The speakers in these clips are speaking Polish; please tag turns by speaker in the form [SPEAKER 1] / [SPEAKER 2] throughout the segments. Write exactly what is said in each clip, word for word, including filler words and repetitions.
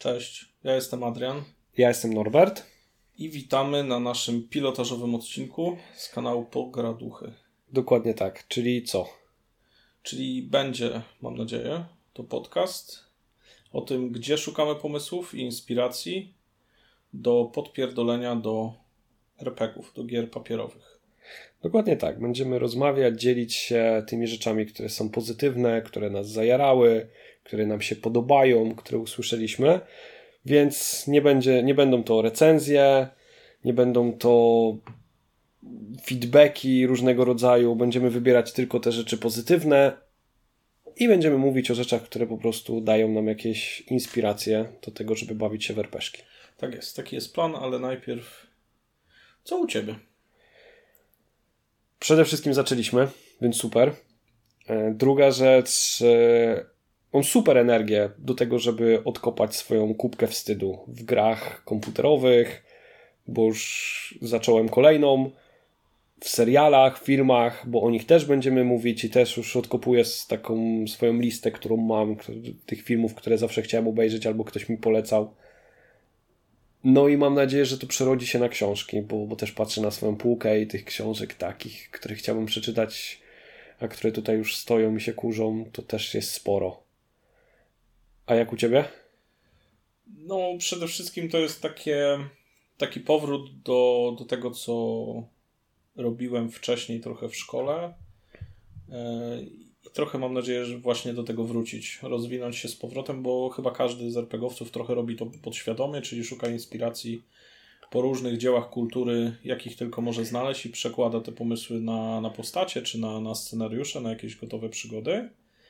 [SPEAKER 1] Cześć, ja jestem Adrian.
[SPEAKER 2] Ja jestem Norbert.
[SPEAKER 1] I witamy na naszym pilotażowym odcinku z kanału Pograduchy.
[SPEAKER 2] Dokładnie tak, czyli co?
[SPEAKER 1] Czyli będzie, mam nadzieję, to podcast o tym, gdzie szukamy pomysłów i inspiracji do podpierdolenia do er pe gie ów, do gier papierowych.
[SPEAKER 2] Dokładnie tak, będziemy rozmawiać, dzielić się tymi rzeczami, które są pozytywne, które nas zajarały, które nam się podobają, które usłyszeliśmy, więc nie będzie, nie będą to recenzje, nie będą to feedbacki różnego rodzaju, będziemy wybierać tylko te rzeczy pozytywne i będziemy mówić o rzeczach, które po prostu dają nam jakieś inspiracje do tego, żeby bawić się w er pe gie ki.
[SPEAKER 1] Tak jest, taki jest plan, ale najpierw co u Ciebie?
[SPEAKER 2] Przede wszystkim zaczęliśmy, więc super. Druga rzecz, mam super energię do tego, żeby odkopać swoją kubkę wstydu w grach komputerowych, bo już zacząłem kolejną, w serialach, filmach, bo o nich też będziemy mówić i też już odkopuję z taką swoją listę, którą mam, tych filmów, które zawsze chciałem obejrzeć albo ktoś mi polecał. No i mam nadzieję, że to przerodzi się na książki, bo, bo też patrzę na swoją półkę i tych książek takich, które chciałbym przeczytać, a które tutaj już stoją i się kurzą, to też jest sporo. A jak u Ciebie?
[SPEAKER 1] No przede wszystkim to jest takie, taki powrót do, do tego, co robiłem wcześniej trochę w szkole i trochę mam nadzieję, że właśnie do tego wrócić, rozwinąć się z powrotem, bo chyba każdy z er pe gie owców trochę robi to podświadomie, czyli szuka inspiracji po różnych dziełach kultury, jakich tylko może znaleźć i przekłada te pomysły na, na postacie, czy na, na scenariusze, na jakieś gotowe przygody.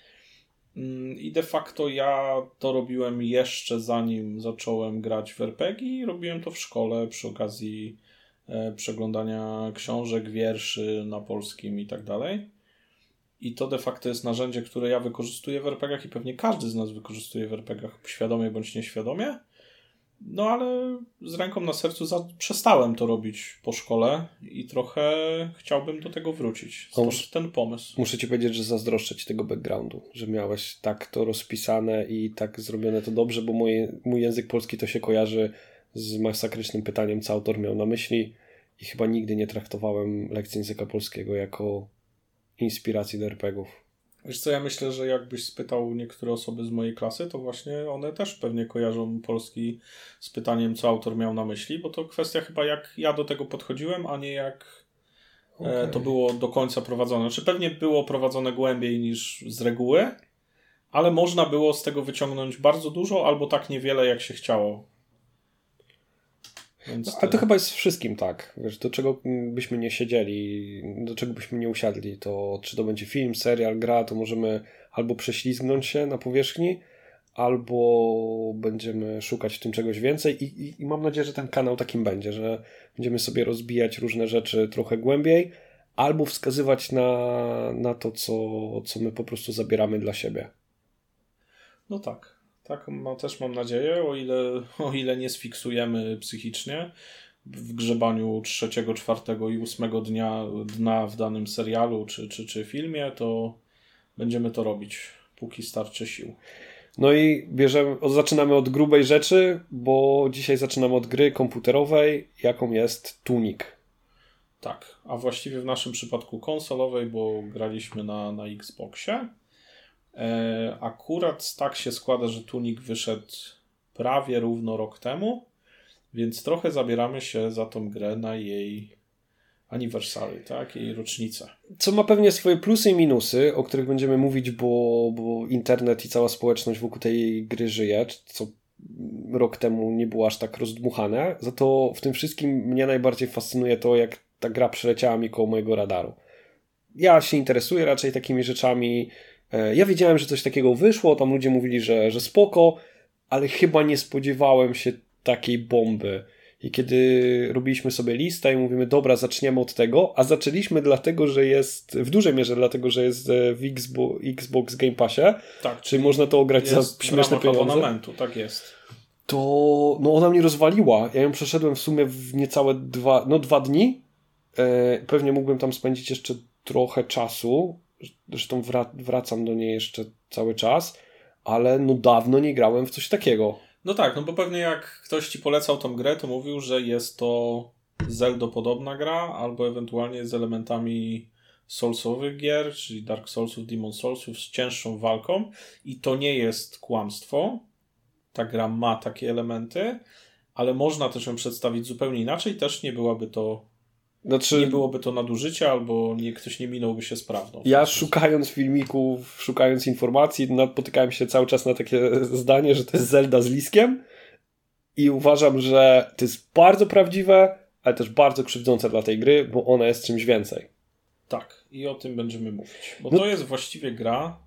[SPEAKER 1] I de facto ja to robiłem jeszcze zanim zacząłem grać w er pe gie i robiłem to w szkole przy okazji e, przeglądania książek, wierszy na polskim i tak dalej. I to de facto jest narzędzie, które ja wykorzystuję w er pe gie ach i pewnie każdy z nas wykorzystuje w er pe gie ach świadomie bądź nieświadomie. No ale z ręką na sercu za... przestałem to robić po szkole i trochę chciałbym do tego wrócić. Stąd muszę, ten pomysł.
[SPEAKER 2] Muszę Ci powiedzieć, że zazdroszczę Ci tego backgroundu, że miałeś tak to rozpisane i tak zrobione to dobrze, bo mój, mój język polski to się kojarzy z masakrycznym pytaniem, co autor miał na myśli i chyba nigdy nie traktowałem lekcji języka polskiego jako inspiracji do er pe gie ów.
[SPEAKER 1] Wiesz co, ja myślę, że jakbyś spytał niektóre osoby z mojej klasy, to właśnie one też pewnie kojarzą polski z pytaniem, co autor miał na myśli, bo to kwestia chyba jak ja do tego podchodziłem, a nie jak okay. e, to było do końca prowadzone. Znaczy pewnie było prowadzone głębiej niż z reguły, ale można było z tego wyciągnąć bardzo dużo albo tak niewiele, jak się chciało.
[SPEAKER 2] Więc no, ale to chyba jest wszystkim tak. Wiesz, do czego byśmy nie siedzieli, do czego byśmy nie usiadli, to czy to będzie film, serial, gra, to możemy albo prześlizgnąć się na powierzchni, albo będziemy szukać w tym czegoś więcej i, i, i mam nadzieję, że ten kanał takim będzie, że będziemy sobie rozbijać różne rzeczy trochę głębiej, albo wskazywać na, na to, co, co my po prostu zabieramy dla siebie.
[SPEAKER 1] No tak. Tak, ma, też mam nadzieję, o ile, o ile nie sfiksujemy psychicznie w grzebaniu trzeciego, czwartego i ósmego dnia, dna w danym serialu czy, czy, czy filmie, to będziemy to robić, póki starczy sił.
[SPEAKER 2] No i bierzemy, zaczynamy od grubej rzeczy, bo dzisiaj zaczynamy od gry komputerowej, jaką jest Tunic.
[SPEAKER 1] Tak, a właściwie w naszym przypadku konsolowej, bo graliśmy na, na Xboxie. Akurat tak się składa, że Tunic wyszedł prawie równo rok temu, więc trochę zabieramy się za tą grę na jej anniversary, tak, jej rocznicę.
[SPEAKER 2] Co ma pewnie swoje plusy i minusy, o których będziemy mówić, bo, bo internet i cała społeczność wokół tej gry żyje, co rok temu nie było aż tak rozdmuchane. Za to w tym wszystkim mnie najbardziej fascynuje to, jak ta gra przeleciała mi koło mojego radaru. Ja się interesuję raczej takimi rzeczami. Ja wiedziałem, że coś takiego wyszło, tam ludzie mówili, że, że spoko, ale chyba nie spodziewałem się takiej bomby. I kiedy robiliśmy sobie listę i mówimy, dobra, zaczniemy od tego, a zaczęliśmy dlatego, że jest, w dużej mierze dlatego, że jest w Xbox, Xbox Game Passie,
[SPEAKER 1] tak,
[SPEAKER 2] czyli można to ograć za śmieszne pieniądze.
[SPEAKER 1] Abonamentu, tak jest.
[SPEAKER 2] To no ona mnie rozwaliła. Ja ją przeszedłem w sumie w niecałe dwa, no dwa dni. E, pewnie mógłbym tam spędzić jeszcze trochę czasu. Zresztą wra- wracam do niej jeszcze cały czas, ale no dawno nie grałem w coś takiego.
[SPEAKER 1] No tak, no bo pewnie jak ktoś ci polecał tą grę, to mówił, że jest to Zelda-podobna gra, albo ewentualnie z elementami Soulsowych gier, czyli Dark Soulsów, Demon Soulsów z cięższą walką i to nie jest kłamstwo. Ta gra ma takie elementy, ale można też ją przedstawić zupełnie inaczej, też nie byłaby to znaczy, nie byłoby to nadużycia, albo nie, ktoś nie minąłby się z prawdą.
[SPEAKER 2] Ja szukając filmików, szukając informacji, napotykałem się cały czas na takie zdanie, że to jest Zelda z Liskiem i uważam, że to jest bardzo prawdziwe, ale też bardzo krzywdzące dla tej gry, bo ona jest czymś więcej.
[SPEAKER 1] Tak, i o tym będziemy mówić. Bo
[SPEAKER 2] no.
[SPEAKER 1] to jest właściwie gra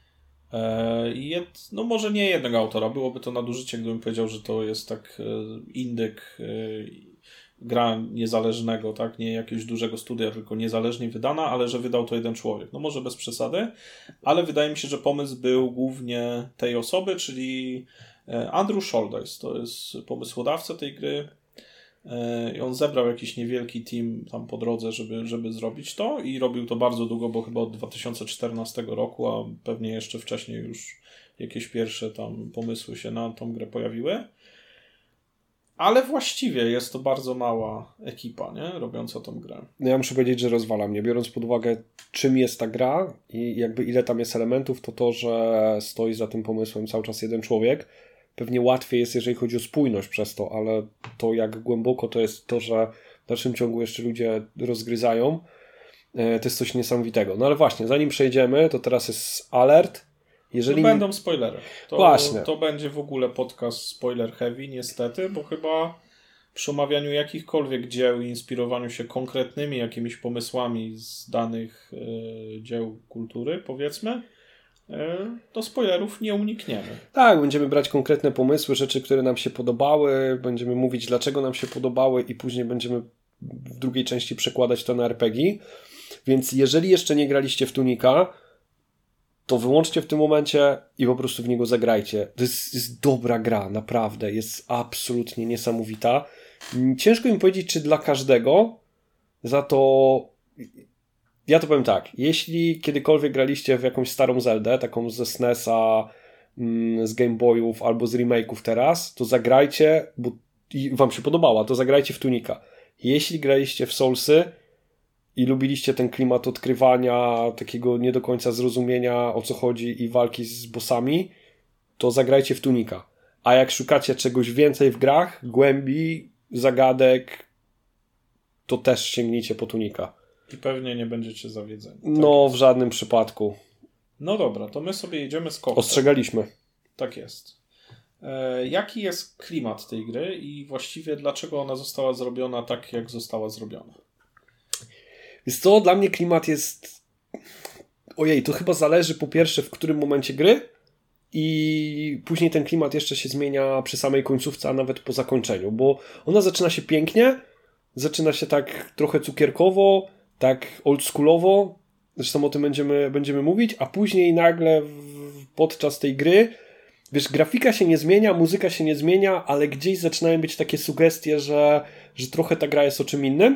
[SPEAKER 1] e, jed, no może nie jednego autora, byłoby to nadużycie, gdybym powiedział, że to jest tak e, indyk, e, gra niezależnego, tak, nie jakiegoś dużego studia, tylko niezależnie wydana, ale że wydał to jeden człowiek. No może bez przesady, ale wydaje mi się, że pomysł był głównie tej osoby, czyli Andrew Shouldice, to jest pomysłodawca tej gry. I on zebrał jakiś niewielki team tam po drodze, żeby, żeby zrobić to i robił to bardzo długo, bo chyba od dwa tysiące czternastego roku, a pewnie jeszcze wcześniej już jakieś pierwsze tam pomysły się na tą grę pojawiły. Ale właściwie jest to bardzo mała ekipa, nie? Robiąca tą grę.
[SPEAKER 2] No ja muszę powiedzieć, że rozwala mnie. Biorąc pod uwagę, czym jest ta gra i jakby ile tam jest elementów, to to, że stoi za tym pomysłem cały czas jeden człowiek. Pewnie łatwiej jest, jeżeli chodzi o spójność przez to, ale to jak głęboko to jest to, że w dalszym ciągu jeszcze ludzie rozgryzają, to jest coś niesamowitego. No ale właśnie, zanim przejdziemy, to teraz jest alert. Jeżeli...
[SPEAKER 1] No będą spoilery. To,
[SPEAKER 2] Właśnie.
[SPEAKER 1] To będzie w ogóle podcast spoiler heavy, niestety, bo chyba przy omawianiu jakichkolwiek dzieł i inspirowaniu się konkretnymi jakimiś pomysłami z danych y, dzieł kultury, powiedzmy, y, do spoilerów nie unikniemy.
[SPEAKER 2] Tak, będziemy brać konkretne pomysły, rzeczy, które nam się podobały, będziemy mówić, dlaczego nam się podobały i później będziemy w drugiej części przekładać to na er pe gie. Więc jeżeli jeszcze nie graliście w Tunika, to wyłączcie w tym momencie i po prostu w niego zagrajcie. To jest, jest dobra gra, naprawdę. Jest absolutnie niesamowita. Ciężko mi powiedzieć, czy dla każdego, za to ja to powiem tak. Jeśli kiedykolwiek graliście w jakąś starą Zeldę, taką ze es en e sa, z Game Boyów albo z remake'ów teraz, to zagrajcie, bo i wam się podobała, to zagrajcie w Tunika. Jeśli graliście w Soulsy i lubiliście ten klimat odkrywania, takiego nie do końca zrozumienia, o co chodzi i walki z bossami, to zagrajcie w Tunika. A jak szukacie czegoś więcej w grach, głębi, zagadek, to też sięgnijcie po Tunika.
[SPEAKER 1] I pewnie nie będziecie zawiedzeni. Tak
[SPEAKER 2] no,
[SPEAKER 1] jest.
[SPEAKER 2] W żadnym przypadku.
[SPEAKER 1] No dobra, to my sobie jedziemy z koksem.
[SPEAKER 2] Ostrzegaliśmy.
[SPEAKER 1] Tak jest. E, jaki jest klimat tej gry i właściwie dlaczego ona została zrobiona tak, jak została zrobiona?
[SPEAKER 2] Więc to dla mnie klimat jest... Ojej, to chyba zależy po pierwsze w którym momencie gry i później ten klimat jeszcze się zmienia przy samej końcówce, a nawet po zakończeniu, bo ona zaczyna się pięknie, zaczyna się tak trochę cukierkowo, tak oldschoolowo, zresztą o tym będziemy, będziemy mówić, a później nagle w, podczas tej gry, wiesz, grafika się nie zmienia, muzyka się nie zmienia, ale gdzieś zaczynają być takie sugestie, że, że trochę ta gra jest o czym innym.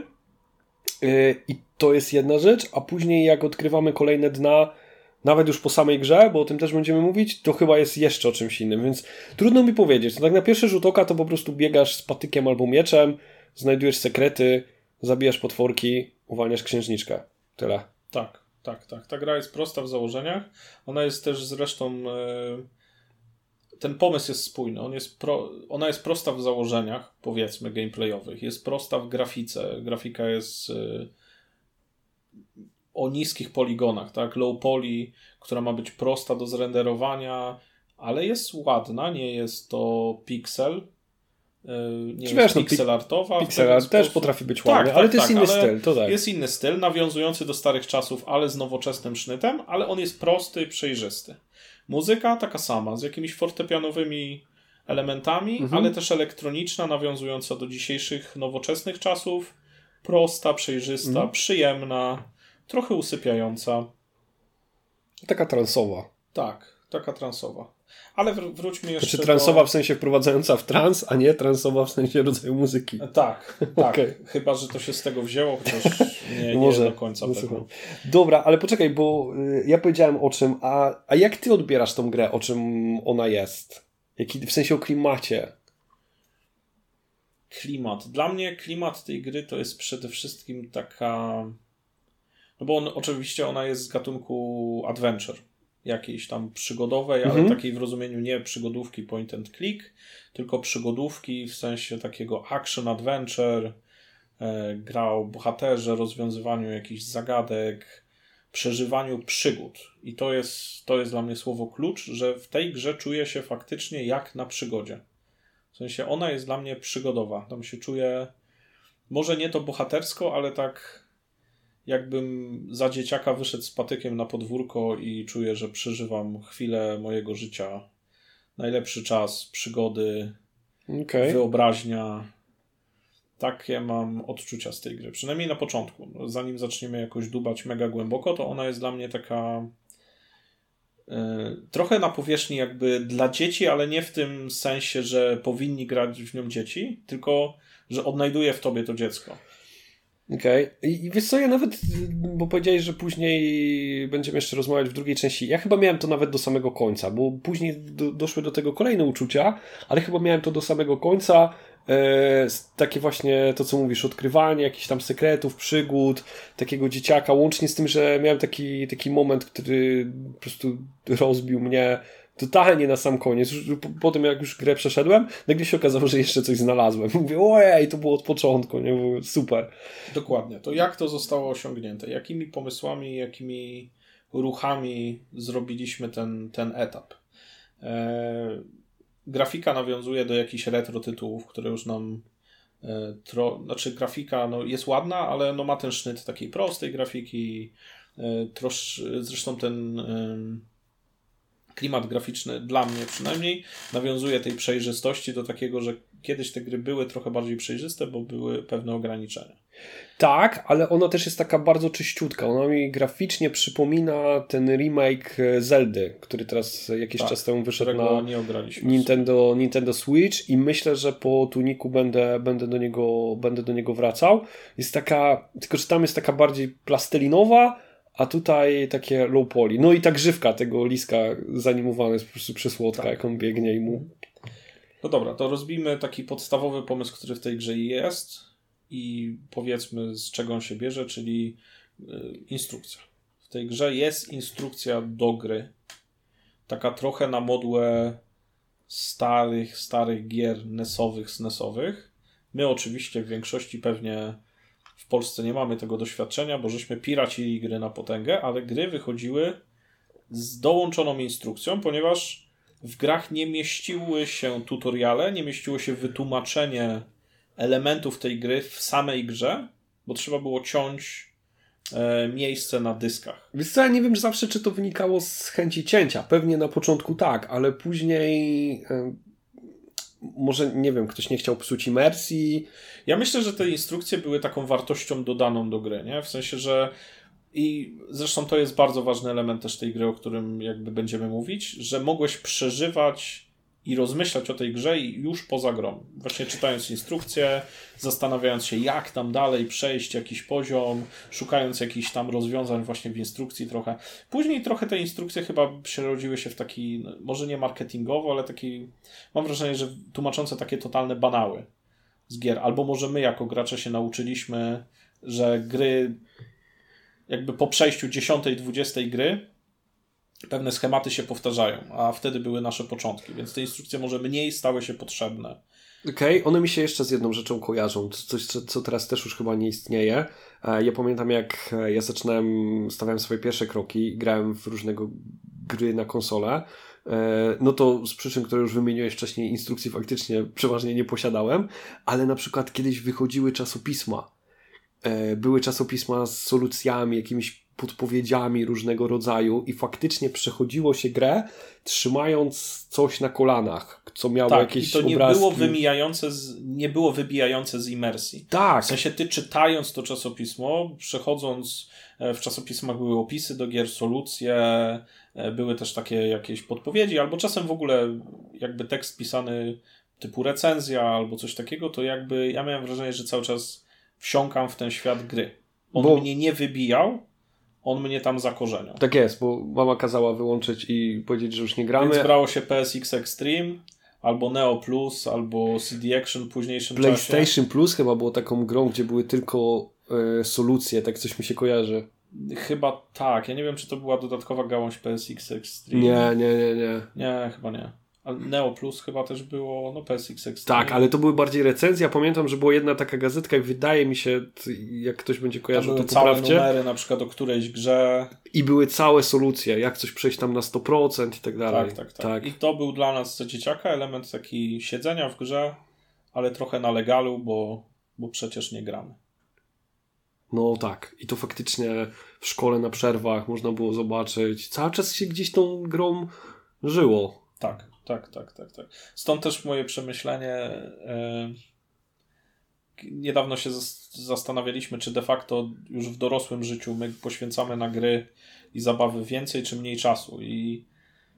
[SPEAKER 2] I to jest jedna rzecz, a później jak odkrywamy kolejne dna, nawet już po samej grze, bo o tym też będziemy mówić, to chyba jest jeszcze o czymś innym, więc trudno mi powiedzieć. No tak na pierwszy rzut oka to po prostu biegasz z patykiem albo mieczem, znajdujesz sekrety, zabijasz potworki, uwalniasz księżniczkę. Tyle.
[SPEAKER 1] Tak, tak, tak. Ta gra jest prosta w założeniach. Ona jest też zresztą... Yy... Ten pomysł jest spójny. On jest pro... Ona jest prosta w założeniach, powiedzmy, gameplayowych. Jest prosta w grafice. Grafika jest yy, o niskich poligonach, tak? Low poly, która ma być prosta do zrenderowania, ale jest ładna. Nie jest to pixel. Yy, nie
[SPEAKER 2] Czy
[SPEAKER 1] jest
[SPEAKER 2] wiesz,
[SPEAKER 1] pixel
[SPEAKER 2] no,
[SPEAKER 1] artowa.
[SPEAKER 2] Pixel art też potrafi być ładny, tak, ale tak, to jest
[SPEAKER 1] tak,
[SPEAKER 2] inny styl. To tak.
[SPEAKER 1] Jest inny styl, nawiązujący do starych czasów, ale z nowoczesnym sznytem, ale on jest prosty i przejrzysty. Muzyka taka sama, z jakimiś fortepianowymi elementami, mhm. ale też elektroniczna, nawiązująca do dzisiejszych nowoczesnych czasów. Prosta, przejrzysta, mhm. przyjemna, trochę usypiająca.
[SPEAKER 2] Taka transowa.
[SPEAKER 1] Tak, taka transowa. Ale wr- wróćmy jeszcze
[SPEAKER 2] Znaczy transowa
[SPEAKER 1] do...
[SPEAKER 2] w sensie wprowadzająca w trans, a nie transowa w sensie rodzaju muzyki.
[SPEAKER 1] Tak, tak.
[SPEAKER 2] Okay.
[SPEAKER 1] Chyba, że to się z tego wzięło, chociaż nie, nie
[SPEAKER 2] Może,
[SPEAKER 1] do końca pewno.
[SPEAKER 2] Dobra, ale poczekaj, bo y, ja powiedziałem o czym, a, a jak ty odbierasz tą grę, o czym ona jest? Jaki, w sensie o klimacie.
[SPEAKER 1] Klimat. Dla mnie klimat tej gry to jest przede wszystkim taka... No bo on, oczywiście ona jest z gatunku adventure. Jakiejś tam przygodowej, ale
[SPEAKER 2] mhm.
[SPEAKER 1] takiej w rozumieniu nie przygodówki point and click, tylko przygodówki w sensie takiego action adventure, e, gra o bohaterze, rozwiązywaniu jakichś zagadek, przeżywaniu przygód. I to jest, to jest dla mnie słowo klucz, że w tej grze czuję się faktycznie jak na przygodzie. W sensie ona jest dla mnie przygodowa. Tam się czuję, może nie to bohatersko, ale tak jakbym za dzieciaka wyszedł z patykiem na podwórko i czuję, że przeżywam chwilę mojego życia. Najlepszy czas, przygody, okay. wyobraźnia. Takie mam odczucia z tej gry. Przynajmniej na początku. Zanim zaczniemy jakoś dubać mega głęboko, to ona jest dla mnie taka yy, trochę na powierzchni jakby dla dzieci, ale nie w tym sensie, że powinni grać w nią dzieci, tylko że odnajduje w tobie to dziecko.
[SPEAKER 2] Okej. Okay. I wiesz co, ja nawet, bo powiedziałeś, że później będziemy jeszcze rozmawiać w drugiej części. Ja chyba miałem to nawet do samego końca, bo później do, doszły do tego kolejne uczucia, ale chyba miałem to do samego końca. E, takie właśnie to, co mówisz, odkrywanie jakichś tam sekretów, przygód, takiego dzieciaka, łącznie z tym, że miałem taki, taki moment, który po prostu rozbił mnie totalnie na sam koniec. Po tym, jak już grę przeszedłem, nagle się okazało, że jeszcze coś znalazłem. Mówię, ojej, to było od początku, nie? Było super.
[SPEAKER 1] Dokładnie. To jak to zostało osiągnięte? Jakimi pomysłami, jakimi ruchami zrobiliśmy ten, ten etap? Eee, grafika nawiązuje do jakichś retro tytułów, które już nam e, tro, znaczy grafika no, jest ładna, ale no, ma ten sznyt takiej prostej grafiki. E, trosz, zresztą ten e, klimat graficzny dla mnie przynajmniej nawiązuje tej przejrzystości do takiego, że kiedyś te gry były trochę bardziej przejrzyste, bo były pewne ograniczenia.
[SPEAKER 2] Tak, ale ona też jest taka bardzo czyściutka. Ona mi graficznie przypomina ten remake Zeldy, który teraz jakiś tak, czas temu wyszedł na
[SPEAKER 1] nie
[SPEAKER 2] Nintendo, Nintendo Switch i myślę, że po tuniku będę, będę, do niego, będę do niego wracał. Jest taka, tylko że tam jest taka bardziej plastelinowa, a tutaj takie low poly. No i ta grzywka tego liska zanimowana jest po prostu przesłodka, tak. Jak on biegnie i mu...
[SPEAKER 1] No dobra, to rozbijmy taki podstawowy pomysł, który w tej grze jest i powiedzmy, z czego on się bierze, czyli yy, instrukcja. W tej grze jest instrukcja do gry. Taka trochę na modłę starych, starych gier N E S-owych, S N E S-owych. My oczywiście w większości pewnie w Polsce nie mamy tego doświadczenia, bo żeśmy piracili gry na potęgę, ale gry wychodziły z dołączoną instrukcją, ponieważ w grach nie mieściły się tutoriale, nie mieściło się wytłumaczenie elementów tej gry w samej grze, bo trzeba było ciąć e, miejsce na dyskach.
[SPEAKER 2] Wiesz co, ja nie wiem zawsze, czy to wynikało z chęci cięcia. Pewnie na początku tak, ale później... E... Może, nie wiem, ktoś nie chciał psuć imersji.
[SPEAKER 1] Ja myślę, że te instrukcje były taką wartością dodaną do gry, nie? W sensie, że i zresztą to jest bardzo ważny element też tej gry, o którym jakby będziemy mówić, że mogłeś przeżywać i rozmyślać o tej grze już poza grą. Właśnie czytając instrukcje, zastanawiając się, jak tam dalej przejść jakiś poziom, szukając jakichś tam rozwiązań właśnie w instrukcji trochę. Później trochę te instrukcje chyba przerodziły się w taki, może nie marketingowo, ale taki, mam wrażenie, że tłumaczące takie totalne banały z gier. Albo może my jako gracze się nauczyliśmy, że gry jakby po przejściu dziesiątej, dwudziestej gry pewne schematy się powtarzają, a wtedy były nasze początki, więc te instrukcje może mniej stały się potrzebne.
[SPEAKER 2] Okej, okay. One mi się jeszcze z jedną rzeczą kojarzą, coś co, co teraz też już chyba nie istnieje. Ja pamiętam, jak ja zaczynałem, stawiałem swoje pierwsze kroki i grałem w różnego gry na konsolę, no to z przyczyn, które już wymieniłeś wcześniej, instrukcji faktycznie przeważnie nie posiadałem, ale na przykład kiedyś wychodziły czasopisma. Były czasopisma z solucjami, jakimiś podpowiedziami różnego rodzaju i faktycznie przechodziło się grę trzymając coś na kolanach, co miało
[SPEAKER 1] tak,
[SPEAKER 2] jakieś
[SPEAKER 1] i to nie
[SPEAKER 2] obrazki.
[SPEAKER 1] Było wymijające z, nie było wybijające z imersji.
[SPEAKER 2] Tak.
[SPEAKER 1] W sensie ty czytając to czasopismo, przechodząc, w czasopismach były opisy do gier, solucje, były też takie jakieś podpowiedzi, albo czasem w ogóle jakby tekst pisany typu recenzja albo coś takiego, to jakby ja miałem wrażenie, że cały czas wsiąkam w ten świat gry. On bo... mnie nie wybijał, on mnie tam zakorzeniał.
[SPEAKER 2] Tak jest, bo mama kazała wyłączyć i powiedzieć, że już nie gramy.
[SPEAKER 1] Więc brało się P S X Extreme, albo Neo Plus, albo C D Action w późniejszym
[SPEAKER 2] PlayStation
[SPEAKER 1] czasie.
[SPEAKER 2] Plus chyba było taką grą, gdzie były tylko y, solucje, tak coś mi się kojarzy.
[SPEAKER 1] Chyba tak. Ja nie wiem, czy to była dodatkowa gałąź P S X Extreme.
[SPEAKER 2] Nie, nie, nie, nie.
[SPEAKER 1] Nie, chyba nie. Ale Neo Plus chyba też było, no P S X Extreme.
[SPEAKER 2] Tak, ale to były bardziej recenzje. Ja pamiętam, że była jedna taka gazetka i wydaje mi się, jak ktoś będzie kojarzył, to poprawcie.
[SPEAKER 1] Były całe numery na przykład o którejś grze.
[SPEAKER 2] I były całe solucje, jak coś przejść tam na sto procent i tak dalej.
[SPEAKER 1] Tak, tak, tak, tak. I to był dla nas za dzieciaka element taki siedzenia w grze, ale trochę na legalu, bo, bo przecież nie gramy.
[SPEAKER 2] No tak. I to faktycznie w szkole na przerwach można było zobaczyć. Cały czas się gdzieś tą grą żyło.
[SPEAKER 1] Tak, tak, tak, tak, tak. Stąd też moje przemyślenie. Yy, niedawno się zas- zastanawialiśmy, czy de facto już w dorosłym życiu my poświęcamy na gry i zabawy więcej czy mniej czasu. I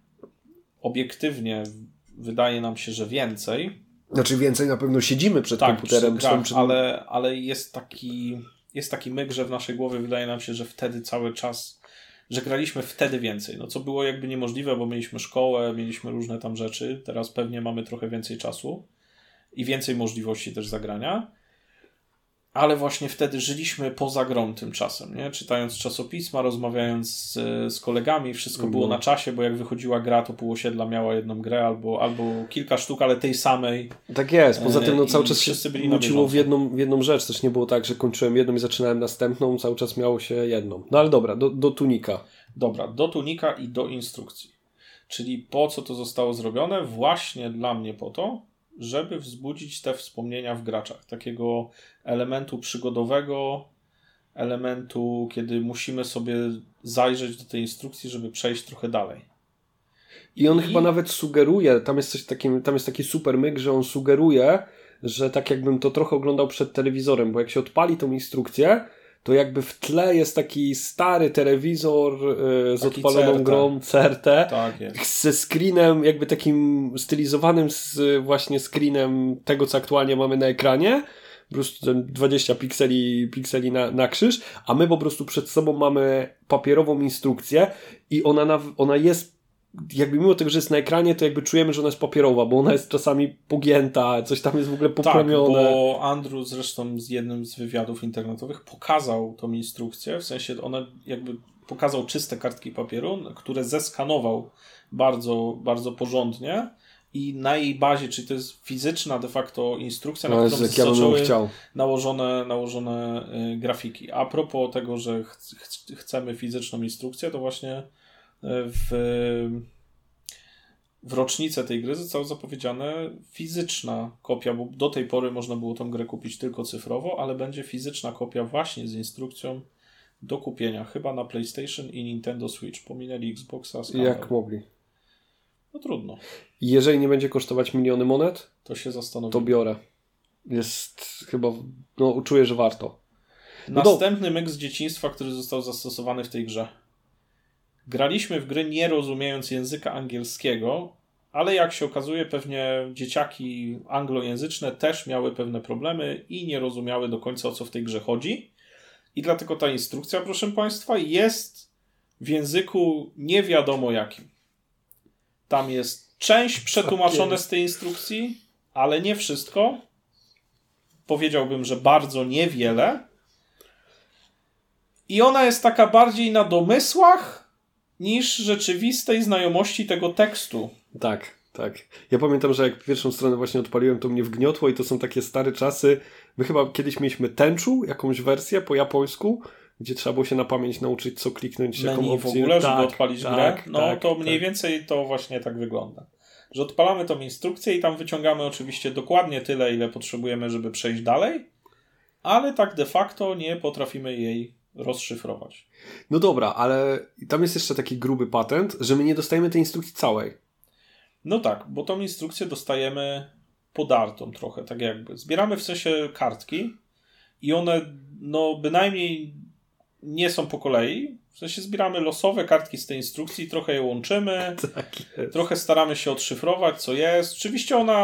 [SPEAKER 1] obiektywnie wydaje nam się, że więcej.
[SPEAKER 2] Znaczy więcej na pewno siedzimy przed
[SPEAKER 1] tak,
[SPEAKER 2] komputerem.
[SPEAKER 1] Przy grach,
[SPEAKER 2] czy...
[SPEAKER 1] ale, ale jest taki jest taki myk, że w naszej głowie wydaje nam się, że wtedy cały czas, że graliśmy wtedy więcej. No co było jakby niemożliwe, bo mieliśmy szkołę, mieliśmy różne tam rzeczy. Teraz pewnie mamy trochę więcej czasu i więcej możliwości też zagrania. Ale właśnie wtedy żyliśmy poza grą tymczasem, nie? Czytając czasopisma, rozmawiając z, z kolegami, wszystko no. było na czasie, bo jak wychodziła gra, to pół osiedla miała jedną grę albo, albo kilka sztuk, ale tej samej.
[SPEAKER 2] Tak jest, poza tym no, cały czas się nuciło
[SPEAKER 1] w
[SPEAKER 2] jedną, w jedną rzecz, też nie było tak, że kończyłem jedną i zaczynałem następną, cały czas miało się jedną. No ale dobra, do, do tunika.
[SPEAKER 1] Dobra, do tunika i do instrukcji. Czyli po co to zostało zrobione? Właśnie dla mnie po to, żeby wzbudzić te wspomnienia w graczach. Takiego elementu przygodowego, elementu, kiedy musimy sobie zajrzeć do tej instrukcji, żeby przejść trochę dalej.
[SPEAKER 2] I on
[SPEAKER 1] I...
[SPEAKER 2] chyba nawet sugeruje, tam jest coś takim, tam jest taki super myk, że on sugeruje, że tak jakbym to trochę oglądał przed telewizorem, bo jak się odpali tą instrukcję, to jakby w tle jest taki stary telewizor yy, z taki odpaloną C R T. Grą C R T,
[SPEAKER 1] tak jest.
[SPEAKER 2] Ze screenem jakby takim stylizowanym z właśnie screenem tego, co aktualnie mamy na ekranie, po prostu ten dwadzieścia pikseli, pikseli na, na krzyż, a my po prostu przed sobą mamy papierową instrukcję i ona, na, ona jest jakby mimo tego, że jest na ekranie, to jakby czujemy, że ona jest papierowa, bo ona jest czasami pogięta, coś tam jest w ogóle poplamione.
[SPEAKER 1] Tak, bo Andrew zresztą z jednym z wywiadów internetowych pokazał tą instrukcję, w sensie ona jakby pokazał czyste kartki papieru, które zeskanował bardzo, bardzo porządnie i na jej bazie, czyli to jest fizyczna de facto instrukcja,
[SPEAKER 2] no,
[SPEAKER 1] na którą zostały
[SPEAKER 2] ja
[SPEAKER 1] nałożone, nałożone y, grafiki. A propos tego, że ch- ch- chcemy fizyczną instrukcję, to właśnie w, w rocznicę tej gry zostało zapowiedziane fizyczna kopia, bo do tej pory można było tą grę kupić tylko cyfrowo, ale będzie fizyczna kopia właśnie z instrukcją do kupienia, chyba na PlayStation i Nintendo Switch. Pominęli Xboxa.
[SPEAKER 2] Jak mogli?
[SPEAKER 1] No trudno.
[SPEAKER 2] Jeżeli nie będzie kosztować miliony monet,
[SPEAKER 1] to się zastanowię.
[SPEAKER 2] To biorę. Jest chyba, no czuję, że warto.
[SPEAKER 1] No Następny to... myk z dzieciństwa, który został zastosowany w tej grze. Graliśmy w gry nie rozumiejąc języka angielskiego, ale jak się okazuje, pewnie dzieciaki anglojęzyczne też miały pewne problemy i nie rozumiały do końca, o co w tej grze chodzi. I dlatego ta instrukcja, proszę Państwa, jest w języku nie wiadomo jakim. Tam jest część przetłumaczone z tej instrukcji, ale nie wszystko. Powiedziałbym, że bardzo niewiele. I ona jest taka bardziej na domysłach niż rzeczywistej znajomości tego tekstu.
[SPEAKER 2] Tak, tak. Ja pamiętam, że jak pierwszą stronę właśnie odpaliłem, to mnie wgniotło i to są takie stare czasy. My chyba kiedyś mieliśmy Tenchu, jakąś wersję po japońsku, gdzie trzeba było się na pamięć nauczyć, co kliknąć,
[SPEAKER 1] menu
[SPEAKER 2] jaką opcję.
[SPEAKER 1] w ogóle,
[SPEAKER 2] tak,
[SPEAKER 1] żeby odpalić
[SPEAKER 2] tak,
[SPEAKER 1] grę. No
[SPEAKER 2] tak,
[SPEAKER 1] to mniej
[SPEAKER 2] tak.
[SPEAKER 1] więcej to właśnie tak wygląda. Że odpalamy tą instrukcję i tam wyciągamy oczywiście dokładnie tyle, ile potrzebujemy, żeby przejść dalej, ale tak de facto nie potrafimy jej rozszyfrować.
[SPEAKER 2] No dobra, ale tam jest jeszcze taki gruby patent, że my nie dostajemy tej instrukcji całej.
[SPEAKER 1] No tak, bo tą instrukcję dostajemy podartą trochę, tak jakby. Zbieramy w sensie kartki i one no bynajmniej nie są po kolei. W sensie zbieramy losowe kartki z tej instrukcji, trochę je łączymy,
[SPEAKER 2] tak jest.
[SPEAKER 1] Trochę staramy się odszyfrować, co jest. Oczywiście ona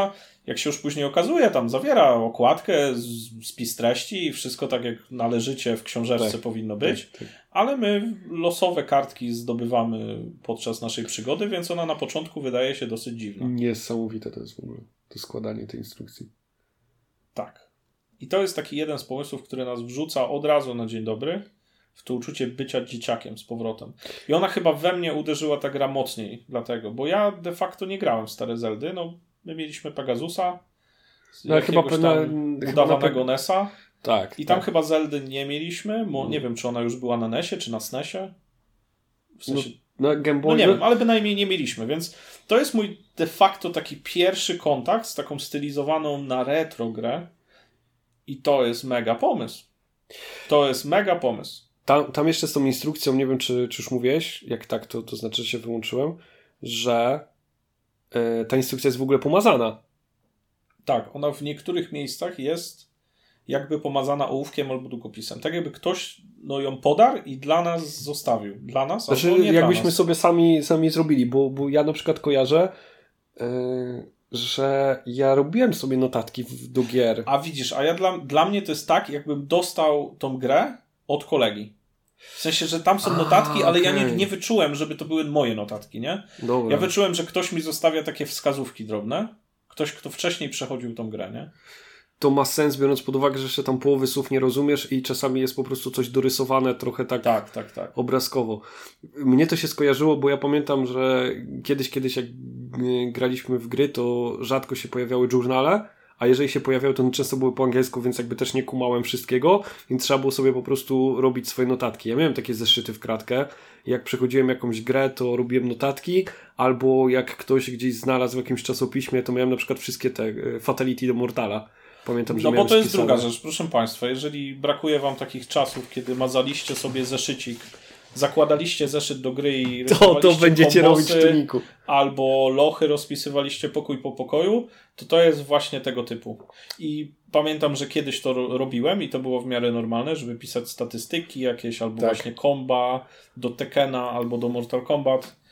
[SPEAKER 1] jak się już później okazuje, tam zawiera okładkę, z, spis treści i wszystko tak jak należycie w książeczce tak, powinno być, tak, tak. Ale my losowe kartki zdobywamy podczas naszej przygody, więc ona na początku wydaje się dosyć dziwna.
[SPEAKER 2] Niesamowite to jest w ogóle, to składanie tej instrukcji.
[SPEAKER 1] Tak. I to jest taki jeden z pomysłów, który nas wrzuca od razu na dzień dobry w to uczucie bycia dzieciakiem z powrotem. I ona chyba we mnie uderzyła ta gra mocniej dlatego, bo ja de facto nie grałem w stare Zeldy, no my mieliśmy Pegasusa,
[SPEAKER 2] no, chyba tam
[SPEAKER 1] na, udawanego
[SPEAKER 2] na...
[SPEAKER 1] Nesa.
[SPEAKER 2] Tak.
[SPEAKER 1] I tam
[SPEAKER 2] tak.
[SPEAKER 1] chyba Zeldy nie mieliśmy, bo nie wiem, czy ona już była na Nesie, czy na SNESie. W sensie...
[SPEAKER 2] No, na Game Boy...
[SPEAKER 1] no nie wiem, ale bynajmniej nie mieliśmy, więc to jest mój de facto taki pierwszy kontakt z taką stylizowaną na retro grę i to jest mega pomysł. To jest mega pomysł.
[SPEAKER 2] Tam, tam jeszcze z tą instrukcją, nie wiem, czy, czy już mówiłeś, jak tak, to, to znaczy, że się wyłączyłem, że yy, ta instrukcja jest w ogóle pomazana.
[SPEAKER 1] Tak, ona w niektórych miejscach jest jakby pomazana ołówkiem albo długopisem. Tak jakby ktoś no, ją podarł i dla nas zostawił. Dla nas,
[SPEAKER 2] znaczy,
[SPEAKER 1] albo nie
[SPEAKER 2] jakbyśmy
[SPEAKER 1] dla nas.
[SPEAKER 2] sobie sami, sami zrobili, bo, bo ja na przykład kojarzę, yy, że ja robiłem sobie notatki w, do gier.
[SPEAKER 1] A widzisz, a ja dla, dla mnie to jest tak, jakbym dostał tą grę od kolegi. W sensie, że tam są notatki, a, ale okay. ja nie, nie wyczułem, żeby to były moje notatki, nie?
[SPEAKER 2] Dobra.
[SPEAKER 1] Ja wyczułem, że ktoś mi zostawia takie wskazówki drobne. Ktoś, kto wcześniej przechodził tą grę, nie?
[SPEAKER 2] To ma sens, biorąc pod uwagę, że jeszcze tam połowy słów nie rozumiesz i czasami jest po prostu coś dorysowane trochę tak,
[SPEAKER 1] tak, tak, tak.
[SPEAKER 2] obrazkowo. Mnie to się skojarzyło, bo ja pamiętam, że kiedyś, kiedyś jak graliśmy w gry, to rzadko się pojawiały journale, a jeżeli się pojawiały, to często były po angielsku, więc jakby też nie kumałem wszystkiego, więc trzeba było sobie po prostu robić swoje notatki. Ja miałem takie zeszyty w kratkę. Jak przechodziłem jakąś grę, to robiłem notatki, albo jak ktoś gdzieś znalazł w jakimś czasopiśmie, to miałem na przykład wszystkie te Fatality do Mortala. Pamiętam, że
[SPEAKER 1] no bo to jest
[SPEAKER 2] spisane.
[SPEAKER 1] druga rzecz, proszę Państwa, jeżeli brakuje Wam takich czasów, kiedy mazaliście sobie zeszycik, zakładaliście zeszyt do gry i
[SPEAKER 2] to, to będziecie robić w tuniku.
[SPEAKER 1] Albo lochy rozpisywaliście pokój po pokoju, to to jest właśnie tego typu. I pamiętam, że kiedyś to ro- robiłem i to było w miarę normalne, żeby pisać statystyki jakieś, albo tak. właśnie komba do Tekkena, albo do Mortal Kombat,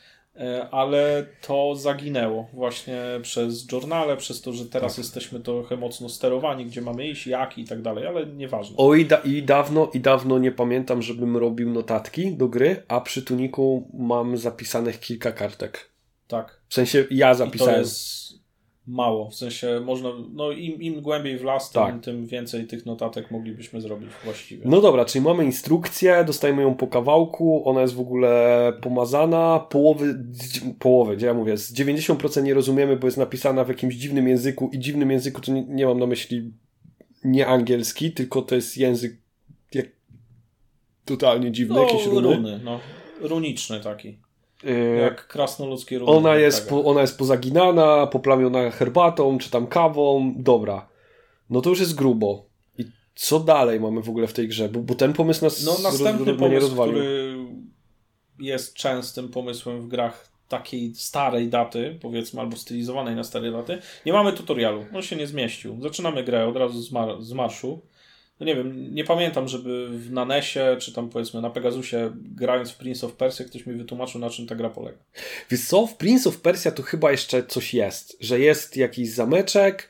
[SPEAKER 1] ale to zaginęło właśnie przez journale, przez to, że teraz tak. jesteśmy trochę mocno sterowani, gdzie mamy iść, jak i tak dalej, ale nieważne.
[SPEAKER 2] O i, da- i dawno, i dawno nie pamiętam, żebym robił notatki do gry, a przy tuniku mam zapisanych kilka kartek.
[SPEAKER 1] Tak.
[SPEAKER 2] W sensie ja zapisałem.
[SPEAKER 1] I to jest mało, w sensie można, no im, im głębiej w las, tym, tak. tym więcej tych notatek moglibyśmy zrobić właściwie.
[SPEAKER 2] No dobra, czyli mamy instrukcję, dostajemy ją po kawałku, ona jest w ogóle pomazana, połowy, połowy, gdzie ja mówię, z dziewięćdziesiąt procent nie rozumiemy, bo jest napisana w jakimś dziwnym języku i dziwnym języku to nie, nie mam na myśli nie angielski, tylko to jest język jak, totalnie dziwny,
[SPEAKER 1] no,
[SPEAKER 2] jakieś runy.
[SPEAKER 1] runy, no, runiczny taki. Jak krasnoludzkie runy.
[SPEAKER 2] Ona jest, po, ona jest pozaginana, poplamiona herbatą, czy tam kawą. Dobra. No to już jest grubo. I co dalej mamy w ogóle w tej grze? Bo, bo ten pomysł nas
[SPEAKER 1] No następny
[SPEAKER 2] roz,
[SPEAKER 1] pomysł,
[SPEAKER 2] rozwalił.
[SPEAKER 1] który jest częstym pomysłem w grach takiej starej daty, powiedzmy, albo stylizowanej na stare daty. Nie mamy tutorialu. On się nie zmieścił. Zaczynamy grę od razu z, mar- z marszu. No nie wiem, nie pamiętam, żeby na Nesie, czy tam powiedzmy na Pegasusie, grając w Prince of Persia, ktoś mi wytłumaczył, na czym ta gra polega.
[SPEAKER 2] Wiesz co, w Prince of Persia to chyba jeszcze coś jest, że jest jakiś zameczek.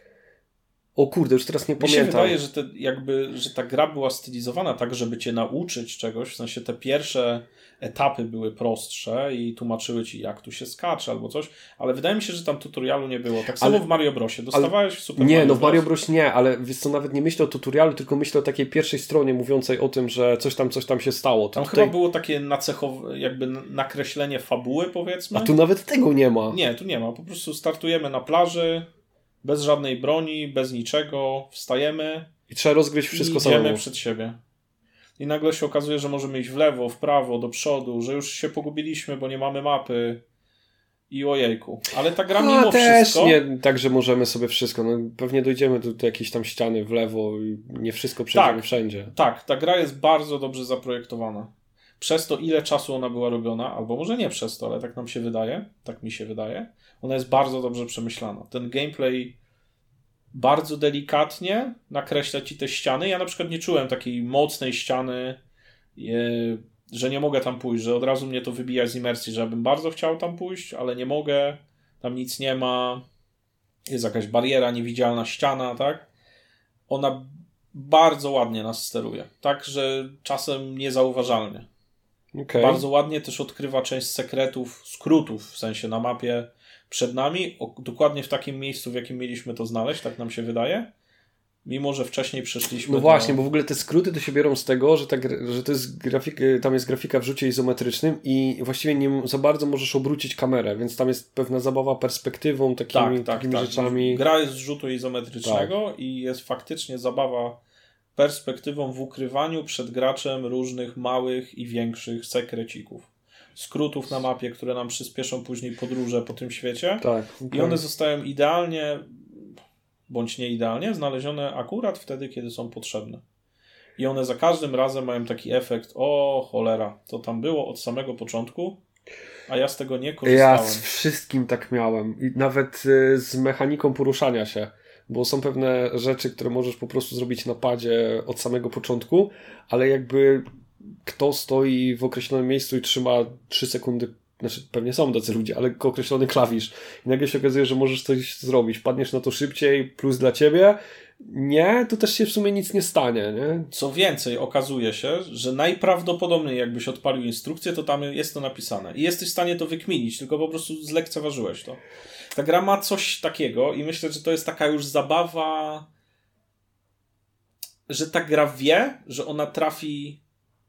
[SPEAKER 2] O kurde, już teraz nie
[SPEAKER 1] mi
[SPEAKER 2] pamiętam.
[SPEAKER 1] Mi się wydaje, że, te, jakby, że ta gra była stylizowana tak, żeby cię nauczyć czegoś, w sensie te pierwsze etapy były prostsze i tłumaczyły ci, jak tu się skacze albo coś, ale wydaje mi się, że tam tutorialu nie było. Tak samo ale, w Mario Brosie. Dostawałeś w Super
[SPEAKER 2] Nie,
[SPEAKER 1] Mario
[SPEAKER 2] no w Mario
[SPEAKER 1] Bros.
[SPEAKER 2] Bros nie, ale wiesz co, nawet nie myślę o tutorialu, tylko myślę o takiej pierwszej stronie mówiącej o tym, że coś tam, coś tam się stało. To
[SPEAKER 1] tam
[SPEAKER 2] tutaj...
[SPEAKER 1] chyba było takie nacechowe, jakby nakreślenie fabuły, powiedzmy.
[SPEAKER 2] A tu nawet tego nie ma.
[SPEAKER 1] Nie, tu nie ma. Po prostu startujemy na plaży, bez żadnej broni, bez niczego, wstajemy
[SPEAKER 2] i trzeba rozgryźć wszystko
[SPEAKER 1] samemu.
[SPEAKER 2] samemu.
[SPEAKER 1] Idziemy przed siebie. I nagle się okazuje, że możemy iść w lewo, w prawo, do przodu, że już się pogubiliśmy, bo nie mamy mapy i ojejku. Ale ta gra
[SPEAKER 2] A,
[SPEAKER 1] mimo
[SPEAKER 2] też
[SPEAKER 1] wszystko...
[SPEAKER 2] nie tak, że możemy sobie wszystko. No, pewnie dojdziemy do, do jakiejś tam ściany w lewo i nie wszystko przejdziemy
[SPEAKER 1] tak,
[SPEAKER 2] wszędzie.
[SPEAKER 1] Tak, ta gra jest bardzo dobrze zaprojektowana. Przez to, ile czasu ona była robiona, albo może nie przez to, ale tak nam się wydaje, tak mi się wydaje, ona jest bardzo dobrze przemyślana. Ten gameplay bardzo delikatnie nakreśla ci te ściany. Ja na przykład nie czułem takiej mocnej ściany, że nie mogę tam pójść, że od razu mnie to wybija z imersji, że ja bym bardzo chciał tam pójść, ale nie mogę, tam nic nie ma. jest jakaś bariera, niewidzialna ściana, tak? Ona bardzo ładnie nas steruje, tak, że czasem niezauważalnie.
[SPEAKER 2] Okay.
[SPEAKER 1] Bardzo ładnie też odkrywa część sekretów, skrótów w sensie na mapie przed nami, o, dokładnie w takim miejscu, w jakim mieliśmy to znaleźć, tak nam się wydaje. Mimo, że wcześniej przeszliśmy.
[SPEAKER 2] No właśnie,
[SPEAKER 1] do...
[SPEAKER 2] bo w ogóle te skróty to się biorą z tego, że, ta, że to jest grafik, tam jest grafika w rzucie izometrycznym i właściwie nie za bardzo możesz obrócić kamerę, więc tam jest pewna zabawa perspektywą, takimi,
[SPEAKER 1] tak, tak,
[SPEAKER 2] takimi
[SPEAKER 1] tak.
[SPEAKER 2] rzeczami.
[SPEAKER 1] Gra jest z rzutu izometrycznego tak. i jest faktycznie zabawa perspektywą w ukrywaniu przed graczem różnych małych i większych sekrecików. Skrótów na mapie, które nam przyspieszą później podróże po tym świecie.
[SPEAKER 2] Tak, okay.
[SPEAKER 1] I one zostają idealnie bądź nie idealnie, znalezione akurat wtedy, kiedy są potrzebne. I one za każdym razem mają taki efekt, o cholera, to tam było od samego początku, a ja z tego nie korzystałem.
[SPEAKER 2] Ja z wszystkim tak miałem. I nawet z mechaniką poruszania się. Bo są pewne rzeczy, które możesz po prostu zrobić na padzie od samego początku, ale jakby kto stoi w określonym miejscu i trzyma trzy sekundy, znaczy pewnie są tacy ludzie, ale określony klawisz i nagle się okazuje, że możesz coś zrobić, padniesz na to szybciej, plus dla ciebie, nie, to też się w sumie nic nie stanie, nie?
[SPEAKER 1] Co więcej, okazuje się, że najprawdopodobniej jakbyś odpalił instrukcję, to tam jest to napisane i jesteś w stanie to wykminić, tylko po prostu zlekceważyłeś to. Ta gra ma coś takiego i myślę, że to jest taka już zabawa, że ta gra wie, że ona trafi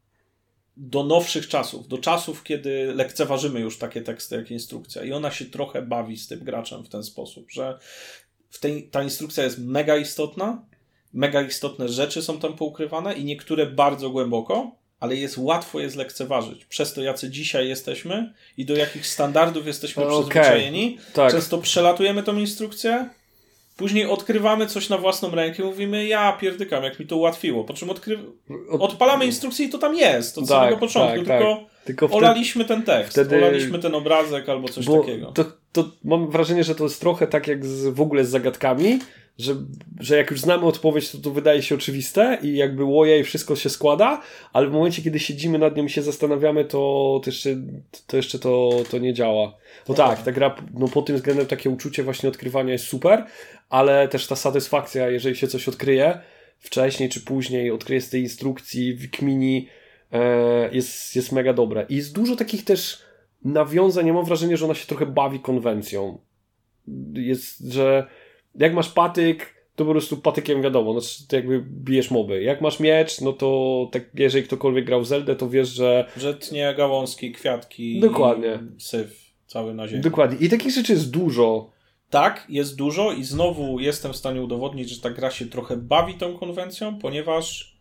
[SPEAKER 1] do nowszych czasów, do czasów, kiedy lekceważymy już takie teksty jak instrukcja i ona się trochę bawi z tym graczem w ten sposób, że w tej, ta instrukcja jest mega istotna, mega istotne rzeczy są tam poukrywane i niektóre bardzo głęboko, ale jest łatwo je zlekceważyć. Przez to, jacy dzisiaj jesteśmy i do jakich standardów jesteśmy okay. przyzwyczajeni, tak. Często przelatujemy tą instrukcję, później odkrywamy coś na własną rękę, mówimy, ja pierdykam, jak mi to ułatwiło. Po czym odkry... odpalamy instrukcję i to tam jest, od tak, samego początku, tak, tylko, tak. tylko wtedy, olaliśmy ten tekst, wtedy... olaliśmy ten obrazek albo coś Bo takiego.
[SPEAKER 2] To, to mam wrażenie, że to jest trochę tak jak z, w ogóle z zagadkami, że, że jak już znamy odpowiedź, to to wydaje się oczywiste i jakby ojej, wszystko się składa, ale w momencie, kiedy siedzimy nad nią i się zastanawiamy, to, to jeszcze, to, jeszcze to, to nie działa. No tak, ta gra no pod tym względem takie uczucie właśnie odkrywania jest super, ale też ta satysfakcja, jeżeli się coś odkryje, wcześniej czy później odkryje z tej instrukcji, wykmini, e, jest, jest mega dobre. I jest dużo takich też nawiązań, ja mam wrażenie, że ona się trochę bawi konwencją. Jest, że jak masz patyk, to po prostu patykiem wiadomo, no to jakby bijesz moby. Jak masz miecz, no to tak, jeżeli ktokolwiek grał w Zeldę, to wiesz, że...
[SPEAKER 1] Że tnie gałązki, kwiatki,
[SPEAKER 2] dokładnie.
[SPEAKER 1] Syf cały na ziemi.
[SPEAKER 2] Dokładnie. I takich rzeczy jest dużo.
[SPEAKER 1] Tak, jest dużo i znowu jestem w stanie udowodnić, że ta gra się trochę bawi tą konwencją, ponieważ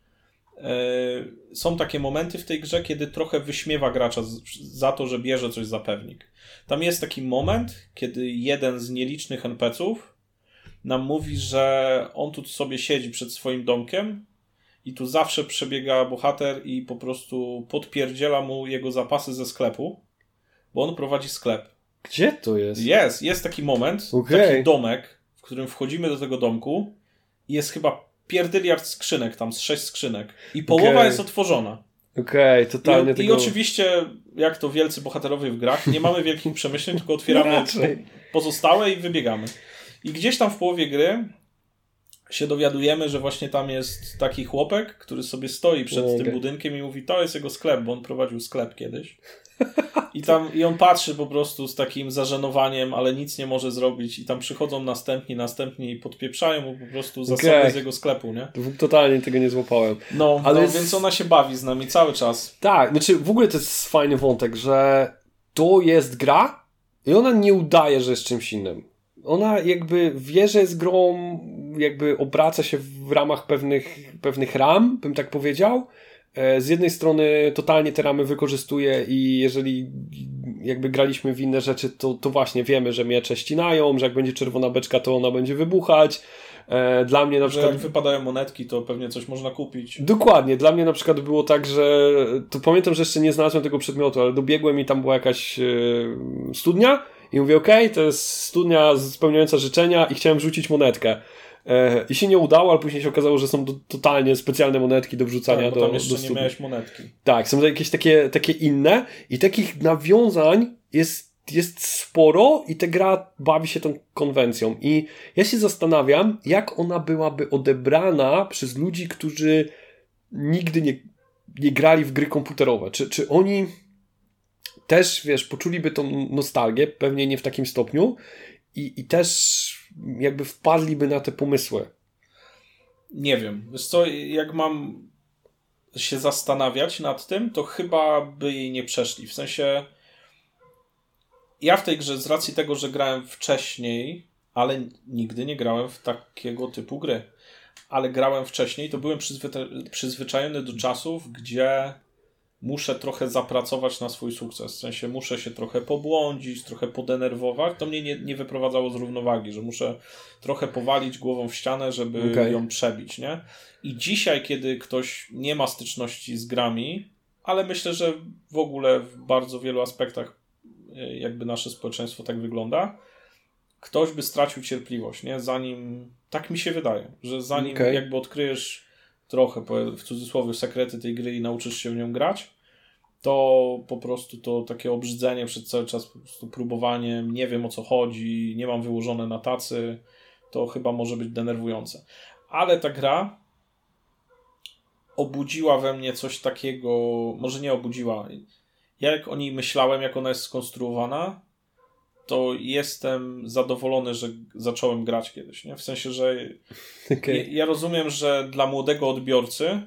[SPEAKER 1] yy, są takie momenty w tej grze, kiedy trochę wyśmiewa gracza z, za to, że bierze coś za pewnik. Tam jest taki moment, kiedy jeden z nielicznych en pe ce ów nam mówi, że on tu sobie siedzi przed swoim domkiem i tu zawsze przebiega bohater i po prostu podpierdziela mu jego zapasy ze sklepu, bo on prowadzi sklep.
[SPEAKER 2] Gdzie to jest?
[SPEAKER 1] Jest, jest taki moment,
[SPEAKER 2] okay.
[SPEAKER 1] taki domek, w którym wchodzimy do tego domku i jest chyba pierdyliard skrzynek, tam z sześć skrzynek i połowa okay. jest otworzona.
[SPEAKER 2] Okej, okay, totalnie
[SPEAKER 1] I,
[SPEAKER 2] tego...
[SPEAKER 1] I oczywiście, jak to wielcy bohaterowie w grach, nie mamy wielkich przemyśleń, tylko otwieramy pozostałe i wybiegamy. I gdzieś tam w połowie gry się dowiadujemy, że właśnie tam jest taki chłopek, który sobie stoi przed okay. tym budynkiem i mówi, to jest jego sklep, bo on prowadził sklep kiedyś. I tam i on patrzy po prostu z takim zażenowaniem, ale nic nie może zrobić i tam przychodzą następni, następni i podpieprzają mu po prostu zasoby okay. z jego sklepu, nie?
[SPEAKER 2] Totalnie tego nie złapałem.
[SPEAKER 1] No, ale no z... więc ona się bawi z nami cały czas.
[SPEAKER 2] Tak, znaczy w ogóle to jest fajny wątek, że to jest gra i ona nie udaje, że jest czymś innym. Ona jakby wie, że jest grą, jakby obraca się w ramach pewnych, pewnych ram, bym tak powiedział. Z jednej strony totalnie te ramy wykorzystuje i jeżeli jakby graliśmy w inne rzeczy, to, to właśnie wiemy, że miecze ścinają, że jak będzie czerwona beczka, to ona będzie wybuchać. Dla mnie na
[SPEAKER 1] że
[SPEAKER 2] przykład...
[SPEAKER 1] jak wypadają monetki, to pewnie coś można kupić.
[SPEAKER 2] Dokładnie. Dla mnie na przykład było tak, że to pamiętam, że jeszcze nie znalazłem tego przedmiotu, ale dobiegłem i tam była jakaś studnia i mówię, okej, okay, to jest studnia spełniająca życzenia i chciałem wrzucić monetkę. I się nie udało, ale później się okazało, że są do, totalnie specjalne monetki do wrzucania
[SPEAKER 1] tak, bo
[SPEAKER 2] do
[SPEAKER 1] tam jeszcze
[SPEAKER 2] do
[SPEAKER 1] nie miałeś monetki.
[SPEAKER 2] Tak, są jakieś takie, takie inne i takich nawiązań jest jest sporo i ta gra bawi się tą konwencją. I ja się zastanawiam, jak ona byłaby odebrana przez ludzi, którzy nigdy nie, nie grali w gry komputerowe. Czy, czy oni też, wiesz, poczuliby tą nostalgię, pewnie nie w takim stopniu i, i też jakby wpadliby na te pomysły.
[SPEAKER 1] Nie wiem. Wiesz co, jak mam się zastanawiać nad tym, to chyba by jej nie przeszli. W sensie ja w tej grze z racji tego, że grałem wcześniej, ale nigdy nie grałem w takiego typu gry. Ale grałem wcześniej, to byłem przyzwy- przyzwyczajony do czasów, gdzie muszę trochę zapracować na swój sukces. W sensie muszę się trochę pobłądzić, trochę podenerwować. To mnie nie, nie wyprowadzało z równowagi, że muszę trochę powalić głową w ścianę, żeby okay. ją przebić, nie? I dzisiaj, kiedy ktoś nie ma styczności z grami, ale myślę, że w ogóle w bardzo wielu aspektach jakby nasze społeczeństwo tak wygląda, ktoś by stracił cierpliwość, nie? Zanim, tak mi się wydaje, że zanim okay. jakby odkryjesz trochę, w cudzysłowie, sekrety tej gry i nauczysz się w nią grać, to po prostu to takie obrzydzenie przed cały czas po prostu próbowaniem, nie wiem o co chodzi, nie mam wyłożone na tacy, to chyba może być denerwujące. Ale ta gra obudziła we mnie coś takiego, może nie obudziła. Ja jak o niej myślałem, jak ona jest skonstruowana, to jestem zadowolony, że zacząłem grać kiedyś, nie? W sensie, że okay. ja, ja rozumiem, że dla młodego odbiorcy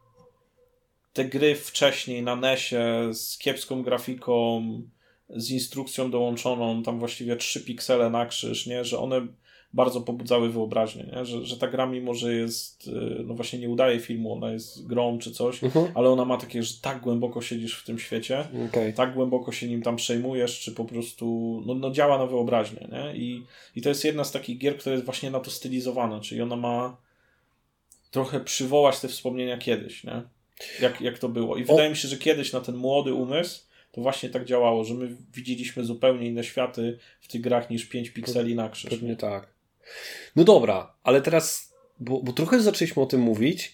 [SPEAKER 1] te gry wcześniej na nesie z kiepską grafiką, z instrukcją dołączoną, tam właściwie trzy piksele na krzyż, nie? Że one bardzo pobudzały wyobraźnię, nie? Że, że ta gra, mimo że jest, no właśnie nie udaje filmu, ona jest grą czy coś, uh-huh. ale ona ma takie, że tak głęboko siedzisz w tym świecie, okay. tak głęboko się nim tam przejmujesz, czy po prostu no, no działa na wyobraźnię, nie? I, I to jest jedna z takich gier, która jest właśnie na to stylizowana, czyli ona ma trochę przywołać te wspomnienia kiedyś, nie? Jak, jak to było. I o. wydaje mi się, że kiedyś na ten młody umysł to właśnie tak działało, że my widzieliśmy zupełnie inne światy w tych grach niż pięć pikseli na krzyż.
[SPEAKER 2] Pewnie tak. No dobra, ale teraz, bo, bo trochę zaczęliśmy o tym mówić,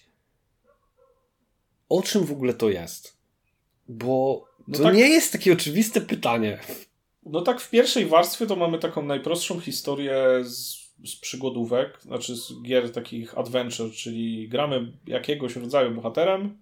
[SPEAKER 2] o czym w ogóle to jest? Bo to no tak, nie jest takie oczywiste pytanie.
[SPEAKER 1] No tak, w pierwszej warstwie to mamy taką najprostszą historię z, z przygodówek, znaczy z gier takich adventure, czyli gramy jakiegoś rodzaju bohaterem,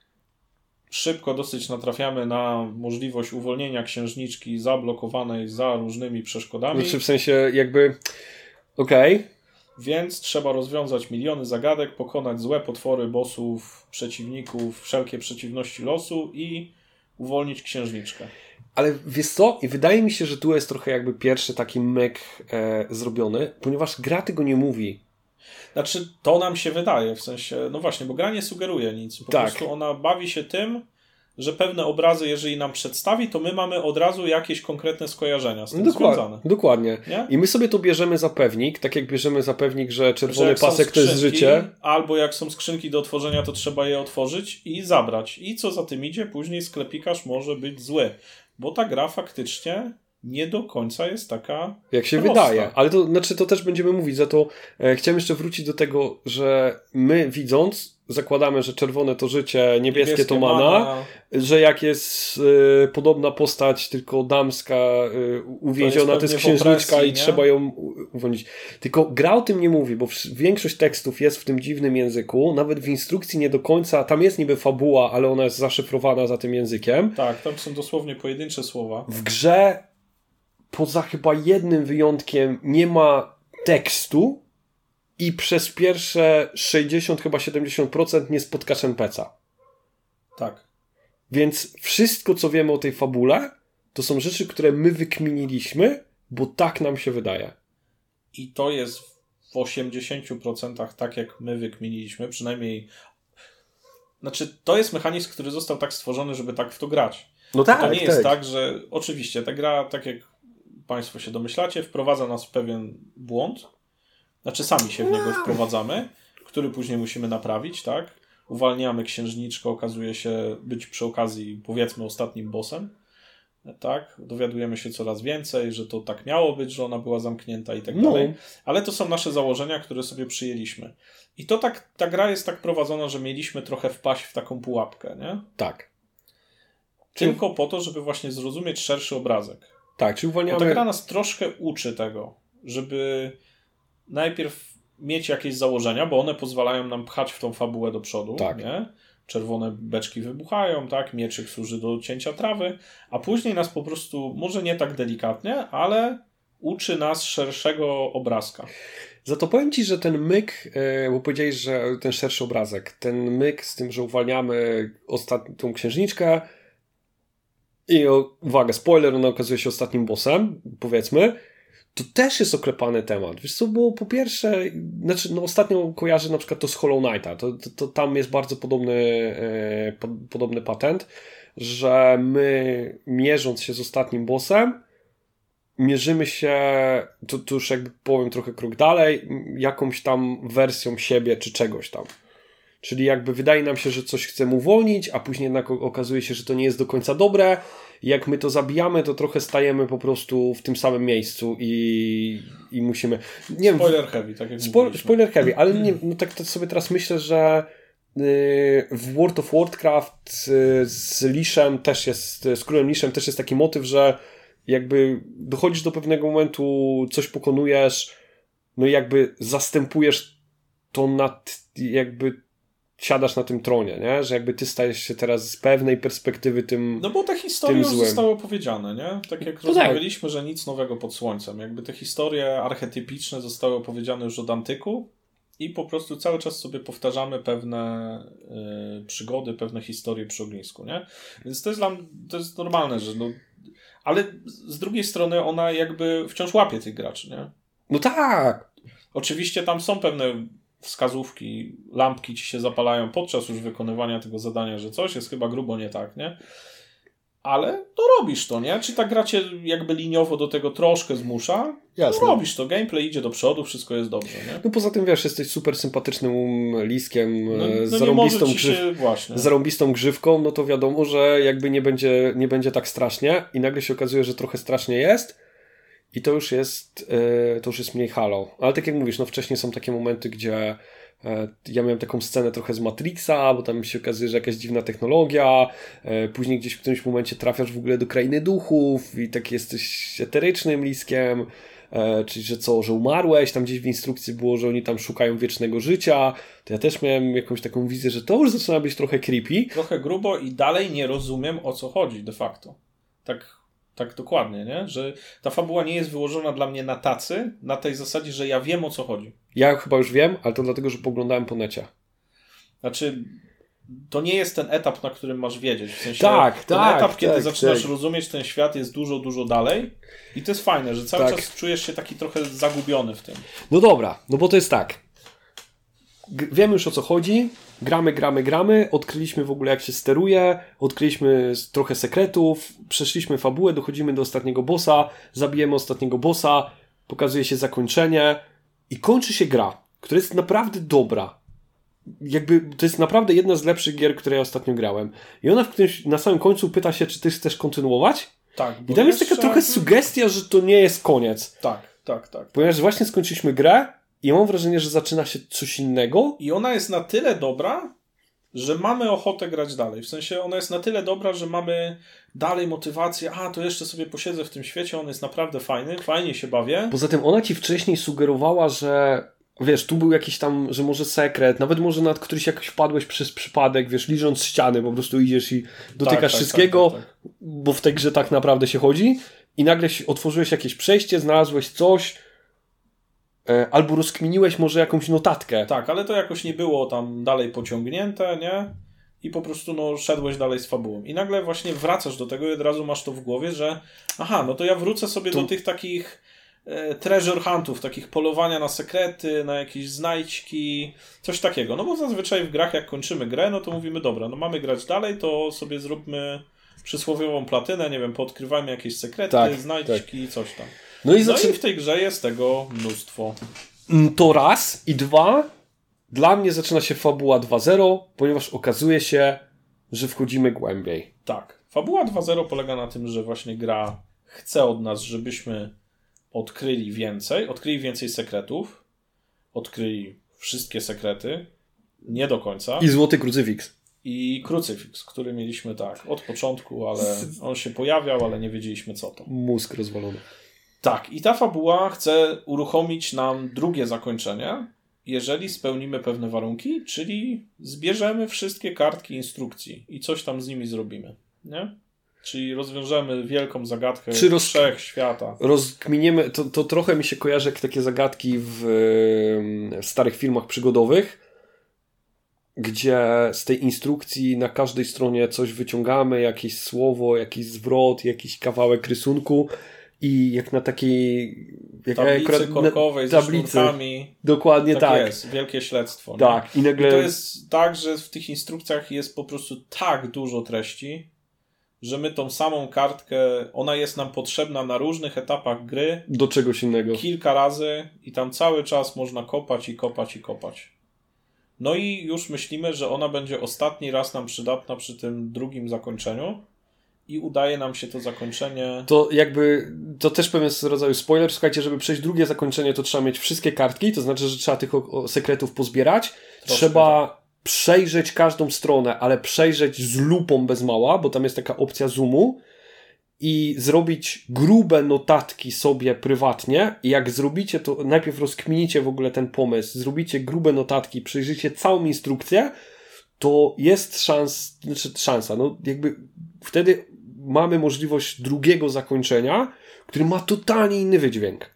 [SPEAKER 1] szybko dosyć natrafiamy na możliwość uwolnienia księżniczki zablokowanej za różnymi przeszkodami.
[SPEAKER 2] Znaczy w sensie jakby okej. Okay.
[SPEAKER 1] Więc trzeba rozwiązać miliony zagadek, pokonać złe potwory, bossów, przeciwników, wszelkie przeciwności losu i uwolnić księżniczkę.
[SPEAKER 2] Ale wiesz co? I wydaje mi się, że tu jest trochę jakby pierwszy taki myk e, zrobiony, ponieważ gra tego nie mówi.
[SPEAKER 1] Znaczy, to nam się wydaje, w sensie, no właśnie, bo gra nie sugeruje nic. Po tak. prostu ona bawi się tym, że pewne obrazy, jeżeli nam przedstawi, to my mamy od razu jakieś konkretne skojarzenia z tym
[SPEAKER 2] Dokład,
[SPEAKER 1] związane.
[SPEAKER 2] Dokładnie. Nie? I my sobie to bierzemy za pewnik, tak jak bierzemy za pewnik, że czerwony że pasek skrzynki, to jest życie.
[SPEAKER 1] Albo jak są skrzynki do otworzenia, to trzeba je otworzyć i zabrać. I co za tym idzie, później sklepikarz może być zły. Bo ta gra faktycznie nie do końca jest taka
[SPEAKER 2] jak się
[SPEAKER 1] prosta.
[SPEAKER 2] wydaje. Ale to znaczy to też będziemy mówić. Za to e, chciałem jeszcze wrócić do tego, że my widząc zakładamy, że czerwone to życie, niebieskie, niebieskie to mana, mana, że jak jest e, podobna postać, tylko damska e, uwięziona, to jest, to jest księżniczka i nie? trzeba ją uwolnić. Tylko gra o tym nie mówi, bo większość tekstów jest w tym dziwnym języku, nawet w instrukcji nie do końca, tam jest niby fabuła, ale ona jest zaszyfrowana za tym językiem.
[SPEAKER 1] Tak, tam są dosłownie pojedyncze słowa.
[SPEAKER 2] W grze poza chyba jednym wyjątkiem nie ma tekstu i przez pierwsze sześćdziesiąt, chyba siedemdziesiąt procent nie spotkasz en pe ce a.
[SPEAKER 1] Tak.
[SPEAKER 2] Więc wszystko, co wiemy o tej fabule, to są rzeczy, które my wykminiliśmy, bo tak nam się wydaje.
[SPEAKER 1] I to jest w osiemdziesięciu procentach tak, jak my wykminiliśmy, przynajmniej... Znaczy, to jest mechanizm, który został tak stworzony, żeby tak w to grać.
[SPEAKER 2] No tak,
[SPEAKER 1] to nie
[SPEAKER 2] tak.
[SPEAKER 1] jest tak, że oczywiście ta gra, tak jak Państwo się domyślacie, wprowadza nas w pewien błąd. Znaczy sami się w niego wprowadzamy, który później musimy naprawić, tak? Uwalniamy księżniczkę, okazuje się być przy okazji, powiedzmy, ostatnim bossem. Tak? Dowiadujemy się coraz więcej, że to tak miało być, że ona była zamknięta i tak
[SPEAKER 2] no.
[SPEAKER 1] dalej. Ale to są nasze założenia, które sobie przyjęliśmy. I to tak, ta gra jest tak prowadzona, że mieliśmy trochę wpaść w taką pułapkę, nie?
[SPEAKER 2] Tak.
[SPEAKER 1] Tylko po to, żeby właśnie zrozumieć szerszy obrazek.
[SPEAKER 2] Tak, czyli uwalniamy...
[SPEAKER 1] Bo ta gra nas troszkę uczy tego, żeby najpierw mieć jakieś założenia, bo one pozwalają nam pchać w tą fabułę do przodu,
[SPEAKER 2] tak.
[SPEAKER 1] nie? Czerwone beczki wybuchają, tak? Mieczyk służy do cięcia trawy, a później nas po prostu, może nie tak delikatnie, ale uczy nas szerszego obrazka.
[SPEAKER 2] Za to powiem Ci, że ten myk, bo powiedziałeś, że ten szerszy obrazek, ten myk z tym, że uwalniamy ostatnią księżniczkę i uwaga, spoiler, ona okazuje się ostatnim bossem, powiedzmy, to też jest oklepany temat. Wiesz co, bo po pierwsze, znaczy, no ostatnio kojarzę na przykład to z Hollow Knighta, to, to, to tam jest bardzo podobny, e, po, podobny patent, że my mierząc się z ostatnim bossem, mierzymy się, to, to już jakby powiem trochę krok dalej, jakąś tam wersją siebie czy czegoś tam. Czyli jakby wydaje nam się, że coś chcemy uwolnić, a później jednak okazuje się, że to nie jest do końca dobre. I jak my to zabijamy, to trochę stajemy po prostu w tym samym miejscu i, i musimy... Nie
[SPEAKER 1] spoiler
[SPEAKER 2] wiem,
[SPEAKER 1] heavy, tak jak
[SPEAKER 2] spo,
[SPEAKER 1] mówiliśmy.
[SPEAKER 2] Spoiler heavy, ale nie, no tak to sobie teraz myślę, że w World of Warcraft z Liszem też jest, z królem Liszem też jest taki motyw, że jakby dochodzisz do pewnego momentu, coś pokonujesz, no i jakby zastępujesz to nad, jakby siadasz na tym tronie, nie? Że jakby ty stajesz się teraz z pewnej perspektywy tym
[SPEAKER 1] No bo te historie już zostały opowiedziane, nie? Tak jak no rozmawialiśmy, tak. że nic nowego pod słońcem. Jakby te historie archetypiczne zostały opowiedziane już od antyku i po prostu cały czas sobie powtarzamy pewne y, przygody, pewne historie przy ognisku, nie? Więc to jest dla mnie, to jest normalne, że no... Ale z drugiej strony ona jakby wciąż łapie tych graczy, nie?
[SPEAKER 2] No tak!
[SPEAKER 1] Oczywiście tam są pewne wskazówki, lampki ci się zapalają podczas już wykonywania tego zadania, że coś jest chyba grubo nie tak, nie? Ale to robisz to, nie? Czy ta gra cię jakby liniowo do tego troszkę zmusza?
[SPEAKER 2] Jasne.
[SPEAKER 1] No robisz to, gameplay idzie do przodu, wszystko jest dobrze, nie?
[SPEAKER 2] No poza tym wiesz, jesteś super sympatycznym liskiem
[SPEAKER 1] no,
[SPEAKER 2] z
[SPEAKER 1] no
[SPEAKER 2] zarąbistą,
[SPEAKER 1] grzyw...
[SPEAKER 2] z zarąbistą grzywką, no to wiadomo, że jakby nie będzie, nie będzie tak strasznie i nagle się okazuje, że trochę strasznie jest i to już jest yy, to już jest mniej Halo. Ale tak jak mówisz, no wcześniej są takie momenty, gdzie ja miałem taką scenę trochę z Matrixa, bo tam się okazuje, że jakaś dziwna technologia, później gdzieś w którymś momencie trafiasz w ogóle do krainy duchów i tak jesteś eterycznym liskiem, czyli że co, że umarłeś, tam gdzieś w instrukcji było, że oni tam szukają wiecznego życia, to ja też miałem jakąś taką wizję, że to już zaczyna być trochę creepy.
[SPEAKER 1] Trochę grubo i dalej nie rozumiem, o co chodzi de facto. Tak Tak dokładnie, nie? Że ta fabuła nie jest wyłożona dla mnie na tacy, na tej zasadzie, że ja wiem, o co chodzi.
[SPEAKER 2] Ja chyba już wiem, ale to dlatego, że poglądałem po necie.
[SPEAKER 1] Znaczy, to nie jest ten etap, na którym masz wiedzieć. W sensie,
[SPEAKER 2] tak,
[SPEAKER 1] ten
[SPEAKER 2] tak,
[SPEAKER 1] etap, kiedy
[SPEAKER 2] tak,
[SPEAKER 1] zaczynasz
[SPEAKER 2] tak.
[SPEAKER 1] rozumieć ten świat, jest dużo, dużo dalej i to jest fajne, że cały
[SPEAKER 2] tak.
[SPEAKER 1] czas czujesz się taki trochę zagubiony w tym.
[SPEAKER 2] No dobra, no bo to jest tak. G- wiemy już, o co chodzi. Gramy, gramy, gramy. Odkryliśmy w ogóle, jak się steruje. Odkryliśmy trochę sekretów. Przeszliśmy fabułę, dochodzimy do ostatniego bossa. Zabijemy ostatniego bossa. Pokazuje się zakończenie. I kończy się gra, która jest naprawdę dobra. Jakby to jest naprawdę jedna z lepszych gier, które ja ostatnio grałem. I ona w którymś, na samym końcu pyta się, czy ty chcesz kontynuować?
[SPEAKER 1] Tak.
[SPEAKER 2] I tam jest taka trochę sugestia, że to nie jest koniec.
[SPEAKER 1] Tak, tak, tak.
[SPEAKER 2] Ponieważ właśnie skończyliśmy grę i mam wrażenie, że zaczyna się coś innego.
[SPEAKER 1] I ona jest na tyle dobra, że mamy ochotę grać dalej. W sensie ona jest na tyle dobra, że mamy dalej motywację. A, to jeszcze sobie posiedzę w tym świecie, on jest naprawdę fajny, fajnie się bawię.
[SPEAKER 2] Poza tym ona ci wcześniej sugerowała, że wiesz, tu był jakiś tam, że może sekret, nawet może nad któryś jakoś wpadłeś przez przypadek, wiesz, liżąc ściany, po prostu idziesz i dotykasz
[SPEAKER 1] tak, tak,
[SPEAKER 2] wszystkiego,
[SPEAKER 1] tak, tak, tak.
[SPEAKER 2] bo w tej grze tak naprawdę się chodzi i nagle otworzyłeś jakieś przejście, znalazłeś coś, e, albo rozkminiłeś może jakąś notatkę.
[SPEAKER 1] Tak, ale to jakoś nie było tam dalej pociągnięte, nie? I po prostu no, szedłeś dalej z fabułą. I nagle właśnie wracasz do tego i od razu masz to w głowie, że aha, no to ja wrócę sobie to... do tych takich e, treasure huntów, takich polowania na sekrety, na jakieś znajdźki, coś takiego. No bo zazwyczaj w grach, jak kończymy grę, no to mówimy, dobra, no mamy grać dalej, to sobie zróbmy przysłowiową platynę, nie wiem, poodkrywajmy jakieś sekrety, tak, znajdźki, tak. coś tam. No i, no zaczy... i w tej grze jest tego mnóstwo.
[SPEAKER 2] To raz i dwa, dla mnie zaczyna się fabuła dwa zero, ponieważ okazuje się, że wchodzimy głębiej.
[SPEAKER 1] Tak. Fabuła dwa zero polega na tym, że właśnie gra chce od nas, żebyśmy odkryli więcej, odkryli więcej sekretów, odkryli wszystkie sekrety, nie do końca.
[SPEAKER 2] I złoty krucyfiks.
[SPEAKER 1] i krucyfiks, który mieliśmy tak od początku, ale on się pojawiał, ale nie wiedzieliśmy co to.
[SPEAKER 2] Mózg rozwalony.
[SPEAKER 1] Tak, i ta fabuła chce uruchomić nam drugie zakończenie, jeżeli spełnimy pewne warunki, czyli zbierzemy wszystkie kartki instrukcji i coś tam z nimi zrobimy, nie? Czyli rozwiążemy wielką zagadkę
[SPEAKER 2] Czy roz...
[SPEAKER 1] wszechświata.
[SPEAKER 2] Rozkminiemy, to, to trochę mi się kojarzy jak takie zagadki w, w starych filmach przygodowych, gdzie z tej instrukcji na każdej stronie coś wyciągamy, jakieś słowo, jakiś zwrot, jakiś kawałek rysunku i jak na takiej jak
[SPEAKER 1] tablicy
[SPEAKER 2] akurat,
[SPEAKER 1] korkowej
[SPEAKER 2] na,
[SPEAKER 1] ze sznurkami.
[SPEAKER 2] Dokładnie tak.
[SPEAKER 1] Tak jest, wielkie śledztwo.
[SPEAKER 2] Tak.
[SPEAKER 1] I,
[SPEAKER 2] nagle...
[SPEAKER 1] I to jest tak, że w tych instrukcjach jest po prostu tak dużo treści, że my tą samą kartkę, ona jest nam potrzebna na różnych etapach gry.
[SPEAKER 2] Do czegoś innego.
[SPEAKER 1] Kilka razy i tam cały czas można kopać i kopać i kopać. No i już myślimy, że ona będzie ostatni raz nam przydatna przy tym drugim zakończeniu i udaje nam się to zakończenie...
[SPEAKER 2] To jakby, to też pewien rodzaju spoiler, słuchajcie, żeby przejść drugie zakończenie, to trzeba mieć wszystkie kartki, to znaczy, że trzeba tych o, o sekretów pozbierać, Troszkę trzeba tak. przejrzeć każdą stronę, ale przejrzeć z lupą bez mała, bo tam jest taka opcja zoomu i zrobić grube notatki sobie prywatnie i jak zrobicie to, najpierw rozkminicie w ogóle ten pomysł, zrobicie grube notatki, przejrzycie całą instrukcję, to jest szans, znaczy szansa, no jakby wtedy mamy możliwość drugiego zakończenia, który ma totalnie inny wydźwięk.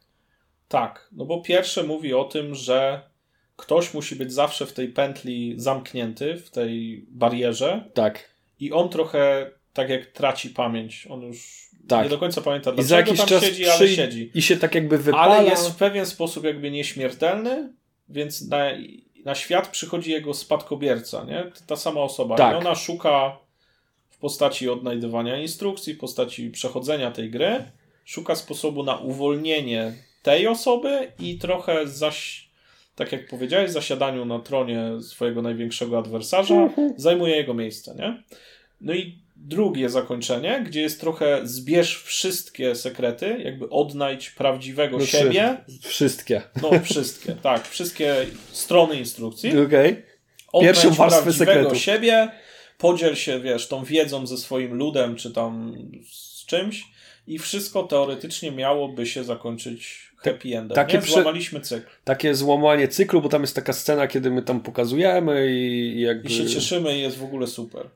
[SPEAKER 1] Tak, no bo pierwsze mówi o tym, że ktoś musi być zawsze w tej pętli zamknięty, w tej barierze.
[SPEAKER 2] Tak.
[SPEAKER 1] I on trochę tak jak traci pamięć, on już tak. nie do końca pamięta, dlaczego
[SPEAKER 2] I za jakiś
[SPEAKER 1] tam
[SPEAKER 2] czas
[SPEAKER 1] siedzi,
[SPEAKER 2] przy...
[SPEAKER 1] ale siedzi.
[SPEAKER 2] I się tak jakby wypala.
[SPEAKER 1] Ale jest w pewien sposób jakby nieśmiertelny, więc na, na świat przychodzi jego spadkobierca, nie? Ta sama osoba.
[SPEAKER 2] Tak.
[SPEAKER 1] I ona szuka w postaci odnajdywania instrukcji, w postaci przechodzenia tej gry, szuka sposobu na uwolnienie tej osoby i trochę zaś, tak jak powiedziałeś, zasiadaniu na tronie swojego największego adwersarza, mhm. zajmuje jego miejsce, nie? No i drugie zakończenie, gdzie jest trochę zbierz wszystkie sekrety, jakby odnajdź prawdziwego no, siebie.
[SPEAKER 2] Wszystkie.
[SPEAKER 1] No, wszystkie, tak. Wszystkie strony instrukcji.
[SPEAKER 2] Okej. Okay. Pierwszą warstwę sekretów.
[SPEAKER 1] siebie, podziel się, wiesz, tą wiedzą ze swoim ludem, czy tam z czymś i wszystko teoretycznie miałoby się zakończyć happy endem. Takie nie? Złamaliśmy cykl.
[SPEAKER 2] Takie złamanie cyklu, bo tam jest taka scena, kiedy my tam pokazujemy i jakby...
[SPEAKER 1] I się cieszymy i jest w ogóle super.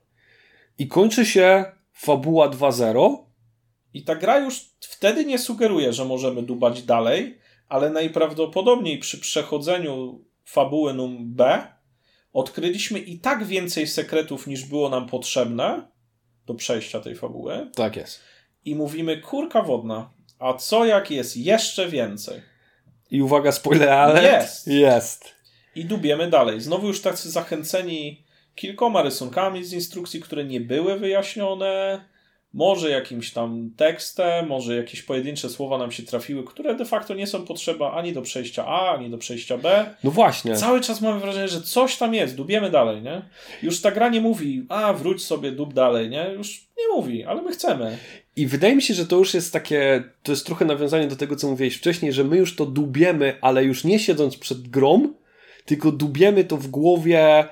[SPEAKER 2] I kończy się fabuła dwa zero.
[SPEAKER 1] I ta gra już wtedy nie sugeruje, że możemy dubać dalej, ale najprawdopodobniej przy przechodzeniu fabuły num B odkryliśmy i tak więcej sekretów niż było nam potrzebne do przejścia tej fabuły.
[SPEAKER 2] Tak jest.
[SPEAKER 1] I mówimy, kurka wodna, a co jak jest jeszcze więcej?
[SPEAKER 2] I uwaga, spoiler alert.
[SPEAKER 1] Jest.
[SPEAKER 2] Jest.
[SPEAKER 1] I dubiemy dalej. Znowu już tacy zachęceni kilkoma rysunkami z instrukcji, które nie były wyjaśnione, może jakimś tam tekstem, może jakieś pojedyncze słowa nam się trafiły, które de facto nie są potrzebne ani do przejścia A, ani do przejścia B.
[SPEAKER 2] No właśnie.
[SPEAKER 1] Cały czas mamy wrażenie, że coś tam jest, dubiemy dalej, nie? Już ta gra nie mówi, a wróć sobie, dub dalej, nie? Już nie mówi, ale my chcemy.
[SPEAKER 2] I wydaje mi się, że to już jest takie, to jest trochę nawiązanie do tego, co mówiłeś wcześniej, że my już to dubiemy, ale już nie siedząc przed grą, tylko dubiemy to w głowie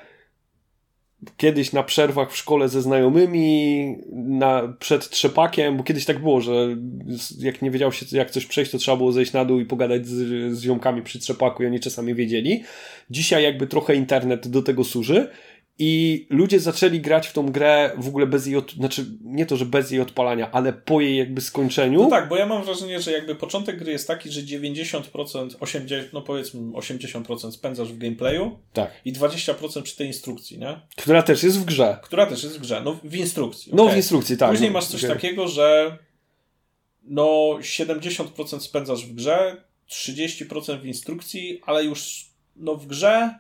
[SPEAKER 2] kiedyś na przerwach w szkole ze znajomymi, na, przed trzepakiem, bo kiedyś tak było, że jak nie wiedział się jak coś przejść, to trzeba było zejść na dół i pogadać z, z ziomkami przy trzepaku i oni czasami wiedzieli. Dzisiaj jakby trochę internet do tego służy i ludzie zaczęli grać w tą grę w ogóle bez jej, od... znaczy nie to, że bez jej odpalania, ale po jej jakby skończeniu.
[SPEAKER 1] No tak, bo ja mam wrażenie, że jakby początek gry jest taki, że dziewięćdziesiąt procent, osiemdziesiąt, no powiedzmy osiemdziesiąt procent spędzasz w gameplayu
[SPEAKER 2] tak.
[SPEAKER 1] i dwadzieścia procent przy tej instrukcji, nie?
[SPEAKER 2] Która też jest w grze.
[SPEAKER 1] Która też jest w grze, no w instrukcji.
[SPEAKER 2] No
[SPEAKER 1] okay.
[SPEAKER 2] w instrukcji, tak.
[SPEAKER 1] Później
[SPEAKER 2] no,
[SPEAKER 1] masz coś
[SPEAKER 2] okay. takiego,
[SPEAKER 1] że no siedemdziesiąt procent spędzasz w grze, trzydzieści procent w instrukcji, ale już no w grze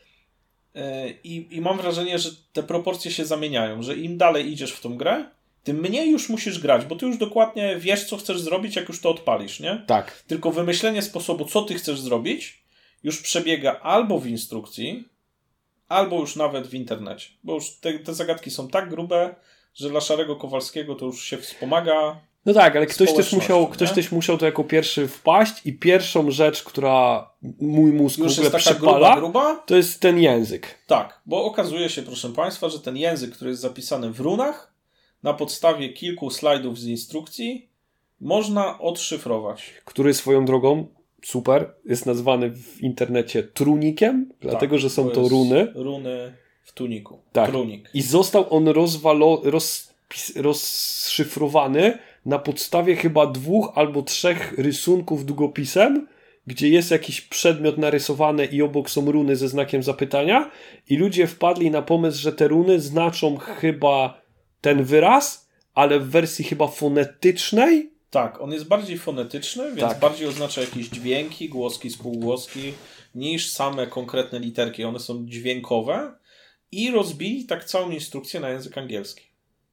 [SPEAKER 1] I, I mam wrażenie, że te proporcje się zamieniają, że im dalej idziesz w tą grę, tym mniej już musisz grać, bo ty już dokładnie wiesz, co chcesz zrobić, jak już to odpalisz, nie?
[SPEAKER 2] Tak.
[SPEAKER 1] Tylko wymyślenie sposobu, co ty chcesz zrobić, już przebiega albo w instrukcji, albo już nawet w internecie. Bo już te, te zagadki są tak grube, że dla Szarego Kowalskiego to już się wspomaga
[SPEAKER 2] No tak, ale ktoś też musiał, ktoś też musiał to jako pierwszy wpaść i pierwszą rzecz, która mój mózg
[SPEAKER 1] już
[SPEAKER 2] w ogóle
[SPEAKER 1] jest taka
[SPEAKER 2] przepala,
[SPEAKER 1] gruba, gruba?
[SPEAKER 2] to jest ten język.
[SPEAKER 1] Tak, bo okazuje się, proszę Państwa, że ten język, który jest zapisany w runach, na podstawie kilku slajdów z instrukcji, można odszyfrować.
[SPEAKER 2] Który swoją drogą, super, jest nazwany w internecie trunikiem, tak, dlatego, że są to, to runy.
[SPEAKER 1] Runy w tuniku.
[SPEAKER 2] Tak.
[SPEAKER 1] Trunik.
[SPEAKER 2] I został on rozwalo, roz, rozszyfrowany na podstawie chyba dwóch albo trzech rysunków długopisem, gdzie jest jakiś przedmiot narysowany i obok są runy ze znakiem zapytania i ludzie wpadli na pomysł, że te runy znaczą chyba ten wyraz, ale w wersji chyba fonetycznej.
[SPEAKER 1] Tak, on jest bardziej fonetyczny, więc tak. bardziej oznacza jakieś dźwięki, głoski, spółgłoski, niż same konkretne literki. One są dźwiękowe i rozbili tak całą instrukcję na język angielski.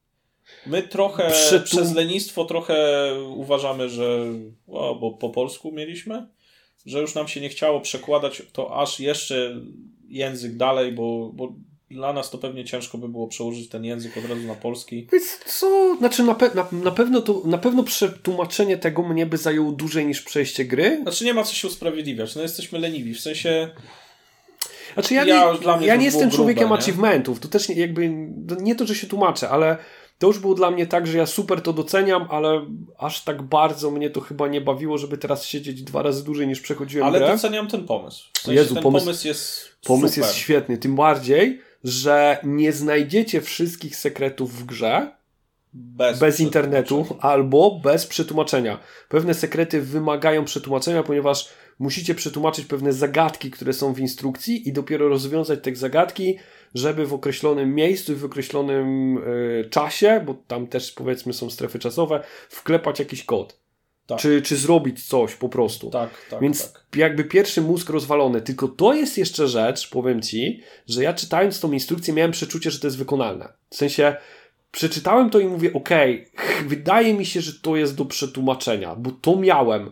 [SPEAKER 1] My trochę Przytu... przez lenistwo trochę uważamy, że o, bo po polsku mieliśmy, że już nam się nie chciało przekładać to aż jeszcze język dalej, bo, bo dla nas to pewnie ciężko by było przełożyć ten język od razu na polski.
[SPEAKER 2] Więc co? Znaczy na, pe- na, na, pewno to, na pewno przetłumaczenie tego mnie by zajęło dłużej niż przejście gry.
[SPEAKER 1] Znaczy nie ma co się usprawiedliwiać. No jesteśmy leniwi. W sensie...
[SPEAKER 2] Znaczy ja, ja, nie, ja nie jestem człowiekiem grube, achievementów. To też nie, jakby nie to, że się tłumaczę, ale to już było dla mnie tak, że ja super to doceniam, ale aż tak bardzo mnie to chyba nie bawiło, żeby teraz siedzieć dwa razy dłużej niż przechodziłem
[SPEAKER 1] ale
[SPEAKER 2] grę.
[SPEAKER 1] Ale doceniam ten pomysł. W sensie
[SPEAKER 2] Jezu,
[SPEAKER 1] ten
[SPEAKER 2] pomysł,
[SPEAKER 1] pomysł jest
[SPEAKER 2] Pomysł
[SPEAKER 1] super.
[SPEAKER 2] jest świetny. Tym bardziej, że nie znajdziecie wszystkich sekretów w grze bez, bez internetu albo bez przetłumaczenia. Pewne sekrety wymagają przetłumaczenia, ponieważ musicie przetłumaczyć pewne zagadki, które są w instrukcji i dopiero rozwiązać te zagadki, żeby w określonym miejscu i w określonym y, czasie, bo tam też powiedzmy są strefy czasowe, wklepać jakiś kod. Tak. Czy, czy zrobić coś po prostu.
[SPEAKER 1] Tak, tak,
[SPEAKER 2] Więc
[SPEAKER 1] tak.
[SPEAKER 2] jakby pierwszy mózg rozwalony. Tylko to jest jeszcze rzecz, powiem Ci, że ja czytając tą instrukcję miałem przeczucie, że to jest wykonalne. W sensie przeczytałem to i mówię, okej, okay, wydaje mi się, że to jest do przetłumaczenia, bo to miałem.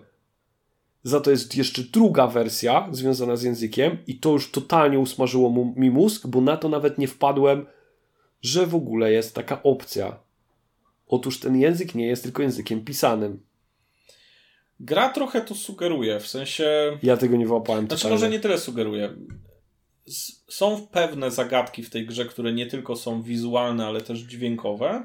[SPEAKER 2] Za to jest jeszcze druga wersja związana z językiem i to już totalnie usmażyło mu, mi mózg, bo na to nawet nie wpadłem, że w ogóle jest taka opcja. Otóż ten język nie jest tylko językiem pisanym.
[SPEAKER 1] Gra trochę to sugeruje, w sensie...
[SPEAKER 2] Ja tego nie wyłapałem.
[SPEAKER 1] Znaczy może nie tyle sugeruje. Są pewne zagadki w tej grze, które nie tylko są wizualne, ale też dźwiękowe.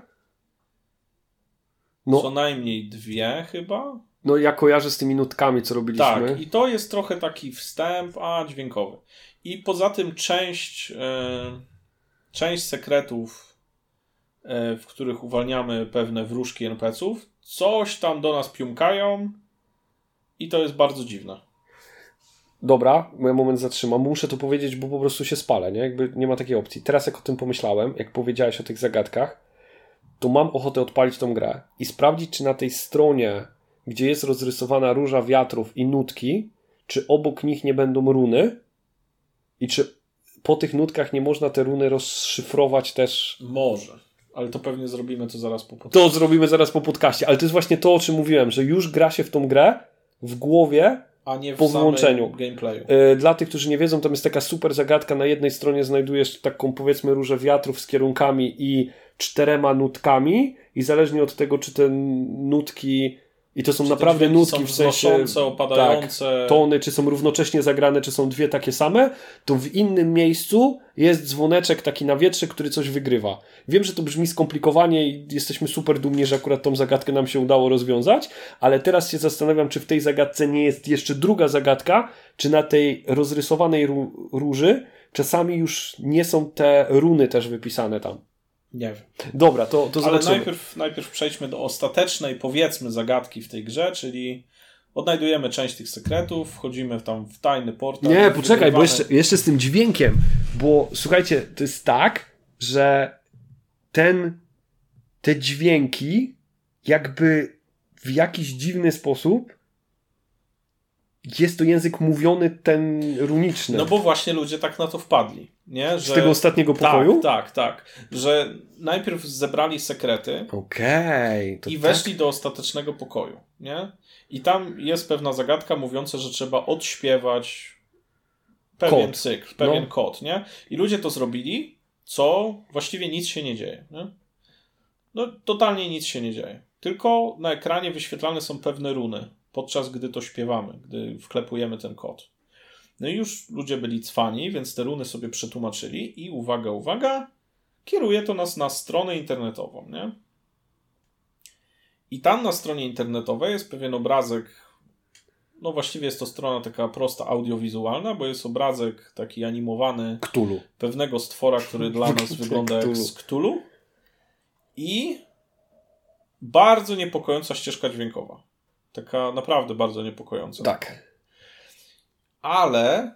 [SPEAKER 1] No. Co najmniej dwie chyba.
[SPEAKER 2] No ja kojarzę z tymi nutkami, co robiliśmy.
[SPEAKER 1] Tak, i to jest trochę taki wstęp, a dźwiękowy. I poza tym część, yy, część sekretów, yy, w których uwalniamy pewne wróżki en pe ce ów, coś tam do nas piumkają i to jest bardzo dziwne.
[SPEAKER 2] Dobra, ja moment zatrzymam. Muszę to powiedzieć, bo po prostu się spalę, nie? Jakby nie ma takiej opcji. Teraz jak o tym pomyślałem, jak powiedziałeś o tych zagadkach, to mam ochotę odpalić tą grę i sprawdzić, czy na tej stronie, gdzie jest rozrysowana róża wiatrów i nutki, czy obok nich nie będą runy i czy po tych nutkach nie można te runy rozszyfrować też.
[SPEAKER 1] Może, ale to pewnie zrobimy to zaraz po podcaście.
[SPEAKER 2] To zrobimy zaraz po podcaście, ale to jest właśnie to, o czym mówiłem, że już gra się w tą grę w głowie,
[SPEAKER 1] a nie w
[SPEAKER 2] po wyłączeniu
[SPEAKER 1] gameplayu.
[SPEAKER 2] Dla tych, którzy nie wiedzą, tam jest taka super zagadka. Na jednej stronie znajdujesz taką, powiedzmy, różę wiatrów z kierunkami i czterema nutkami i zależnie od tego, czy te nutki i to są czy naprawdę nutki
[SPEAKER 1] są
[SPEAKER 2] w sensie
[SPEAKER 1] opadające.
[SPEAKER 2] Tak, tony, czy są równocześnie zagrane, czy są dwie takie same, to w innym miejscu jest dzwoneczek taki na wietrze, który coś wygrywa. Wiem, że to brzmi skomplikowanie i jesteśmy super dumni, że akurat tą zagadkę nam się udało rozwiązać, ale teraz się zastanawiam, czy w tej zagadce nie jest jeszcze druga zagadka, czy na tej rozrysowanej ró- róży czasami już nie są te runy też wypisane tam.
[SPEAKER 1] Nie wiem.
[SPEAKER 2] Dobra, to, to
[SPEAKER 1] Ale
[SPEAKER 2] zobaczymy.
[SPEAKER 1] najpierw, najpierw przejdźmy do ostatecznej, powiedzmy, zagadki w tej grze, czyli odnajdujemy część tych sekretów, wchodzimy tam w tajny portal.
[SPEAKER 2] Nie, poczekaj, wygrywamy... bo jeszcze, jeszcze z tym dźwiękiem, bo słuchajcie, to jest tak, że ten, te dźwięki jakby w jakiś dziwny sposób jest to język mówiony ten runiczny.
[SPEAKER 1] No bo właśnie ludzie tak na to wpadli. Nie? Że...
[SPEAKER 2] Z tego ostatniego pokoju?
[SPEAKER 1] Tak, tak, tak. Że najpierw zebrali sekrety
[SPEAKER 2] okay,
[SPEAKER 1] i weszli tak? do ostatecznego pokoju. Nie? I tam jest pewna zagadka mówiąca, że trzeba odśpiewać pewien kod. cykl, pewien no. kod. Nie? I ludzie to zrobili, co właściwie nic się nie dzieje. Nie? No totalnie nic się nie dzieje. tylko na ekranie wyświetlane są pewne runy, podczas gdy to śpiewamy, gdy wklepujemy ten kod. No i już ludzie byli cwani, więc te runy sobie przetłumaczyli i uwaga, uwaga, kieruje to nas na stronę internetową, nie? I tam na stronie internetowej jest pewien obrazek, no właściwie jest to strona taka prosta audiowizualna, bo jest obrazek taki animowany
[SPEAKER 2] Cthulhu.
[SPEAKER 1] Pewnego stwora, który dla nas wygląda jak z Cthulhu i bardzo niepokojąca ścieżka dźwiękowa. Taka naprawdę bardzo niepokojąca.
[SPEAKER 2] Tak.
[SPEAKER 1] Ale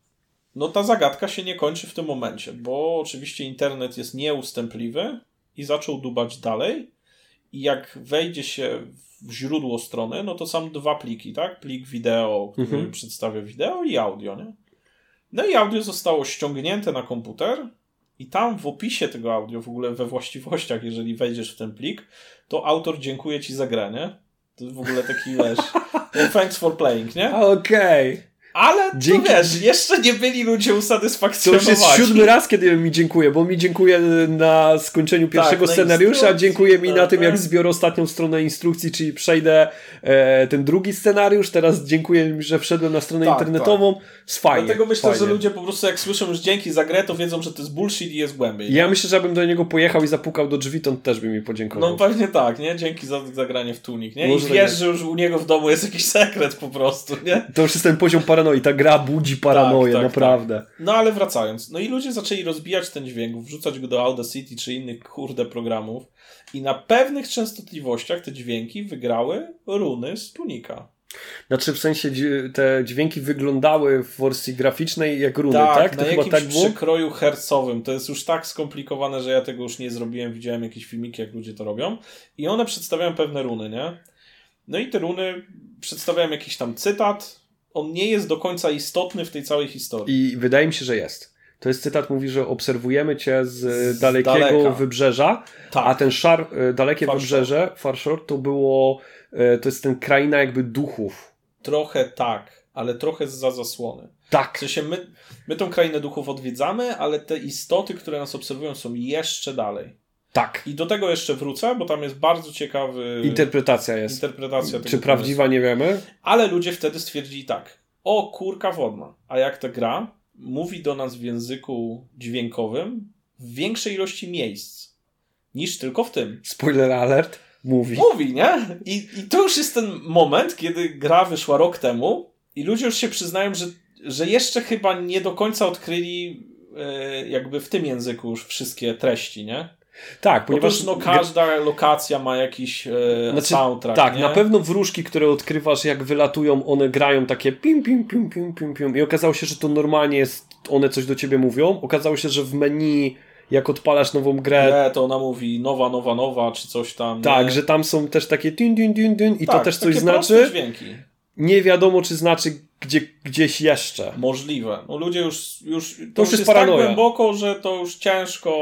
[SPEAKER 1] no ta zagadka się nie kończy w tym momencie, bo oczywiście internet jest nieustępliwy i zaczął dubać dalej i jak wejdzie się w źródło strony, no to są dwa pliki, tak? Plik wideo, który mhm. przedstawia wideo i audio, nie? No i audio zostało ściągnięte na komputer i tam w opisie tego audio, w ogóle we właściwościach, jeżeli wejdziesz w ten plik, to autor dziękuję ci za grę, nie? To jest w ogóle taki, wiesz, thanks for playing, nie?
[SPEAKER 2] Okej. Okay.
[SPEAKER 1] Ale Dzięki... to wiesz, jeszcze nie byli ludzie usatysfakcjonowani.
[SPEAKER 2] To już jest siódmy raz, kiedy mi dziękuję, bo mi dziękuję na skończeniu pierwszego tak, scenariusza, a dziękuję mi na tym, jak zbiorę ostatnią stronę instrukcji, czyli przejdę e, ten drugi scenariusz, teraz dziękuję mi, że wszedłem na stronę tak, internetową. Tak. Fajnie.
[SPEAKER 1] Dlatego myślę,
[SPEAKER 2] fajnie.
[SPEAKER 1] że ludzie po prostu jak słyszą już dzięki za grę, to wiedzą, że to jest bullshit i jest głębiej.
[SPEAKER 2] Ja nie? myślę, że abym do niego pojechał i zapukał do drzwi, to on też by mi podziękował.
[SPEAKER 1] No pewnie tak, nie? Dzięki za zagranie w Tunic, nie? Może I wiesz, tak że już u niego w domu jest jakiś sekret po prostu, nie?
[SPEAKER 2] To już jest ten poziom paranoi, ta gra budzi paranoję, tak, tak, naprawdę.
[SPEAKER 1] Tak. No ale wracając, no i ludzie zaczęli rozbijać ten dźwięk, wrzucać go do Audacity czy innych kurde programów i na pewnych częstotliwościach te dźwięki wygrały runy z Tunika.
[SPEAKER 2] Znaczy w sensie te dźwięki wyglądały w wersji graficznej jak runy, tak?
[SPEAKER 1] Tak,
[SPEAKER 2] to
[SPEAKER 1] na
[SPEAKER 2] chyba
[SPEAKER 1] jakimś
[SPEAKER 2] tak było?
[SPEAKER 1] przekroju hercowym. To jest już tak skomplikowane, że ja tego już nie zrobiłem. Widziałem jakieś filmiki, jak ludzie to robią. I one przedstawiają pewne runy, nie? No i te runy przedstawiają jakiś tam cytat. On nie jest do końca istotny w tej całej historii.
[SPEAKER 2] I wydaje mi się, że jest. To jest cytat, mówi, że obserwujemy cię z, z dalekiego daleka. wybrzeża, tak. a ten szar, dalekie Far wybrzeże, Far Shore, to było, to jest ten kraina jakby duchów.
[SPEAKER 1] Trochę tak, ale trochę zza zasłony.
[SPEAKER 2] Tak.
[SPEAKER 1] W sensie my, my tą krainę duchów odwiedzamy, ale te istoty, które nas obserwują, są jeszcze dalej.
[SPEAKER 2] Tak.
[SPEAKER 1] I do tego jeszcze wrócę, bo tam jest bardzo ciekawy...
[SPEAKER 2] Interpretacja jest.
[SPEAKER 1] Interpretacja tego
[SPEAKER 2] Czy prawdziwa, nie wiemy.
[SPEAKER 1] Ale ludzie wtedy stwierdzili tak. O, kurka wodna. A jak ta gra mówi do nas w języku dźwiękowym w większej ilości miejsc niż tylko w tym.
[SPEAKER 2] Spoiler alert. Mówi.
[SPEAKER 1] Mówi, nie? I, i to już jest ten moment, kiedy gra wyszła rok temu i ludzie już się przyznają, że, że jeszcze chyba nie do końca odkryli e, jakby w tym języku już wszystkie treści, nie?
[SPEAKER 2] Tak, ponieważ
[SPEAKER 1] Otóż, no każda lokacja ma jakiś e, znaczy, soundtrack,
[SPEAKER 2] tak,
[SPEAKER 1] nie?
[SPEAKER 2] na pewno wróżki, które odkrywasz, jak wylatują, one grają takie pim, pim, pim, pim, pim, pim i okazało się, że to normalnie jest, one coś do ciebie mówią. Okazało się, że w menu, jak odpalasz nową grę,
[SPEAKER 1] grę to ona mówi nowa, nowa, nowa, czy coś tam.
[SPEAKER 2] Tak,
[SPEAKER 1] nie?
[SPEAKER 2] że tam są też takie din, din, din, din i
[SPEAKER 1] tak,
[SPEAKER 2] to też coś
[SPEAKER 1] takie
[SPEAKER 2] znaczy.
[SPEAKER 1] Dźwięki.
[SPEAKER 2] Nie wiadomo, czy znaczy gdzie, gdzieś jeszcze.
[SPEAKER 1] Możliwe. No ludzie już, już to,
[SPEAKER 2] to
[SPEAKER 1] już jest, jest tak głęboko, że to już ciężko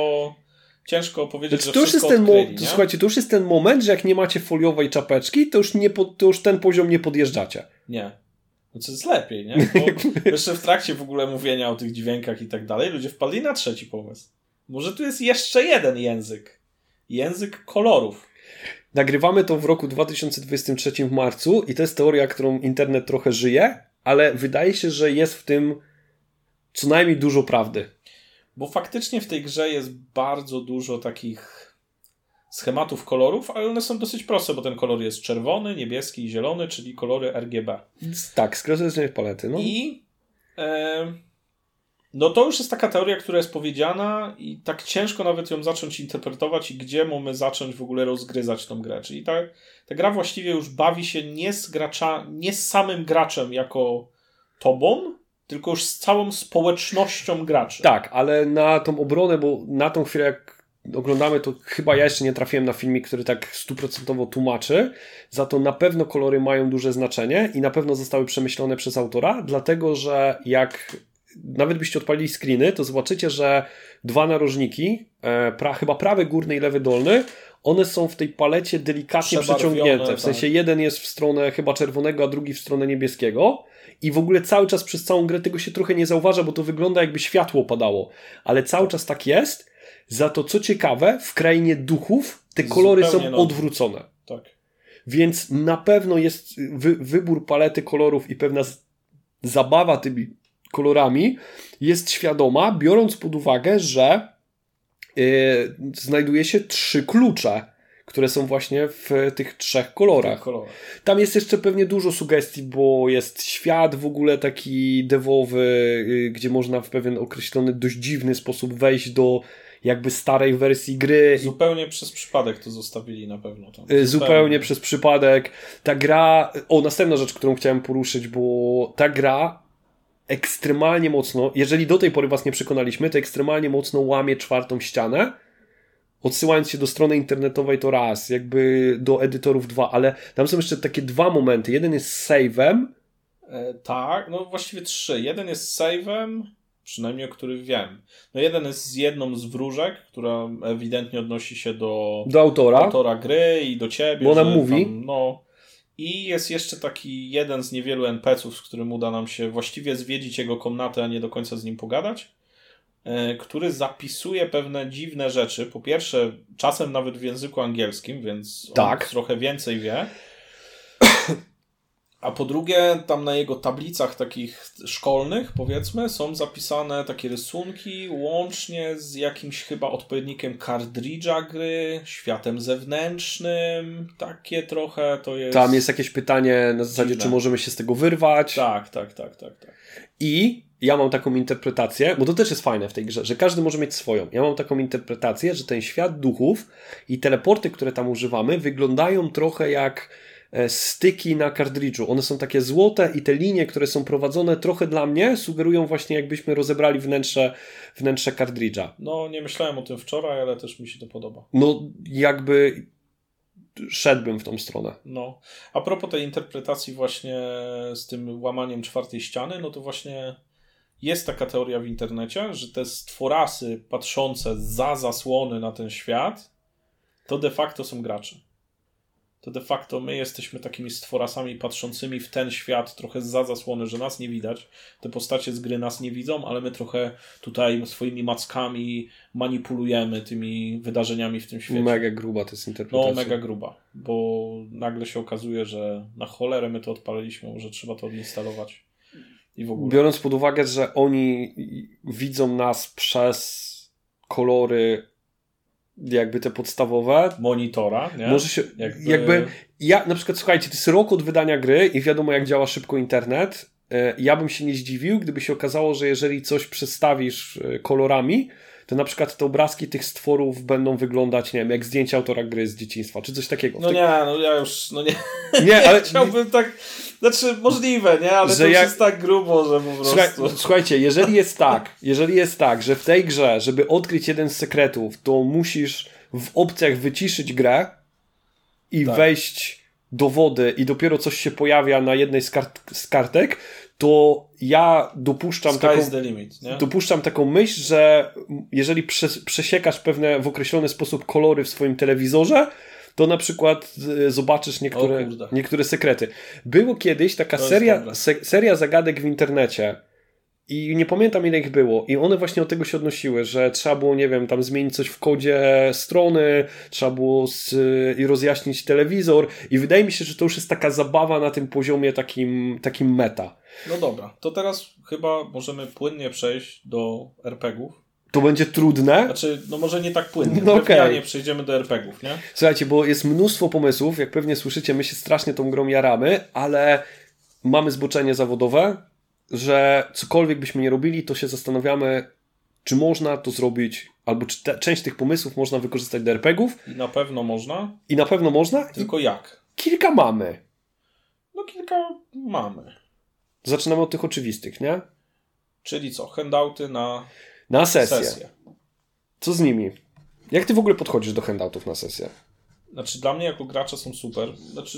[SPEAKER 1] ciężko powiedzieć,
[SPEAKER 2] znaczy,
[SPEAKER 1] że
[SPEAKER 2] to już jest ten
[SPEAKER 1] odkryli,
[SPEAKER 2] mo- Słuchajcie, to już jest ten moment, że jak nie macie foliowej czapeczki, to już, nie po, to już ten poziom nie podjeżdżacie.
[SPEAKER 1] Nie. No co jest lepiej, nie? Bo jeszcze w trakcie w ogóle mówienia o tych dźwiękach i tak dalej, ludzie wpadli na trzeci pomysł. Może tu jest jeszcze jeden język. Język kolorów.
[SPEAKER 2] Nagrywamy to w roku dwa tysiące dwudziestym trzecim w marcu i to jest teoria, którą internet trochę żyje, ale wydaje się, że jest w tym co najmniej dużo prawdy.
[SPEAKER 1] Bo faktycznie w tej grze jest bardzo dużo takich schematów kolorów, ale one są dosyć proste, bo ten kolor jest czerwony, niebieski i zielony, czyli kolory R G B.
[SPEAKER 2] Tak, skreślone palety. No.
[SPEAKER 1] I e, no to już jest taka teoria, która jest powiedziana i tak ciężko nawet ją zacząć interpretować i gdzie mamy zacząć w ogóle rozgryzać tą grę. Czyli ta, ta gra właściwie już bawi się nie z, gracza, nie z samym graczem jako tobą, tylko już z całą społecznością graczy.
[SPEAKER 2] Tak, ale na tą obronę, bo na tą chwilę jak oglądamy, to chyba ja jeszcze nie trafiłem na filmik, który tak stuprocentowo tłumaczy. Za to na pewno kolory mają duże znaczenie i na pewno zostały przemyślone przez autora, dlatego że jak nawet byście odpalili screeny, to zobaczycie, że dwa narożniki, e, pra, chyba prawy górny i lewy dolny, one są w tej palecie delikatnie przeciągnięte. W sensie tak. Jeden jest w stronę chyba czerwonego, a drugi w stronę niebieskiego. I w ogóle cały czas przez całą grę tego się trochę nie zauważa, bo to wygląda jakby światło padało. Ale cały czas tak jest. Za to co ciekawe, w krainie duchów te kolory są
[SPEAKER 1] nowe.
[SPEAKER 2] odwrócone.
[SPEAKER 1] tak.
[SPEAKER 2] Więc na pewno jest wy, wybór palety kolorów i pewna z, zabawa tymi kolorami jest świadoma, biorąc pod uwagę, że yy, znajduje się trzy klucze, które są właśnie w tych trzech kolorach.
[SPEAKER 1] tych kolorach.
[SPEAKER 2] Tam jest jeszcze pewnie dużo sugestii, bo jest świat w ogóle taki devowy, yy, gdzie można w pewien określony, dość dziwny sposób wejść do jakby starej wersji gry.
[SPEAKER 1] Zupełnie przez przypadek to zostawili na pewno. Tam.
[SPEAKER 2] Zupełnie,
[SPEAKER 1] Zupełnie
[SPEAKER 2] przez przypadek. Ta gra... O, następna rzecz, którą chciałem poruszyć, bo ta gra ekstremalnie mocno, jeżeli do tej pory was nie przekonaliśmy, to ekstremalnie mocno łamie czwartą ścianę, odsyłając się do strony internetowej to raz, jakby do edytorów dwa, ale tam są jeszcze takie dwa momenty. Jeden jest save'em.
[SPEAKER 1] E, tak, no właściwie trzy. Jeden jest save'em, przynajmniej o którym wiem. No jeden jest z jedną z wróżek, która ewidentnie odnosi się do,
[SPEAKER 2] do autora.
[SPEAKER 1] autora gry i do ciebie.
[SPEAKER 2] Bo ona mówi.
[SPEAKER 1] Tam, no. I jest jeszcze taki jeden z niewielu en pe ce ów, z którym uda nam się właściwie zwiedzić jego komnatę, a nie do końca z nim pogadać, yy, który zapisuje pewne dziwne rzeczy. Po pierwsze, czasem nawet w języku angielskim, więc
[SPEAKER 2] tak.
[SPEAKER 1] on trochę więcej wie. A po drugie, tam na jego tablicach takich szkolnych, powiedzmy, są zapisane takie rysunki łącznie z jakimś chyba odpowiednikiem kartridża gry, światem zewnętrznym, takie trochę to jest...
[SPEAKER 2] Tam jest jakieś pytanie na zasadzie, dziwne. Czy możemy się z tego wyrwać.
[SPEAKER 1] Tak, tak, tak, tak, tak.
[SPEAKER 2] I ja mam taką interpretację, bo to też jest fajne w tej grze, że każdy może mieć swoją. Ja mam taką interpretację, że ten świat duchów i teleporty, które tam używamy, wyglądają trochę jak styki na kartridżu. One są takie złote i te linie, które są prowadzone, trochę dla mnie sugerują właśnie, jakbyśmy rozebrali wnętrze, wnętrze kartridża.
[SPEAKER 1] No, nie myślałem o tym wczoraj, ale też mi się to podoba.
[SPEAKER 2] No, jakby szedłbym w tą stronę.
[SPEAKER 1] No. A propos tej interpretacji właśnie z tym łamaniem czwartej ściany, no to właśnie jest taka teoria w internecie, że te stworasy patrzące za zasłony na ten świat, to de facto są gracze. To de facto my jesteśmy takimi stworasami patrzącymi w ten świat trochę za zasłony, że nas nie widać. Te postacie z gry nas nie widzą, ale my trochę tutaj swoimi mackami manipulujemy tymi wydarzeniami w tym świecie.
[SPEAKER 2] Mega gruba to jest interpretacja.
[SPEAKER 1] No, mega gruba, bo nagle się okazuje, że na cholerę my to odpaliliśmy, że trzeba to odinstalować i w ogóle.
[SPEAKER 2] Biorąc pod uwagę, że oni widzą nas przez kolory jakby te podstawowe.
[SPEAKER 1] Monitora, nie?
[SPEAKER 2] Może się, jakby... jakby ja, na przykład, słuchajcie, to jest rok od wydania gry i wiadomo, jak działa szybko internet. Ja bym się nie zdziwił, gdyby się okazało, że jeżeli coś przestawisz kolorami, to na przykład te obrazki tych stworów będą wyglądać, nie wiem, jak zdjęcia autora gry z dzieciństwa, czy coś takiego.
[SPEAKER 1] No nie, no ja już, no nie.
[SPEAKER 2] Nie, ale...
[SPEAKER 1] Chciałbym tak, znaczy możliwe, nie? Ale to
[SPEAKER 2] jak...
[SPEAKER 1] jest tak grubo, że po prostu...
[SPEAKER 2] Słuchaj, słuchajcie, jeżeli jest tak, jeżeli jest tak, że w tej grze, żeby odkryć jeden z sekretów, to musisz w opcjach wyciszyć grę i tak. wejść do wody i dopiero coś się pojawia na jednej z, kart- z kartek, to ja dopuszczam taką,
[SPEAKER 1] the limit, nie?
[SPEAKER 2] dopuszczam taką myśl, że jeżeli prze- przesiekasz pewne w określony sposób kolory w swoim telewizorze, to na przykład zobaczysz niektóre, niektóre sekrety. Było kiedyś taka seria, se- seria zagadek w internecie i nie pamiętam, ile ich było i one właśnie od tego się odnosiły, że trzeba było, nie wiem, tam zmienić coś w kodzie strony, trzeba było z, i rozjaśnić telewizor i wydaje mi się, że to już jest taka zabawa na tym poziomie takim, takim meta.
[SPEAKER 1] No dobra, to teraz chyba możemy płynnie przejść do er pe gie ów.
[SPEAKER 2] To będzie trudne.
[SPEAKER 1] Znaczy, no może nie tak płynnie.
[SPEAKER 2] No
[SPEAKER 1] okay.
[SPEAKER 2] Okay.
[SPEAKER 1] przejdziemy do er pe gie ów, nie?
[SPEAKER 2] Słuchajcie, bo jest mnóstwo pomysłów, jak pewnie słyszycie, my się strasznie tą grą jaramy, ale mamy zboczenie zawodowe, że cokolwiek byśmy nie robili, to się zastanawiamy, czy można to zrobić, albo czy te, część tych pomysłów można wykorzystać do er pe gie ów.
[SPEAKER 1] I na pewno można.
[SPEAKER 2] I na pewno można.
[SPEAKER 1] Tylko jak?
[SPEAKER 2] Kilka mamy.
[SPEAKER 1] No kilka mamy.
[SPEAKER 2] Zaczynamy od tych oczywistych, nie?
[SPEAKER 1] Czyli co? Handouty na,
[SPEAKER 2] na sesję.
[SPEAKER 1] sesję.
[SPEAKER 2] Co z nimi? Jak ty w ogóle podchodzisz do handoutów na sesję?
[SPEAKER 1] Znaczy dla mnie jako gracza są super. Znaczy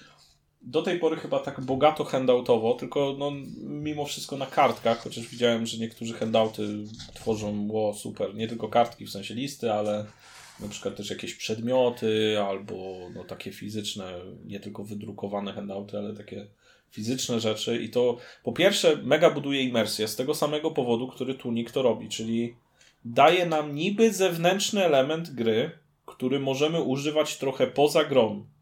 [SPEAKER 1] do tej pory chyba tak bogato handoutowo, tylko no, mimo wszystko na kartkach, chociaż widziałem, że niektórzy handouty tworzą ło, super, nie tylko kartki, w sensie listy, ale na przykład też jakieś przedmioty albo no, takie fizyczne, nie tylko wydrukowane handouty, ale takie fizyczne rzeczy i to po pierwsze mega buduje imersję z tego samego powodu, który Tunic to robi, czyli daje nam niby zewnętrzny element gry, który możemy używać trochę poza grą.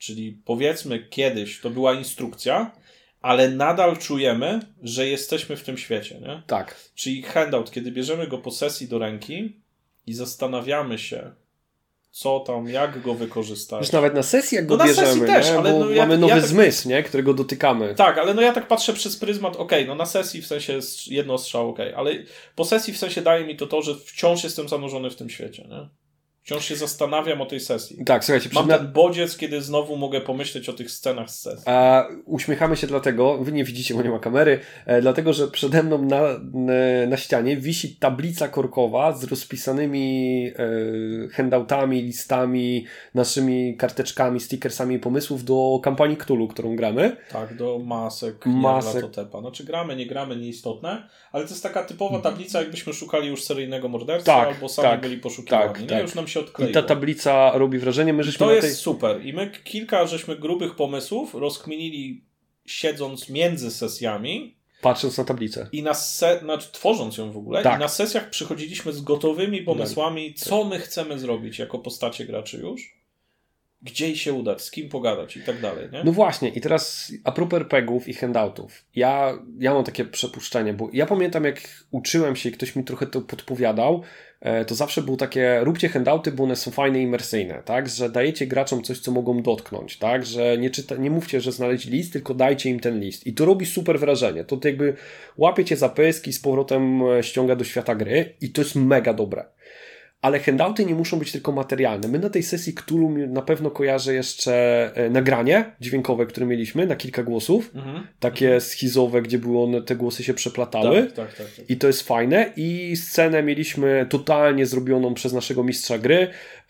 [SPEAKER 1] Czyli powiedzmy kiedyś to była instrukcja, ale nadal czujemy, że jesteśmy w tym świecie, nie?
[SPEAKER 2] Tak.
[SPEAKER 1] Czyli handout, kiedy bierzemy go po sesji do ręki i zastanawiamy się, co tam, jak go wykorzystać.
[SPEAKER 2] Już nawet na sesji jak go
[SPEAKER 1] no
[SPEAKER 2] bierzemy,
[SPEAKER 1] na sesji też,
[SPEAKER 2] nie?
[SPEAKER 1] ale
[SPEAKER 2] Bo
[SPEAKER 1] no ja,
[SPEAKER 2] mamy nowy
[SPEAKER 1] ja tak,
[SPEAKER 2] zmysł, nie? Którego dotykamy.
[SPEAKER 1] Tak, ale no ja tak patrzę przez pryzmat, okej, okay, no na sesji w sensie jedno strzał, okej, okay, ale po sesji w sensie daje mi to to, że wciąż jestem zanurzony w tym świecie, nie? Wciąż się zastanawiam o tej sesji.
[SPEAKER 2] Tak, słuchajcie.
[SPEAKER 1] Mam
[SPEAKER 2] na...
[SPEAKER 1] ten bodziec, kiedy znowu mogę pomyśleć o tych scenach z sesji.
[SPEAKER 2] A uśmiechamy się dlatego, wy nie widzicie, bo nie ma kamery, e, dlatego, że przede mną na, na, na ścianie wisi tablica korkowa z rozpisanymi e, handoutami, listami, naszymi karteczkami, stickersami pomysłów do kampanii Cthulhu, którą gramy.
[SPEAKER 1] Tak, do masek,
[SPEAKER 2] masek.
[SPEAKER 1] Totepa. Znaczy gramy, nie gramy, nieistotne, ale to jest taka typowa tablica, jakbyśmy szukali już seryjnego mordercy,
[SPEAKER 2] tak,
[SPEAKER 1] albo sami
[SPEAKER 2] tak,
[SPEAKER 1] byli poszukiwani.
[SPEAKER 2] tak,
[SPEAKER 1] nie?
[SPEAKER 2] tak.
[SPEAKER 1] Już nam się odkleiło.
[SPEAKER 2] I ta tablica robi wrażenie. My żeśmy
[SPEAKER 1] to
[SPEAKER 2] na
[SPEAKER 1] jest
[SPEAKER 2] tej...
[SPEAKER 1] super. I my kilka żeśmy grubych pomysłów rozkminili siedząc między sesjami.
[SPEAKER 2] Patrząc na tablicę.
[SPEAKER 1] I na se... znaczy, tworząc ją w ogóle.
[SPEAKER 2] Tak.
[SPEAKER 1] I na sesjach przychodziliśmy z gotowymi pomysłami, tak. co my chcemy zrobić jako postacie graczy już. Gdzie się udać, z kim pogadać i tak dalej, nie?
[SPEAKER 2] No właśnie, i teraz a propos er pe gie ów i handoutów. Ja, ja mam takie przepuszczenie, bo ja pamiętam, jak uczyłem się i ktoś mi trochę to podpowiadał, to zawsze było takie, róbcie handouty, bo one są fajne i imersyjne, tak? Że dajecie graczom coś, co mogą dotknąć, tak? Że nie, czyta, nie mówcie, że znaleźli list, tylko dajcie im ten list. I to robi super wrażenie. To jakby łapie cię za pysk i z powrotem ściąga do świata gry i to jest mega dobre. Ale handouty nie muszą być tylko materialne. My na tej sesji Cthulhu na pewno kojarzę jeszcze nagranie dźwiękowe, które mieliśmy na kilka głosów. Mhm. Takie schizowe, gdzie były one, te głosy się przeplatały.
[SPEAKER 1] Tak, tak, tak, tak.
[SPEAKER 2] I to jest fajne. I scenę mieliśmy totalnie zrobioną przez naszego mistrza gry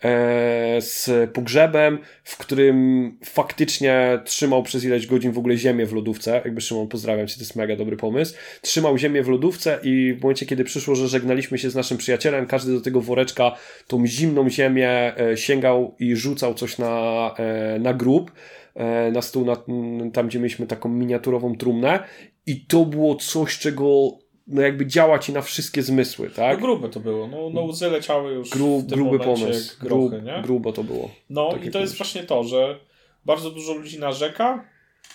[SPEAKER 2] e, z pogrzebem, w którym faktycznie trzymał przez ileś godzin w ogóle ziemię w lodówce. Jakby Szymon, pozdrawiam cię, to jest mega dobry pomysł. Trzymał ziemię w lodówce i w momencie, kiedy przyszło, że żegnaliśmy się z naszym przyjacielem, każdy do tego woreczka tą zimną ziemię e, sięgał i rzucał coś na, e, na grób, e, na stół, na, tam gdzie mieliśmy taką miniaturową trumnę i to było coś, czego no jakby działa ci na wszystkie zmysły, tak?
[SPEAKER 1] No grube to było, no, no łzy leciały już
[SPEAKER 2] Gru,
[SPEAKER 1] w tym
[SPEAKER 2] gruby
[SPEAKER 1] momencie
[SPEAKER 2] pomysł,
[SPEAKER 1] grochy,
[SPEAKER 2] Grub,
[SPEAKER 1] nie?
[SPEAKER 2] grubo to było.
[SPEAKER 1] No
[SPEAKER 2] tak
[SPEAKER 1] i to jest właśnie to, że bardzo dużo ludzi narzeka,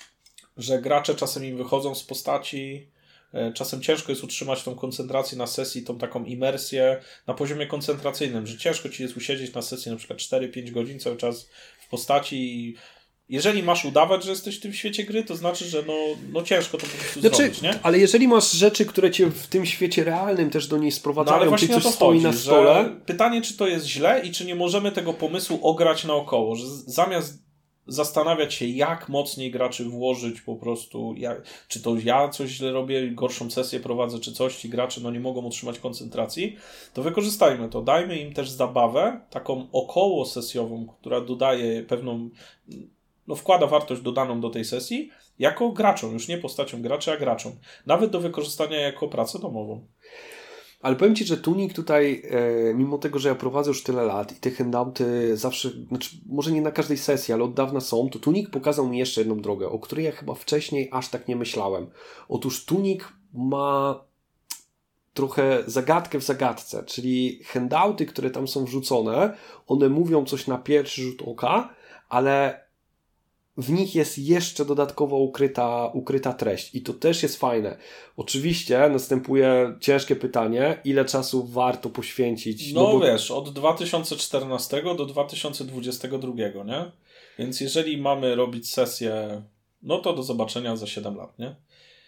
[SPEAKER 1] że gracze czasem im wychodzą z postaci. Czasem ciężko jest utrzymać tą koncentrację na sesji, tą taką imersję na poziomie koncentracyjnym, że ciężko ci jest usiedzieć na sesji na przykład cztery pięć godzin cały czas w postaci i jeżeli masz udawać, że jesteś w tym świecie gry, to znaczy, że no, no ciężko to po prostu znaczy, zrobić, nie?
[SPEAKER 2] Ale jeżeli masz rzeczy, które cię w tym świecie realnym też do niej sprowadzają,
[SPEAKER 1] no, ale właśnie
[SPEAKER 2] czyli coś
[SPEAKER 1] to
[SPEAKER 2] stoi
[SPEAKER 1] chodzi,
[SPEAKER 2] na stole...
[SPEAKER 1] Pytanie, czy to jest źle i czy nie możemy tego pomysłu ograć naokoło, że zamiast zastanawiać się, jak mocniej graczy włożyć po prostu, jak, czy to ja coś źle robię, gorszą sesję prowadzę, czy coś, ci gracze no nie mogą utrzymać koncentracji, to wykorzystajmy to, dajmy im też zabawę, taką około sesjową, która dodaje pewną, no wkłada wartość dodaną do tej sesji, jako graczom, już nie postacią gracza, a graczom. Nawet do wykorzystania jako pracę domową.
[SPEAKER 2] Ale powiem Ci, że Tunik tutaj, e, mimo tego, że ja prowadzę już tyle lat i te handouty zawsze, znaczy może nie na każdej sesji, ale od dawna są, to Tunik pokazał mi jeszcze jedną drogę, o której ja chyba wcześniej aż tak nie myślałem. Otóż Tunik ma trochę zagadkę w zagadce, czyli handouty, które tam są wrzucone, one mówią coś na pierwszy rzut oka, ale w nich jest jeszcze dodatkowo ukryta, ukryta treść i to też jest fajne. Oczywiście następuje ciężkie pytanie, ile czasu warto poświęcić.
[SPEAKER 1] No,
[SPEAKER 2] no bo...
[SPEAKER 1] wiesz, od dwa tysiące czternastego do dwa tysiące dwudziestego drugiego, nie? Więc jeżeli mamy robić sesję, no to do zobaczenia za siedem lat, nie?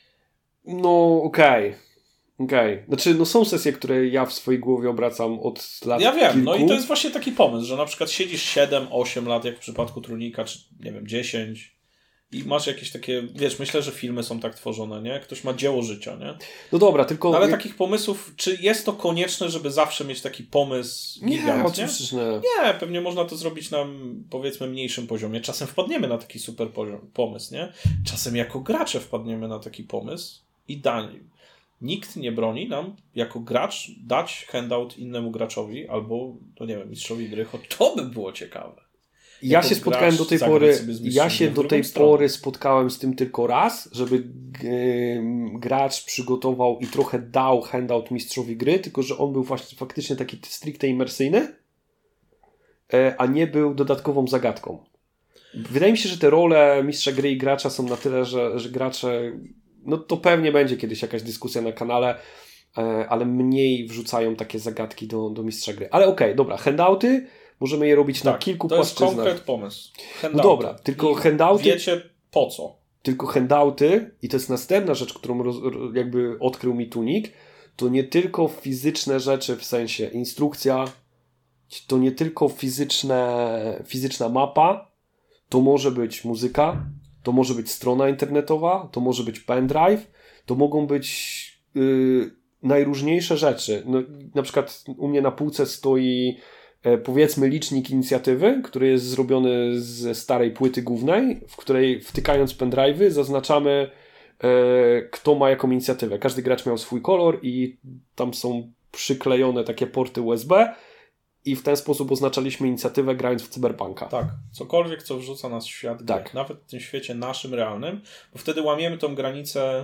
[SPEAKER 2] No okej. Okay. Okej. Okay. Znaczy, no są sesje, które ja w swojej głowie obracam od lat
[SPEAKER 1] Ja wiem,
[SPEAKER 2] kilku.
[SPEAKER 1] no i to jest właśnie taki pomysł, że na przykład siedzisz siedem osiem lat, jak w przypadku Trójnika, czy nie wiem, dziesięć i masz jakieś takie, wiesz, myślę, że filmy są tak tworzone, nie? Ktoś ma dzieło życia, nie?
[SPEAKER 2] No dobra, tylko...
[SPEAKER 1] No ale takich pomysłów, czy jest to konieczne, żeby zawsze mieć taki pomysł gigant,
[SPEAKER 2] nie? Oczywiście, nie?
[SPEAKER 1] Nie, pewnie można to zrobić na, powiedzmy, mniejszym poziomie. Czasem wpadniemy na taki super poziom, pomysł, nie? Czasem jako gracze wpadniemy na taki pomysł i danie. Nikt nie broni nam, jako gracz, dać handout innemu graczowi albo, to nie wiem, mistrzowi gry, choć to by było ciekawe.
[SPEAKER 2] Ja jako się spotkałem do tej pory, ja się do tej stronę. pory spotkałem z tym tylko raz, żeby g- gracz przygotował i trochę dał handout mistrzowi gry, tylko że on był właśnie faktycznie taki stricte imersyjny, a nie był dodatkową zagadką. Wydaje mi się, że te role mistrza gry i gracza są na tyle, że, że gracze, no to pewnie będzie kiedyś jakaś dyskusja na kanale, ale mniej wrzucają takie zagadki do, do mistrza gry. Ale okej, okay, dobra, handouty możemy je robić tak, na kilku
[SPEAKER 1] to
[SPEAKER 2] płaszczyznach.
[SPEAKER 1] To jest konkret pomysł. Handouty.
[SPEAKER 2] No dobra, tylko
[SPEAKER 1] I
[SPEAKER 2] handouty...
[SPEAKER 1] Wiecie po co.
[SPEAKER 2] Tylko handouty, i to jest następna rzecz, którą roz, jakby odkrył mi Tunik, to nie tylko fizyczne rzeczy, w sensie instrukcja, to nie tylko fizyczne, fizyczna mapa, to może być muzyka, to może być strona internetowa, to może być pendrive, to mogą być yy, najróżniejsze rzeczy. No, na przykład u mnie na półce stoi e, powiedzmy licznik inicjatywy, który jest zrobiony ze starej płyty głównej, w której wtykając pendrive'y zaznaczamy e, kto ma jaką inicjatywę. Każdy gracz miał swój kolor i tam są przyklejone takie porty U S B i w ten sposób oznaczaliśmy inicjatywę grając w Cyberpunka.
[SPEAKER 1] Tak, cokolwiek co wrzuca nas w świat, tak. Nawet w tym świecie naszym, realnym, bo wtedy łamiemy tą granicę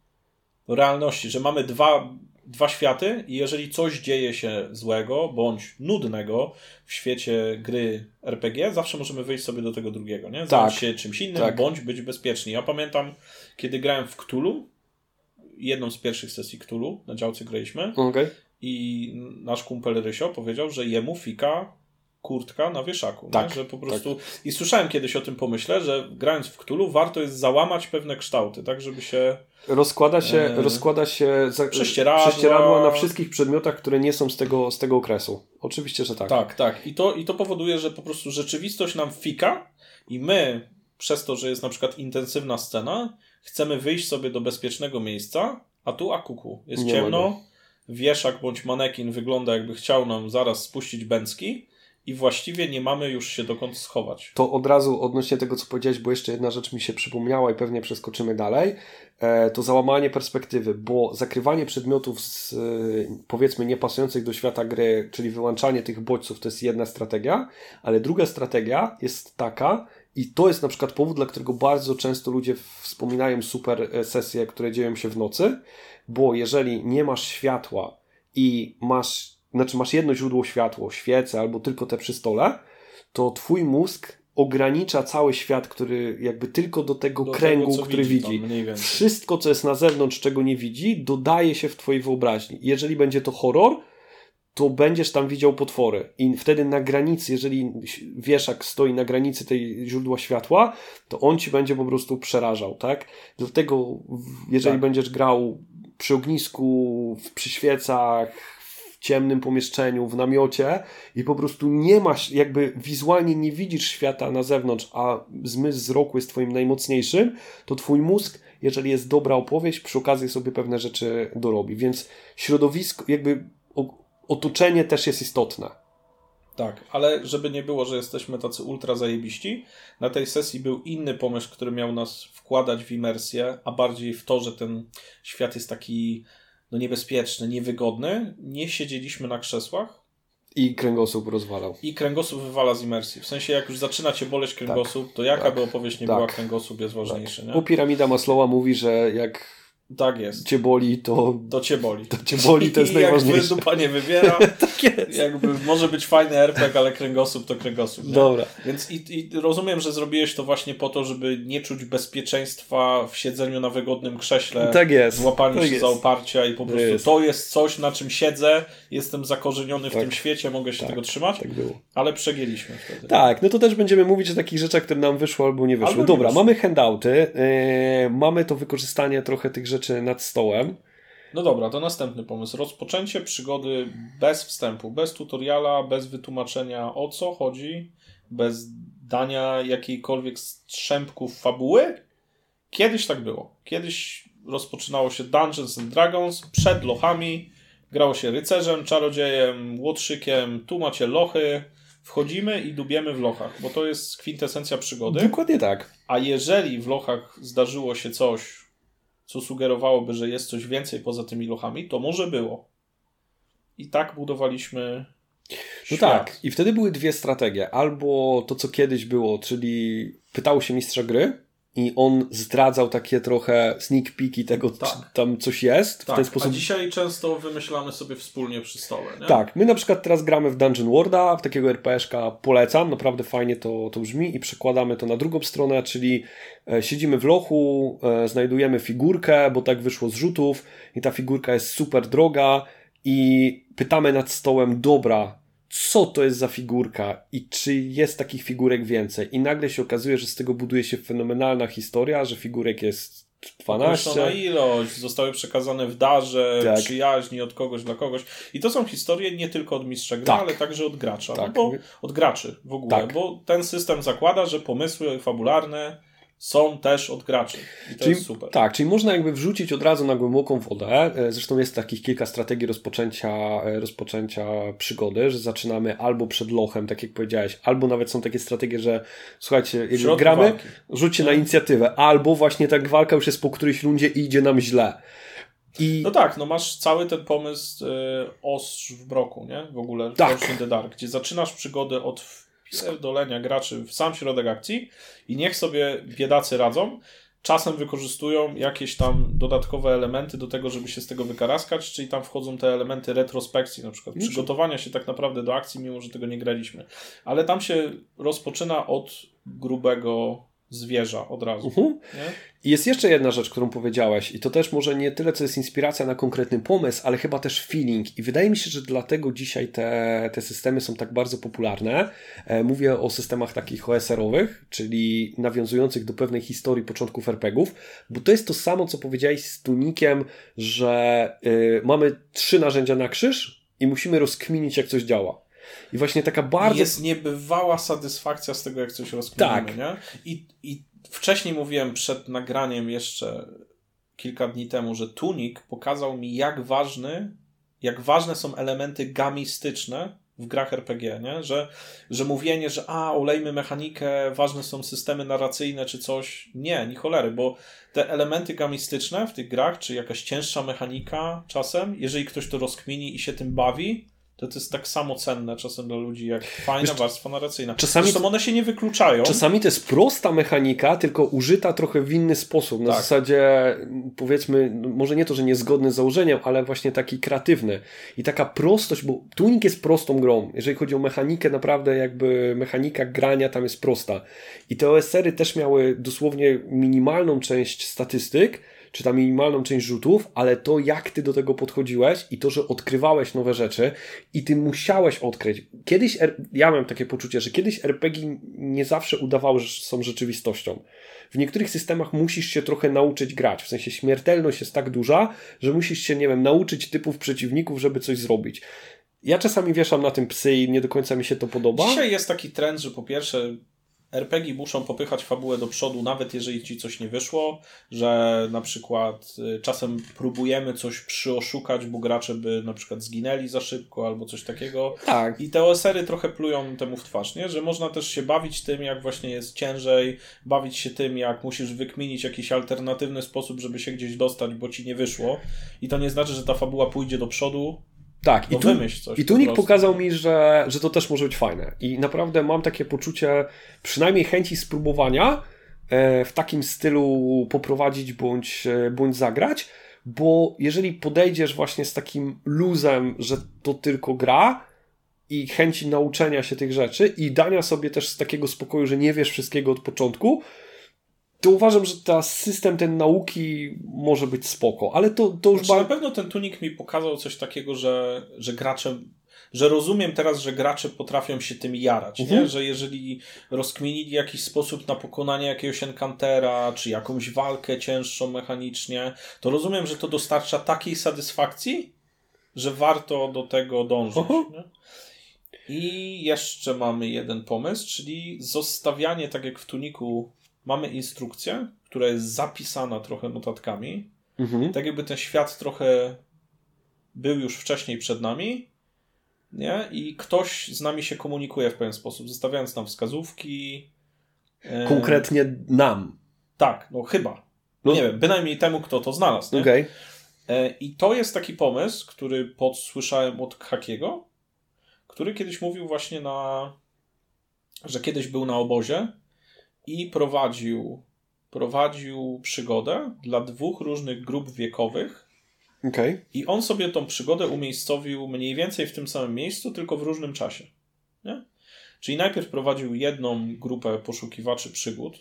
[SPEAKER 1] realności, że mamy dwa, dwa światy i jeżeli coś dzieje się złego bądź nudnego w świecie gry R P G, zawsze możemy wyjść sobie do tego drugiego, nie? Zająć
[SPEAKER 2] tak.
[SPEAKER 1] się czymś innym,
[SPEAKER 2] tak.
[SPEAKER 1] bądź być bezpieczni. Ja pamiętam, kiedy grałem w Cthulhu, jedną z pierwszych sesji Cthulhu na działce graliśmy
[SPEAKER 2] okay.
[SPEAKER 1] i nasz kumpel Rysio powiedział, że jemu fika kurtka na wieszaku.
[SPEAKER 2] Tak,
[SPEAKER 1] nie? Że po prostu...
[SPEAKER 2] tak.
[SPEAKER 1] I słyszałem kiedyś o tym pomyśle, że grając w Cthulhu warto jest załamać pewne kształty, tak żeby się...
[SPEAKER 2] Rozkłada się, e... rozkłada się za... prześcieradła... prześcieradła na wszystkich przedmiotach, które nie są z tego, z tego okresu. Oczywiście, że tak.
[SPEAKER 1] Tak, tak. I to, i to powoduje, że po prostu rzeczywistość nam fika i my, przez to, że jest na przykład intensywna scena, chcemy wyjść sobie do bezpiecznego miejsca, a tu akuku. Jest nie ciemno, wieszak bądź manekin wygląda jakby chciał nam zaraz spuścić bęcki i właściwie nie mamy już się dokąd schować.
[SPEAKER 2] To od razu odnośnie tego, co powiedziałeś, bo jeszcze jedna rzecz mi się przypomniała i pewnie przeskoczymy dalej, to załamanie perspektywy, bo zakrywanie przedmiotów z, powiedzmy niepasujących do świata gry, czyli wyłączanie tych bodźców, to jest jedna strategia, ale druga strategia jest taka, i to jest na przykład powód, dla którego bardzo często ludzie wspominają super sesje, które dzieją się w nocy, bo jeżeli nie masz światła i masz, znaczy masz jedno źródło światła, świecę albo tylko te przy stole, to twój mózg ogranicza cały świat, który jakby tylko do tego do kręgu, tego, który widzi. widzi. Wszystko, co jest na zewnątrz, czego nie widzi, dodaje się w twojej wyobraźni. Jeżeli będzie to horror, to będziesz tam widział potwory. I wtedy na granicy, jeżeli wieszak stoi na granicy tej źródła światła, to on ci będzie po prostu przerażał, tak? Dlatego jeżeli tak. będziesz grał przy ognisku, przy świecach, w ciemnym pomieszczeniu, w namiocie i po prostu nie masz, jakby wizualnie nie widzisz świata na zewnątrz, a zmysł wzroku jest twoim najmocniejszym, to twój mózg, jeżeli jest dobra opowieść, przy okazji sobie pewne rzeczy dorobi. Więc środowisko, jakby otoczenie też jest istotne.
[SPEAKER 1] Tak, ale żeby nie było, że jesteśmy tacy ultra zajebiści, na tej sesji był inny pomysł, który miał nas wkładać w imersję, a bardziej w to, że ten świat jest taki no niebezpieczny, niewygodny. Nie siedzieliśmy na krzesłach.
[SPEAKER 2] I kręgosłup rozwalał.
[SPEAKER 1] I kręgosłup wywala z imersji. W sensie, jak już zaczyna cię boleć kręgosłup, tak, to jaka tak, by opowieść nie tak, była, kręgosłup jest ważniejszy. Tak. Nie?
[SPEAKER 2] Bo piramida Maslowa mówi, że jak
[SPEAKER 1] tak jest.
[SPEAKER 2] cię boli, to...
[SPEAKER 1] To cię boli.
[SPEAKER 2] To cię boli, to jest
[SPEAKER 1] I
[SPEAKER 2] najważniejsze.
[SPEAKER 1] Jak dupa nie wybiera,
[SPEAKER 2] tak jest.
[SPEAKER 1] Jakby może być fajny er pe gie, ale kręgosłup to kręgosłup. Nie?
[SPEAKER 2] Dobra.
[SPEAKER 1] Więc i, i rozumiem, że zrobiłeś to właśnie po to, żeby nie czuć bezpieczeństwa w siedzeniu na wygodnym krześle.
[SPEAKER 2] Tak jest.
[SPEAKER 1] Złapaniu
[SPEAKER 2] tak
[SPEAKER 1] się
[SPEAKER 2] jest.
[SPEAKER 1] za oparcia i po prostu
[SPEAKER 2] jest.
[SPEAKER 1] to jest coś, na czym siedzę, jestem zakorzeniony w
[SPEAKER 2] tak.
[SPEAKER 1] tym świecie, mogę się
[SPEAKER 2] tak.
[SPEAKER 1] tego trzymać.
[SPEAKER 2] Tak było.
[SPEAKER 1] Ale przegięliśmy wtedy.
[SPEAKER 2] Tak, no to też będziemy mówić o takich rzeczach, które nam wyszło albo nie wyszły. Albo nie Dobra, wyszło. Mamy handouty, yy, mamy to wykorzystanie trochę tych rzeczy nad stołem.
[SPEAKER 1] No dobra, to następny pomysł. Rozpoczęcie przygody bez wstępu, bez tutoriala, bez wytłumaczenia o co chodzi, bez dania jakiejkolwiek strzępków fabuły. Kiedyś tak było. Kiedyś rozpoczynało się Dungeons and Dragons przed lochami, grało się rycerzem, czarodziejem, łotrzykiem, tu macie lochy, wchodzimy i dubiemy w lochach, bo to jest kwintesencja przygody.
[SPEAKER 2] Dokładnie tak.
[SPEAKER 1] A jeżeli w lochach zdarzyło się coś, co sugerowałoby, że jest coś więcej poza tymi lochami, to może było. I tak budowaliśmy świat.
[SPEAKER 2] No tak. I wtedy były dwie strategie. Albo to, co kiedyś było, czyli pytało się mistrza gry i on zdradzał takie trochę sneak peeki tego, tak. czy tam coś jest.
[SPEAKER 1] Tak,
[SPEAKER 2] w ten sposób...
[SPEAKER 1] a dzisiaj często wymyślamy sobie wspólnie przy stole, nie?
[SPEAKER 2] Tak, my na przykład teraz gramy w Dungeon Worlda, w takiego er pe esz ka polecam, naprawdę fajnie to, to brzmi i przekładamy to na drugą stronę, czyli e, siedzimy w lochu, e, znajdujemy figurkę, bo tak wyszło z rzutów i ta figurka jest super droga i pytamy nad stołem, dobra, co to jest za figurka i czy jest takich figurek więcej. I nagle się okazuje, że z tego buduje się fenomenalna historia, że figurek jest dwanaście.
[SPEAKER 1] Określona ilość, zostały przekazane w darze,
[SPEAKER 2] tak.
[SPEAKER 1] przyjaźni od kogoś dla kogoś. I to są historie nie tylko od mistrza gry,
[SPEAKER 2] tak.
[SPEAKER 1] ale także od gracza.
[SPEAKER 2] Tak.
[SPEAKER 1] No bo, od graczy w ogóle.
[SPEAKER 2] Tak.
[SPEAKER 1] Bo ten system zakłada, że pomysły fabularne są też od graczy. I to
[SPEAKER 2] czyli,
[SPEAKER 1] jest super.
[SPEAKER 2] Tak, czyli można jakby wrzucić od razu na głęboką wodę. Zresztą jest takich kilka strategii rozpoczęcia, rozpoczęcia przygody, że zaczynamy albo przed lochem, tak jak powiedziałeś, albo nawet są takie strategie, że słuchajcie, jak gramy, walki. Rzućcie na inicjatywę, albo właśnie tak walka już jest po którejś rundzie i idzie nam źle. I...
[SPEAKER 1] No tak, no masz cały ten pomysł y, ostrz w mroku, nie? W ogóle
[SPEAKER 2] tak.
[SPEAKER 1] Force in the Dark, gdzie zaczynasz przygodę od pierdolenia graczy w sam środek akcji i niech sobie biedacy radzą. Czasem wykorzystują jakieś tam dodatkowe elementy do tego, żeby się z tego wykaraskać, czyli tam wchodzą te elementy retrospekcji, na przykład przygotowania się tak naprawdę do akcji, mimo że tego nie graliśmy. Ale tam się rozpoczyna od grubego zwierza od razu. Uh-huh. Nie?
[SPEAKER 2] I jest jeszcze jedna rzecz, którą powiedziałeś i to też może nie tyle, co jest inspiracja na konkretny pomysł, ale chyba też feeling i wydaje mi się, że dlatego dzisiaj te, te systemy są tak bardzo popularne. E, mówię o systemach takich o es er-owych, czyli nawiązujących do pewnej historii początków er pe gie ów, bo to jest to samo, co powiedziałeś z Tunikiem, że y, mamy trzy narzędzia na krzyż i musimy rozkminić, jak coś działa. I właśnie taka bardzo...
[SPEAKER 1] Jest niebywała satysfakcja z tego, jak coś rozkminimy,
[SPEAKER 2] tak.
[SPEAKER 1] nie? I, I wcześniej mówiłem przed nagraniem jeszcze kilka dni temu, że Tunik pokazał mi, jak ważny, jak ważne są elementy gamistyczne w grach er pe gie, nie? Że, że mówienie, że a, olejmy mechanikę, ważne są systemy narracyjne czy coś. Nie, ni cholery, bo te elementy gamistyczne w tych grach, czy jakaś cięższa mechanika czasem, jeżeli ktoś to rozkmini i się tym bawi, to to jest tak samo cenne czasem dla ludzi, jak fajna Wiesz, warstwa narracyjna.
[SPEAKER 2] Czasami
[SPEAKER 1] Zresztą one się nie wykluczają.
[SPEAKER 2] Czasami to jest prosta mechanika, tylko użyta trochę w inny sposób. Na tak. zasadzie, powiedzmy, może nie to, że niezgodny z założeniem, ale właśnie taki kreatywny. I taka prostość, bo Tunik jest prostą grą. Jeżeli chodzi o mechanikę, naprawdę jakby mechanika grania tam jest prosta. I te o es ery też miały dosłownie minimalną część statystyk, czy tam minimalną część rzutów, ale to jak ty do tego podchodziłeś i to, że odkrywałeś nowe rzeczy i ty musiałeś odkryć. Kiedyś, ja mam takie poczucie, że kiedyś er pe gie nie zawsze udawały, że są rzeczywistością. W niektórych systemach musisz się trochę nauczyć grać, w sensie śmiertelność jest tak duża, że musisz się, nie wiem, nauczyć typów przeciwników, żeby coś zrobić. Ja czasami wieszam na tym psy i nie do końca mi się to podoba.
[SPEAKER 1] Dzisiaj jest taki trend, że po pierwsze er pe gie muszą popychać fabułę do przodu, nawet jeżeli ci coś nie wyszło, że na przykład czasem próbujemy coś przyoszukać, bo gracze by na przykład zginęli za szybko albo coś takiego.
[SPEAKER 2] Tak.
[SPEAKER 1] I te o es ery trochę plują temu w twarz, nie? Że można też się bawić tym, jak właśnie jest ciężej, bawić się tym, jak musisz wykminić jakiś alternatywny sposób, żeby się gdzieś dostać, bo ci nie wyszło. I to nie znaczy, że ta fabuła pójdzie do przodu.
[SPEAKER 2] Tak,
[SPEAKER 1] no
[SPEAKER 2] i, tu,
[SPEAKER 1] coś
[SPEAKER 2] i Tunik pokazał mi, że, że to też może być fajne. I naprawdę mam takie poczucie, przynajmniej chęci spróbowania e, w takim stylu poprowadzić bądź, e, bądź zagrać, bo jeżeli podejdziesz właśnie z takim luzem, że to tylko gra i chęci nauczenia się tych rzeczy i dania sobie też z takiego spokoju, że nie wiesz wszystkiego od początku, to uważam, że ten system ten nauki może być spoko, ale to, to już...
[SPEAKER 1] Znaczy, ba... Na pewno ten Tunik mi pokazał coś takiego, że, że gracze, że rozumiem teraz, że gracze potrafią się tym jarać, mhm. nie? Że jeżeli rozkminili jakiś sposób na pokonanie jakiegoś encountera, czy jakąś walkę cięższą mechanicznie, to rozumiem, że to dostarcza takiej satysfakcji, że warto do tego dążyć. Nie? I jeszcze mamy jeden pomysł, czyli zostawianie, tak jak w Tuniku, mamy instrukcję, która jest zapisana trochę notatkami. Mhm. Tak jakby ten świat trochę był już wcześniej przed nami, nie? I ktoś z nami się komunikuje w pewien sposób, zostawiając nam wskazówki.
[SPEAKER 2] Konkretnie nam.
[SPEAKER 1] Tak, no chyba. No. Nie wiem, bynajmniej temu, kto to znalazł. Nie?
[SPEAKER 2] Okay.
[SPEAKER 1] I to jest taki pomysł, który podsłyszałem od Hakiego, który kiedyś mówił właśnie na... że kiedyś był na obozie i prowadził prowadził przygodę dla dwóch różnych grup wiekowych.
[SPEAKER 2] Okay.
[SPEAKER 1] I on sobie tą przygodę umiejscowił mniej więcej w tym samym miejscu, tylko w różnym czasie. Nie? Czyli najpierw prowadził jedną grupę poszukiwaczy przygód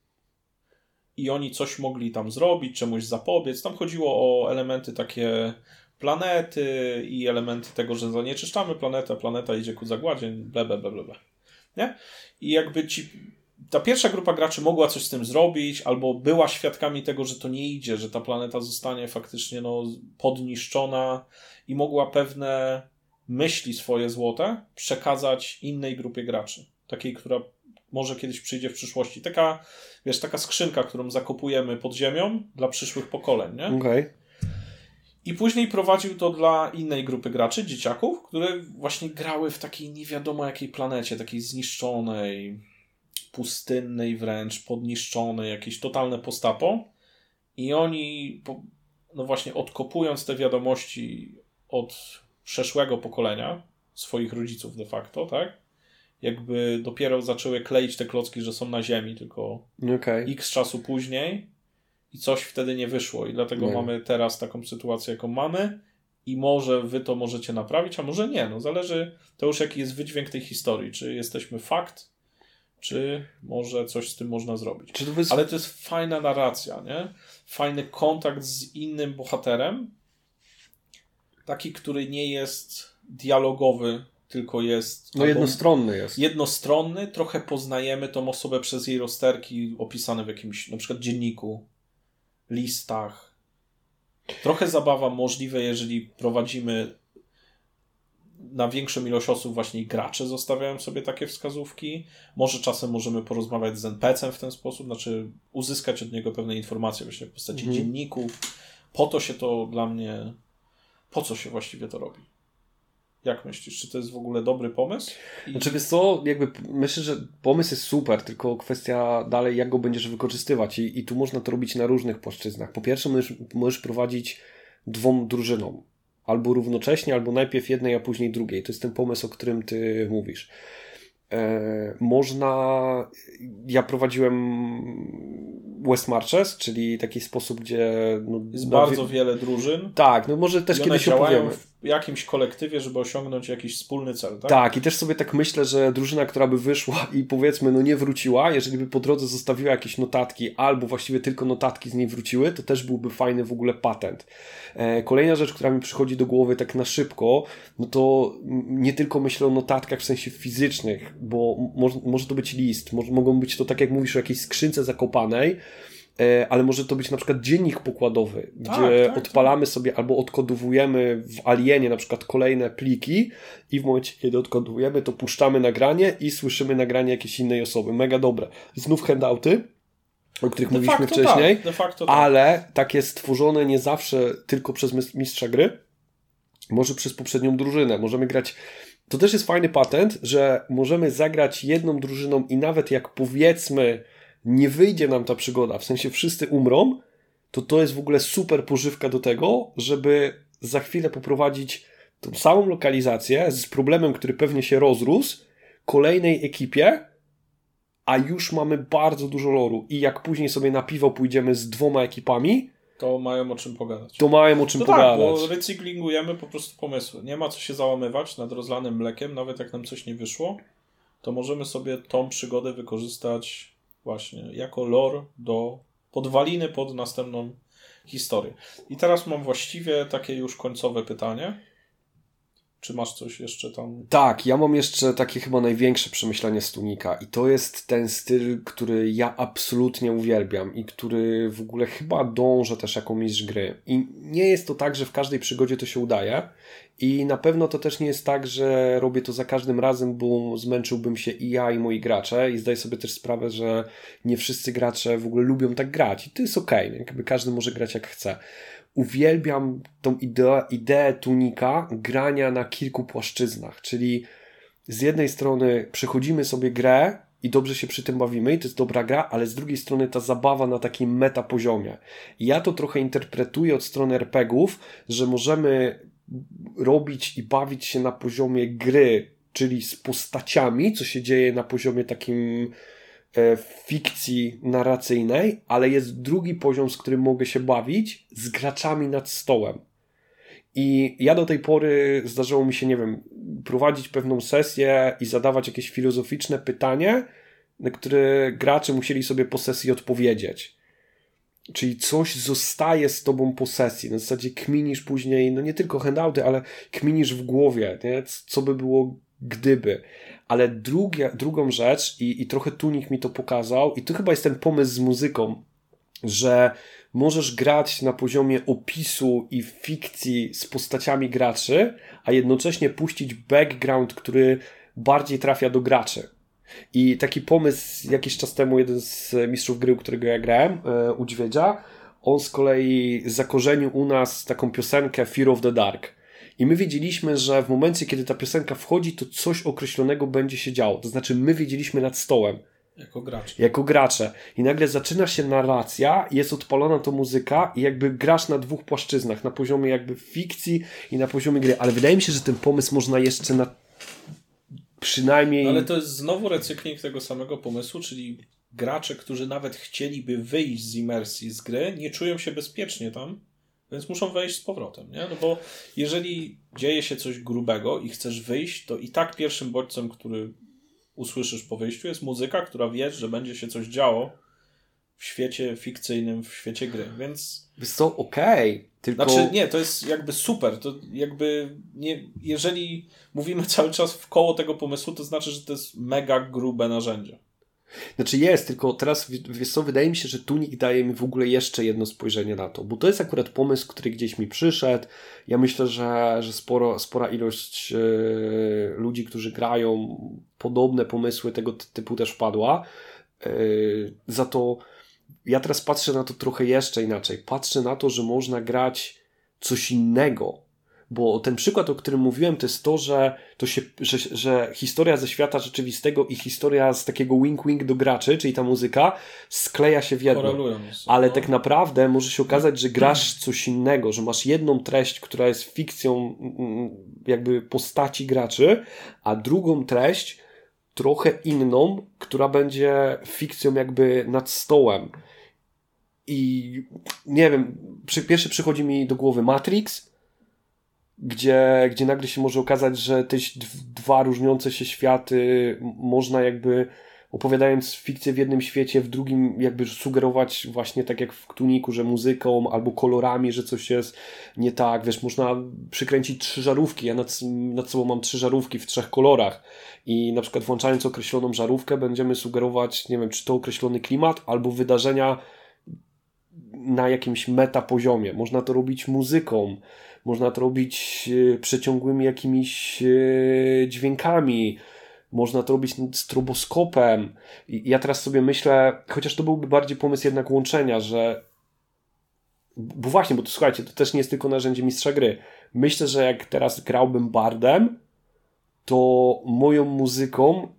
[SPEAKER 1] i oni coś mogli tam zrobić, czemuś zapobiec. Tam chodziło o elementy takie planety i elementy tego, że zanieczyszczamy planetę, planeta idzie ku zagładzie, bla, bla, bla, bla. Nie? I jakby ci, ta pierwsza grupa graczy mogła coś z tym zrobić, albo była świadkami tego, że to nie idzie, że ta planeta zostanie faktycznie no, podniszczona i mogła pewne myśli swoje złote przekazać innej grupie graczy. Takiej, która może kiedyś przyjdzie w przyszłości. Taka, wiesz, taka skrzynka, którą zakopujemy pod ziemią dla przyszłych pokoleń, nie?
[SPEAKER 2] Okay.
[SPEAKER 1] I później prowadził to dla innej grupy graczy, dzieciaków, które właśnie grały w takiej nie wiadomo jakiej planecie, takiej zniszczonej, pustynnej wręcz, podniszczonej, jakieś totalne postapo. I oni, no właśnie odkopując te wiadomości od przeszłego pokolenia, swoich rodziców de facto, tak? Jakby dopiero zaczęły kleić te klocki, że są na ziemi, tylko
[SPEAKER 2] okay.
[SPEAKER 1] x czasu później i coś wtedy nie wyszło. I dlatego nie. mamy teraz taką sytuację, jaką mamy i może wy to możecie naprawić, a może nie. No zależy to już jaki jest wydźwięk tej historii. Czy jesteśmy fakt, czy może coś z tym można zrobić. Czy to jest... Ale to jest fajna narracja, nie? Fajny kontakt z innym bohaterem. Taki, który nie jest dialogowy, tylko jest...
[SPEAKER 2] No jednostronny jest.
[SPEAKER 1] Jednostronny. Trochę poznajemy tą osobę przez jej rozterki opisane w jakimś na przykład dzienniku, listach. Trochę zabawa możliwe, jeżeli prowadzimy na większą ilość osób właśnie gracze zostawiają sobie takie wskazówki. Może czasem możemy porozmawiać z en pe ce em w ten sposób, znaczy uzyskać od niego pewne informacje właśnie w postaci mhm. dzienników. Po to się to dla mnie... Po co się właściwie to robi? Jak myślisz? Czy to jest w ogóle dobry pomysł? I...
[SPEAKER 2] Znaczy wiesz co, jakby myślę, że pomysł jest super, tylko kwestia dalej jak go będziesz wykorzystywać i, i tu można to robić na różnych płaszczyznach. Po pierwsze możesz, możesz prowadzić dwóm drużynom. Albo równocześnie, albo najpierw jednej, a później drugiej. To jest ten pomysł, o którym ty mówisz. E, można... Ja prowadziłem West Marches, czyli taki sposób, gdzie... No,
[SPEAKER 1] jest no, bardzo wie... wiele drużyn.
[SPEAKER 2] Tak, no może też kiedyś opowiemy.
[SPEAKER 1] W jakimś kolektywie, żeby osiągnąć jakiś wspólny cel, tak?
[SPEAKER 2] Tak, i też sobie tak myślę, że drużyna, która by wyszła i powiedzmy, no nie wróciła, jeżeli by po drodze zostawiła jakieś notatki, albo właściwie tylko notatki z niej wróciły, to też byłby fajny w ogóle patent. E, kolejna rzecz, która mi przychodzi do głowy tak na szybko, no to nie tylko myślę o notatkach w sensie fizycznych, bo mo- może to być list, mo- mogą być to, tak jak mówisz, o jakiejś skrzynce zakopanej, ale może to być na przykład dziennik pokładowy,
[SPEAKER 1] tak,
[SPEAKER 2] gdzie
[SPEAKER 1] tak,
[SPEAKER 2] odpalamy
[SPEAKER 1] tak.
[SPEAKER 2] sobie albo odkodowujemy w Alienie na przykład kolejne pliki i w momencie, kiedy odkodowujemy, to puszczamy nagranie i słyszymy nagranie jakiejś innej osoby. Mega dobre. Znów handouty, o których
[SPEAKER 1] de
[SPEAKER 2] mówiliśmy wcześniej,
[SPEAKER 1] tak, de facto tak.
[SPEAKER 2] ale takie stworzone nie zawsze tylko przez mistrza gry, może przez poprzednią drużynę. Możemy grać... To też jest fajny patent, że możemy zagrać jedną drużyną i nawet jak powiedzmy nie wyjdzie nam ta przygoda, w sensie wszyscy umrą, to to jest w ogóle super pożywka do tego, żeby za chwilę poprowadzić tą samą lokalizację z problemem, który pewnie się rozrósł, kolejnej ekipie, a już mamy bardzo dużo loru i jak później sobie na piwo pójdziemy z dwoma ekipami,
[SPEAKER 1] to mają o czym pogadać.
[SPEAKER 2] To mają o czym
[SPEAKER 1] to
[SPEAKER 2] pogadać.
[SPEAKER 1] Tak, bo recyklingujemy po prostu pomysły. Nie ma co się załamywać nad rozlanym mlekiem, nawet jak nam coś nie wyszło, to możemy sobie tą przygodę wykorzystać właśnie jako lore do podwaliny pod następną historię. I teraz mam właściwie takie już końcowe pytanie. Czy masz coś jeszcze tam?
[SPEAKER 2] Tak, ja mam jeszcze takie chyba największe przemyślenie z Tunika i to jest ten styl, który ja absolutnie uwielbiam i który w ogóle chyba dążę też jako mistrz gry. I nie jest to tak, że w każdej przygodzie to się udaje i na pewno to też nie jest tak, że robię to za każdym razem, bo zmęczyłbym się i ja i moi gracze i zdaję sobie też sprawę, że nie wszyscy gracze w ogóle lubią tak grać i to jest okej, okay, jakby każdy może grać jak chce. Uwielbiam tą ideę, ideę Tunika grania na kilku płaszczyznach, czyli z jednej strony przechodzimy sobie grę i dobrze się przy tym bawimy i to jest dobra gra, ale z drugiej strony ta zabawa na takim meta poziomie. I ja to trochę interpretuję od strony er pe gie ów, że możemy robić i bawić się na poziomie gry, czyli z postaciami, co się dzieje na poziomie takim fikcji narracyjnej, ale jest drugi poziom, z którym mogę się bawić z graczami nad stołem. I ja do tej pory zdarzyło mi się, nie wiem, prowadzić pewną sesję i zadawać jakieś filozoficzne pytanie, na które gracze musieli sobie po sesji odpowiedzieć. Czyli coś zostaje z tobą po sesji. Na zasadzie kminisz później, no nie tylko handouty, ale kminisz w głowie, nie? Co by było gdyby. Ale drugie, drugą rzecz, i, i trochę Tunik mi to pokazał, i to chyba jest ten pomysł z muzyką, że możesz grać na poziomie opisu i fikcji z postaciami graczy, a jednocześnie puścić background, który bardziej trafia do graczy. I taki pomysł jakiś czas temu jeden z mistrzów gry, którego ja grałem, u Dźwiedzia, on z kolei zakorzenił u nas taką piosenkę Fear of the Dark. I my wiedzieliśmy, że w momencie, kiedy ta piosenka wchodzi, to coś określonego będzie się działo. To znaczy my wiedzieliśmy nad stołem.
[SPEAKER 1] Jako gracze.
[SPEAKER 2] Jako gracze. I nagle zaczyna się narracja, jest odpalona to muzyka i jakby grasz na dwóch płaszczyznach. Na poziomie jakby fikcji i na poziomie gry. Ale wydaje mi się, że ten pomysł można jeszcze na przynajmniej...
[SPEAKER 1] No ale to jest znowu recykling tego samego pomysłu, czyli gracze, którzy nawet chcieliby wyjść z imersji z gry, nie czują się bezpiecznie tam, więc muszą wejść z powrotem, nie? No bo jeżeli dzieje się coś grubego i chcesz wyjść, to i tak pierwszym bodźcem, który usłyszysz po wyjściu, jest muzyka, która wiesz, że będzie się coś działo w świecie fikcyjnym, w świecie gry, więc...
[SPEAKER 2] Wiesz co, okej, okay, tylko...
[SPEAKER 1] Znaczy nie, to jest jakby super, to jakby nie, jeżeli mówimy cały czas w koło tego pomysłu, to znaczy, że to jest mega grube narzędzie.
[SPEAKER 2] Znaczy jest, tylko teraz, wiesz co, wydaje mi się, że Tunik daje mi w ogóle jeszcze jedno spojrzenie na to, bo to jest akurat pomysł, który gdzieś mi przyszedł. Ja myślę, że, że sporo, spora ilość yy, ludzi, którzy grają podobne pomysły tego typu też wpadła. Yy, za to ja teraz patrzę na to trochę jeszcze inaczej. Patrzę na to, że można grać coś innego. Bo ten przykład, o którym mówiłem, to jest to, że, to się, że, że historia ze świata rzeczywistego i historia z takiego wink-wink do graczy, czyli ta muzyka, skleja się w jedno.
[SPEAKER 1] Korelują.
[SPEAKER 2] Ale
[SPEAKER 1] no.
[SPEAKER 2] tak naprawdę może się okazać, że grasz coś innego, że masz jedną treść, która jest fikcją jakby postaci graczy, a drugą treść trochę inną, która będzie fikcją jakby nad stołem. I nie wiem, przy, pierwszy przychodzi mi do głowy Matrix, gdzie, gdzie nagle się może okazać, że te dwa różniące się światy można jakby, opowiadając fikcję w jednym świecie, w drugim jakby sugerować właśnie tak jak w Tuniku, że muzyką albo kolorami, że coś jest nie tak. Wiesz, można przykręcić trzy żarówki. Ja nad, nad sobą mam trzy żarówki w trzech kolorach i na przykład włączając określoną żarówkę będziemy sugerować, nie wiem, czy to określony klimat albo wydarzenia na jakimś metapoziomie. Można to robić muzyką, można to robić przeciągłymi jakimiś dźwiękami, można to robić stroboskopem. I ja teraz sobie myślę, chociaż to byłby bardziej pomysł jednak łączenia, że bo właśnie, bo to słuchajcie, to też nie jest tylko narzędzie mistrza gry. Myślę, że jak teraz grałbym bardem, to moją muzyką,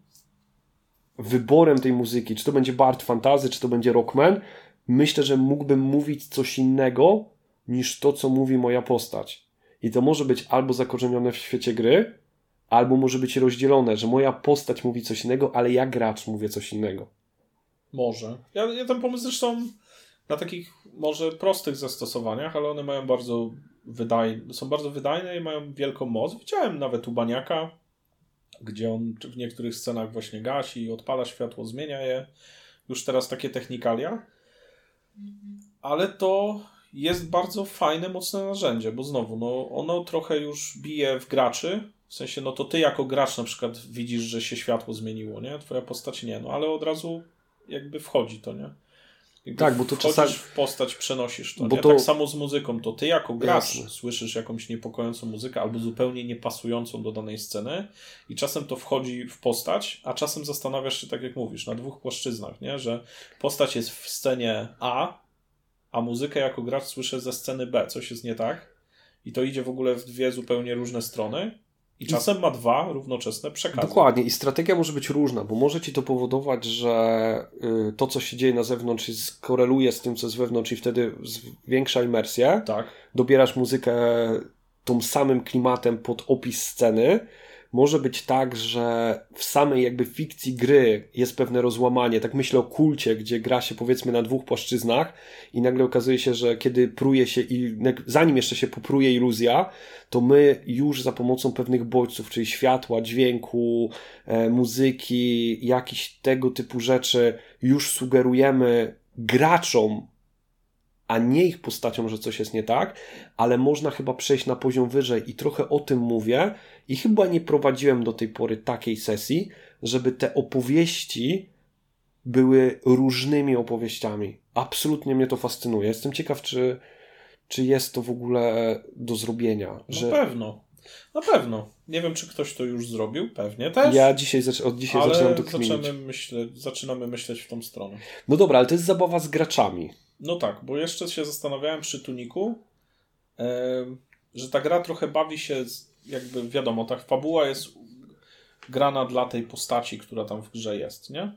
[SPEAKER 2] wyborem tej muzyki, czy to będzie bard fantasy, czy to będzie rockman, myślę, że mógłbym mówić coś innego niż to, co mówi moja postać. I to może być albo zakorzenione w świecie gry, albo może być rozdzielone, że moja postać mówi coś innego, ale ja gracz mówię coś innego.
[SPEAKER 1] Może. Ja, ja ten pomysł zresztą na takich może prostych zastosowaniach, ale one mają bardzo wydajne, są bardzo wydajne i mają wielką moc. Widziałem nawet u Baniaka, gdzie on w niektórych scenach właśnie gasi, odpala światło, zmienia je. Już teraz takie technikalia. Ale to jest bardzo fajne, mocne narzędzie, bo znowu, no ono trochę już bije w graczy, w sensie, no to ty jako gracz na przykład widzisz, że się światło zmieniło, nie? Twoja postać nie, no ale od razu jakby wchodzi to, nie? Jakby
[SPEAKER 2] tak, bo to czasami
[SPEAKER 1] w postać, przenosisz to,
[SPEAKER 2] bo
[SPEAKER 1] nie?
[SPEAKER 2] To...
[SPEAKER 1] Tak samo z muzyką, to ty jako gracz
[SPEAKER 2] Jasne.
[SPEAKER 1] Słyszysz jakąś niepokojącą muzykę albo zupełnie niepasującą do danej sceny i czasem to wchodzi w postać, a czasem zastanawiasz się, tak jak mówisz, na dwóch płaszczyznach, nie? Że postać jest w scenie A, a muzykę jako gracz słyszę ze sceny B. Coś jest nie tak i to idzie w ogóle w dwie zupełnie różne strony i czasem ma dwa równoczesne przekazy.
[SPEAKER 2] Dokładnie i strategia może być różna, bo może ci to powodować, że to, co się dzieje na zewnątrz skoreluje z tym, co jest wewnątrz i wtedy zwiększa imersję.
[SPEAKER 1] Tak.
[SPEAKER 2] Dobierasz muzykę tą samym klimatem pod opis sceny. może być tak, że w samej jakby fikcji gry jest pewne rozłamanie. Tak myślę o kulcie, gdzie gra się powiedzmy na dwóch płaszczyznach i nagle okazuje się, że kiedy pruje się, i zanim jeszcze się popruje iluzja, to my już za pomocą pewnych bodźców, czyli światła, dźwięku, e, muzyki, jakichś tego typu rzeczy już sugerujemy graczom, a nie ich postaciom, że coś jest nie tak, ale można chyba przejść na poziom wyżej i trochę o tym mówię i chyba nie prowadziłem do tej pory takiej sesji, żeby te opowieści były różnymi opowieściami. Absolutnie mnie to fascynuje. Jestem ciekaw, czy, czy jest to w ogóle do zrobienia.
[SPEAKER 1] Że...
[SPEAKER 2] Że...
[SPEAKER 1] Na pewno. Na pewno. Nie wiem, czy ktoś to już zrobił. Pewnie też.
[SPEAKER 2] Ja dzisiaj zac- od dzisiaj
[SPEAKER 1] ale
[SPEAKER 2] zaczynam to kminić.
[SPEAKER 1] zaczynamy, myślę, zaczynamy myśleć w tą stronę.
[SPEAKER 2] No dobra, ale to jest zabawa z graczami.
[SPEAKER 1] No tak, bo jeszcze się zastanawiałem przy Tuniku, yy, że ta gra trochę bawi się, z, jakby wiadomo, ta fabuła jest grana dla tej postaci, która tam w grze jest, nie?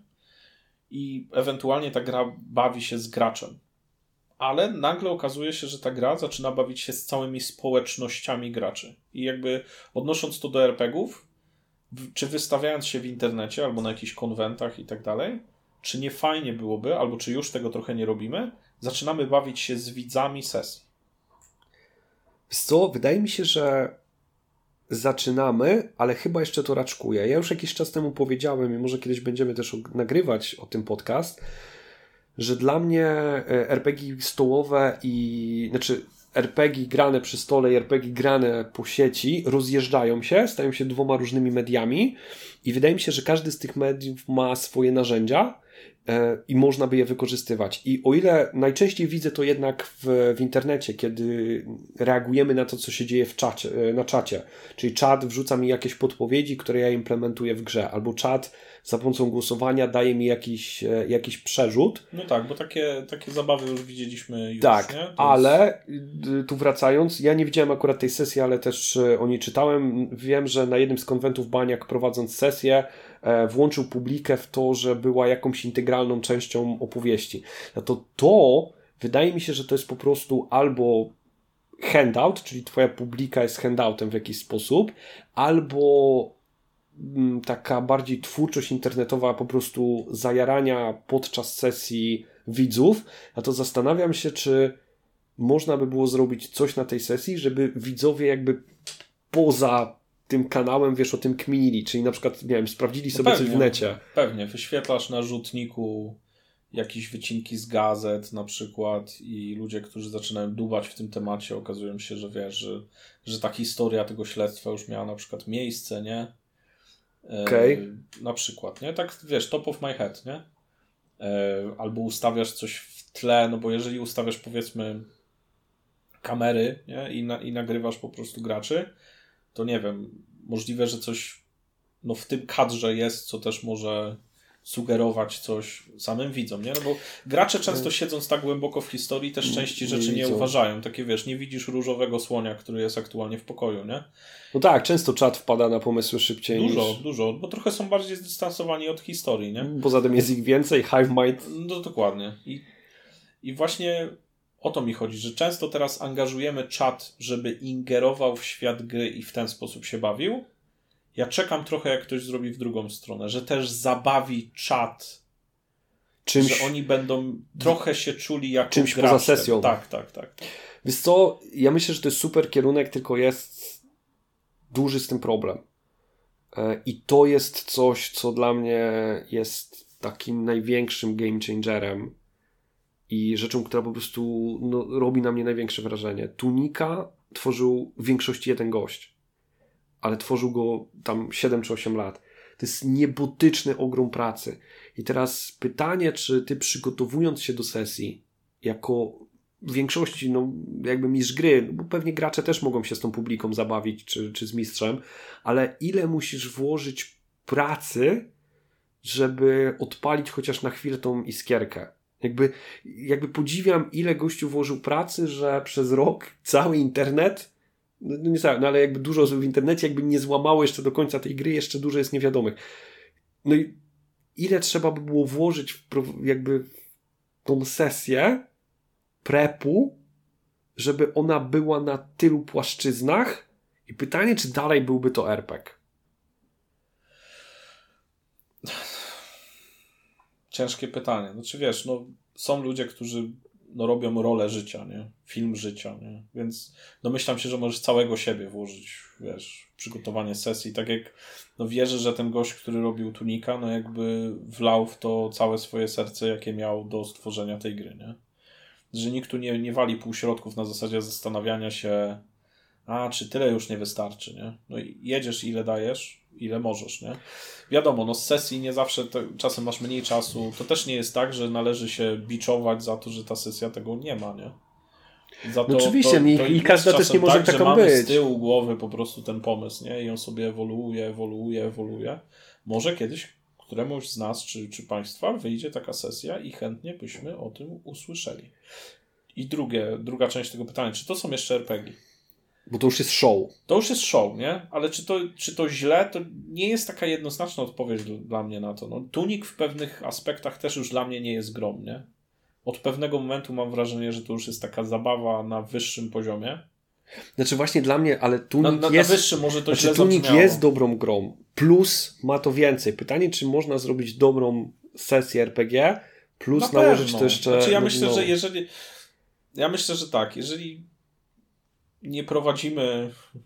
[SPEAKER 1] I ewentualnie ta gra bawi się z graczem. Ale nagle okazuje się, że ta gra zaczyna bawić się z całymi społecznościami graczy. I jakby odnosząc to do er pe gie ów, czy wystawiając się w internecie, albo na jakichś konwentach i tak dalej, czy nie fajnie byłoby, albo czy już tego trochę nie robimy, zaczynamy bawić się z widzami sesji.
[SPEAKER 2] Wiesz co, wydaje mi się, że zaczynamy, ale chyba jeszcze to raczkuje. Ja już jakiś czas temu powiedziałem i może kiedyś będziemy też nagrywać o tym podcast, że dla mnie er pe gie stołowe i znaczy er pe gie grane przy stole i er pe gie grane po sieci rozjeżdżają się, stają się dwoma różnymi mediami i wydaje mi się, że każdy z tych mediów ma swoje narzędzia i można by je wykorzystywać. I o ile najczęściej widzę to jednak w, w internecie, kiedy reagujemy na to, co się dzieje w czacie, na czacie. Czyli czat wrzuca mi jakieś podpowiedzi, które ja implementuję w grze, albo czat za pomocą głosowania daje mi jakiś, jakiś przerzut.
[SPEAKER 1] No tak, bo takie, takie zabawy już widzieliśmy już,
[SPEAKER 2] tak,
[SPEAKER 1] nie? To
[SPEAKER 2] ale jest... tu wracając, ja nie widziałem akurat tej sesji, ale też o niej czytałem. Wiem, że na jednym z konwentów Baniak, prowadząc sesję, włączył publikę w to, że była jakąś integralną częścią opowieści. No to to wydaje mi się, że to jest po prostu albo handout, czyli twoja publika jest handoutem w jakiś sposób, albo taka bardziej twórczość internetowa po prostu zajarania podczas sesji widzów. A to zastanawiam się, czy można by było zrobić coś na tej sesji, żeby widzowie jakby poza tym kanałem, wiesz, o tym kminili, czyli na przykład, nie wiem, sprawdzili sobie no pewnie, coś w necie.
[SPEAKER 1] Pewnie, wyświetlasz na rzutniku jakieś wycinki z gazet na przykład i ludzie, którzy zaczynają dubać w tym temacie, okazują się, że wiesz, że, że ta historia tego śledztwa już miała na przykład miejsce, nie?
[SPEAKER 2] Okej. Okay.
[SPEAKER 1] E, na przykład, nie? Tak, wiesz, top of my head, nie? E, albo ustawiasz coś w tle, no bo jeżeli ustawiasz, powiedzmy, kamery, nie? I, na, i nagrywasz po prostu graczy, to nie wiem, możliwe, że coś no w tym kadrze jest, co też może sugerować coś samym widzom, nie? No bo gracze często siedząc tak głęboko w historii też części rzeczy nie, nie uważają. Takie wiesz, nie widzisz różowego słonia, który jest aktualnie w pokoju, nie?
[SPEAKER 2] No tak, często czat wpada na pomysły szybciej
[SPEAKER 1] Dużo,
[SPEAKER 2] niż...
[SPEAKER 1] dużo, bo trochę są bardziej zdystansowani od historii, nie?
[SPEAKER 2] Poza tym jest ich więcej, hive mind.
[SPEAKER 1] No dokładnie. I, i właśnie o to mi chodzi, że często teraz angażujemy czat, żeby ingerował w świat gry i w ten sposób się bawił. Ja czekam trochę, jak ktoś zrobi w drugą stronę, że też zabawi czat, czymś, że oni będą trochę się czuli jako
[SPEAKER 2] czymś
[SPEAKER 1] gracze.
[SPEAKER 2] Poza sesją.
[SPEAKER 1] Tak, tak, tak.
[SPEAKER 2] Wiesz co, ja myślę, że to jest super kierunek, tylko jest duży z tym problem. I to jest coś, co dla mnie jest takim największym game changerem i rzeczą, która po prostu no, robi na mnie największe wrażenie. Tunika tworzył w większości jeden gość, ale tworzył go tam siedem czy osiem lat. To jest niebotyczny ogrom pracy. I teraz pytanie, czy ty przygotowując się do sesji, jako w większości, no jakby mistrz gry, bo pewnie gracze też mogą się z tą publiką zabawić, czy, czy z mistrzem, ale ile musisz włożyć pracy, żeby odpalić chociaż na chwilę tą iskierkę. Jakby, jakby podziwiam, ile gościu włożył pracy, że przez rok cały internet, no nie cały, no ale jakby dużo osób w internecie jakby nie złamało jeszcze do końca tej gry, jeszcze dużo jest niewiadomych. No i ile trzeba by było włożyć w jakby tą sesję prepu, żeby ona była na tylu płaszczyznach i pytanie, czy dalej byłby to er pe gie.
[SPEAKER 1] ciężkie pytanie. Znaczy wiesz, no są ludzie, którzy no, robią rolę życia, nie? Film życia, nie? Więc domyślam się, że możesz całego siebie włożyć, wiesz, w przygotowanie sesji. Tak jak no wierzę, że ten gość, który robił Tunika, no jakby wlał w to całe swoje serce, jakie miał do stworzenia tej gry, nie? Że nikt tu nie, nie wali półśrodków na zasadzie zastanawiania się, a czy tyle już nie wystarczy, nie? No i jedziesz ile dajesz, ile możesz, nie? Wiadomo, no z sesji nie zawsze, te, czasem masz mniej czasu, to też nie jest tak, że należy się biczować za to, że ta sesja tego nie ma, nie? Za to,
[SPEAKER 2] no oczywiście,
[SPEAKER 1] to, to
[SPEAKER 2] i, i każda też nie może
[SPEAKER 1] tak,
[SPEAKER 2] taką
[SPEAKER 1] że mamy
[SPEAKER 2] być.
[SPEAKER 1] z tyłu głowy po prostu ten pomysł, nie? I on sobie ewoluuje, ewoluuje, ewoluuje. Może kiedyś któremuś z nas, czy, czy państwa wyjdzie taka sesja i chętnie byśmy o tym usłyszeli. I drugie, druga część tego pytania, czy to są jeszcze er pe gie?
[SPEAKER 2] Bo to już jest show.
[SPEAKER 1] To już jest show, nie? Ale czy to, czy to źle? To nie jest taka jednoznaczna odpowiedź dla mnie na to. No, Tunik w pewnych aspektach też już dla mnie nie jest grą, nie? Od pewnego momentu mam wrażenie, że to już jest taka zabawa na wyższym poziomie.
[SPEAKER 2] Znaczy właśnie dla mnie, ale Tunik
[SPEAKER 1] na, na,
[SPEAKER 2] jest...
[SPEAKER 1] Na wyższym może to
[SPEAKER 2] znaczy,
[SPEAKER 1] źle
[SPEAKER 2] Tunik
[SPEAKER 1] zabrzmiało.
[SPEAKER 2] jest dobrą grą. Plus ma to więcej. Pytanie, czy można zrobić dobrą sesję er pe gie, plus
[SPEAKER 1] na
[SPEAKER 2] nałożyć
[SPEAKER 1] pewno.
[SPEAKER 2] to jeszcze...
[SPEAKER 1] Znaczy ja
[SPEAKER 2] no,
[SPEAKER 1] myślę,
[SPEAKER 2] no.
[SPEAKER 1] że jeżeli... Ja myślę, że tak. Jeżeli nie prowadzimy...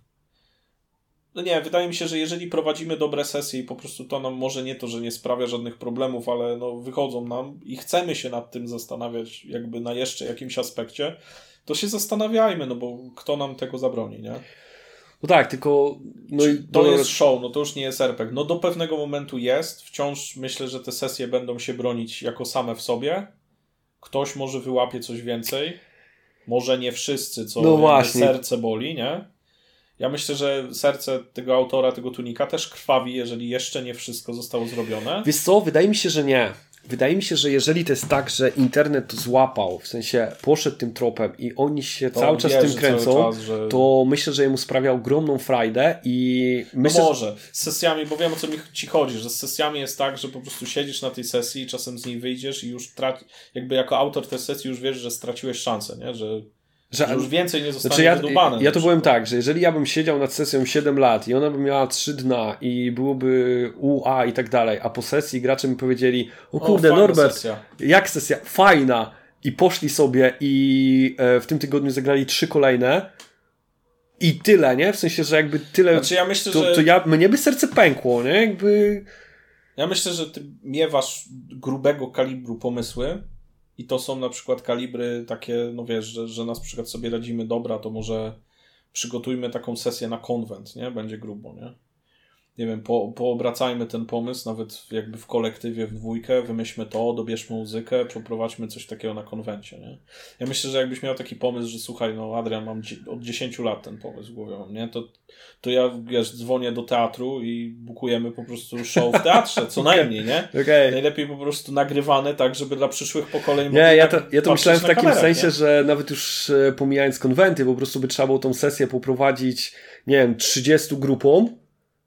[SPEAKER 1] No nie, wydaje mi się, że jeżeli prowadzimy dobre sesje i po prostu to nam może nie to, że nie sprawia żadnych problemów, ale no wychodzą nam i chcemy się nad tym zastanawiać jakby na jeszcze jakimś aspekcie, to się zastanawiajmy, no bo kto nam tego zabroni, nie?
[SPEAKER 2] No tak, tylko... No i
[SPEAKER 1] to
[SPEAKER 2] do...
[SPEAKER 1] jest show, no to już nie jest er pe gie. No do pewnego momentu jest, wciąż myślę, że te sesje będą się bronić jako same w sobie. Ktoś może wyłapie coś więcej, może nie wszyscy, co
[SPEAKER 2] no właśnie.
[SPEAKER 1] serce boli, nie? Ja myślę, że serce tego autora, tego Tunika też krwawi, jeżeli jeszcze nie wszystko zostało zrobione.
[SPEAKER 2] Wiesz co, wydaje mi się, że nie. Wydaje mi się, że jeżeli to jest tak, że internet to złapał, w sensie poszedł tym tropem i oni się
[SPEAKER 1] to
[SPEAKER 2] cały czas
[SPEAKER 1] wierzy
[SPEAKER 2] tym kręcą,
[SPEAKER 1] czas, że...
[SPEAKER 2] to myślę, że jemu sprawia ogromną frajdę i myślę,
[SPEAKER 1] no może, z sesjami, bo wiem o co mi ci chodzi, że z sesjami jest tak, że po prostu siedzisz na tej sesji i czasem z niej wyjdziesz i już traci, jakby jako autor tej sesji już wiesz, że straciłeś szansę, nie? Że Że, że już więcej nie zostanie
[SPEAKER 2] znaczy ja,
[SPEAKER 1] wydubane.
[SPEAKER 2] Ja to byłem tak, że jeżeli ja bym siedział nad sesją siedem lat i ona by miała trzy dna i byłoby U A i tak dalej, a po sesji gracze mi powiedzieli, o kurde, o, Norbert, sesja. jak sesja, fajna, i poszli sobie i e, w tym tygodniu zagrali trzy kolejne i tyle, nie? W sensie, że jakby tyle,
[SPEAKER 1] znaczy ja myślę,
[SPEAKER 2] to,
[SPEAKER 1] że...
[SPEAKER 2] to ja, mnie by serce pękło, nie? Jakby...
[SPEAKER 1] Ja myślę, że ty miewasz grubego kalibru pomysły. I to są na przykład kalibry takie, no wiesz, że, że na przykład sobie radzimy, dobra, to może przygotujmy taką sesję na konwent, nie? Będzie grubo, nie? Nie wiem, po, poobracajmy ten pomysł, nawet jakby w kolektywie, w dwójkę, wymyślmy to, dobierzmy muzykę, przeprowadźmy coś takiego na konwencie, nie? Ja myślę, że jakbyś miał taki pomysł, że słuchaj, no Adrian, mam od dziesięciu lat ten pomysł w głowie, nie? To, to ja, wiesz, dzwonię do teatru i bukujemy po prostu show w teatrze, co najmniej, nie?
[SPEAKER 2] Okay.
[SPEAKER 1] Najlepiej po prostu nagrywane tak, żeby dla przyszłych pokoleń...
[SPEAKER 2] Nie, ja to, ja to myślałem w takim
[SPEAKER 1] kamerach,
[SPEAKER 2] sensie,
[SPEAKER 1] nie?
[SPEAKER 2] że nawet już pomijając konwenty, po prostu by trzeba było tą sesję poprowadzić, nie wiem, trzydziestu grupom,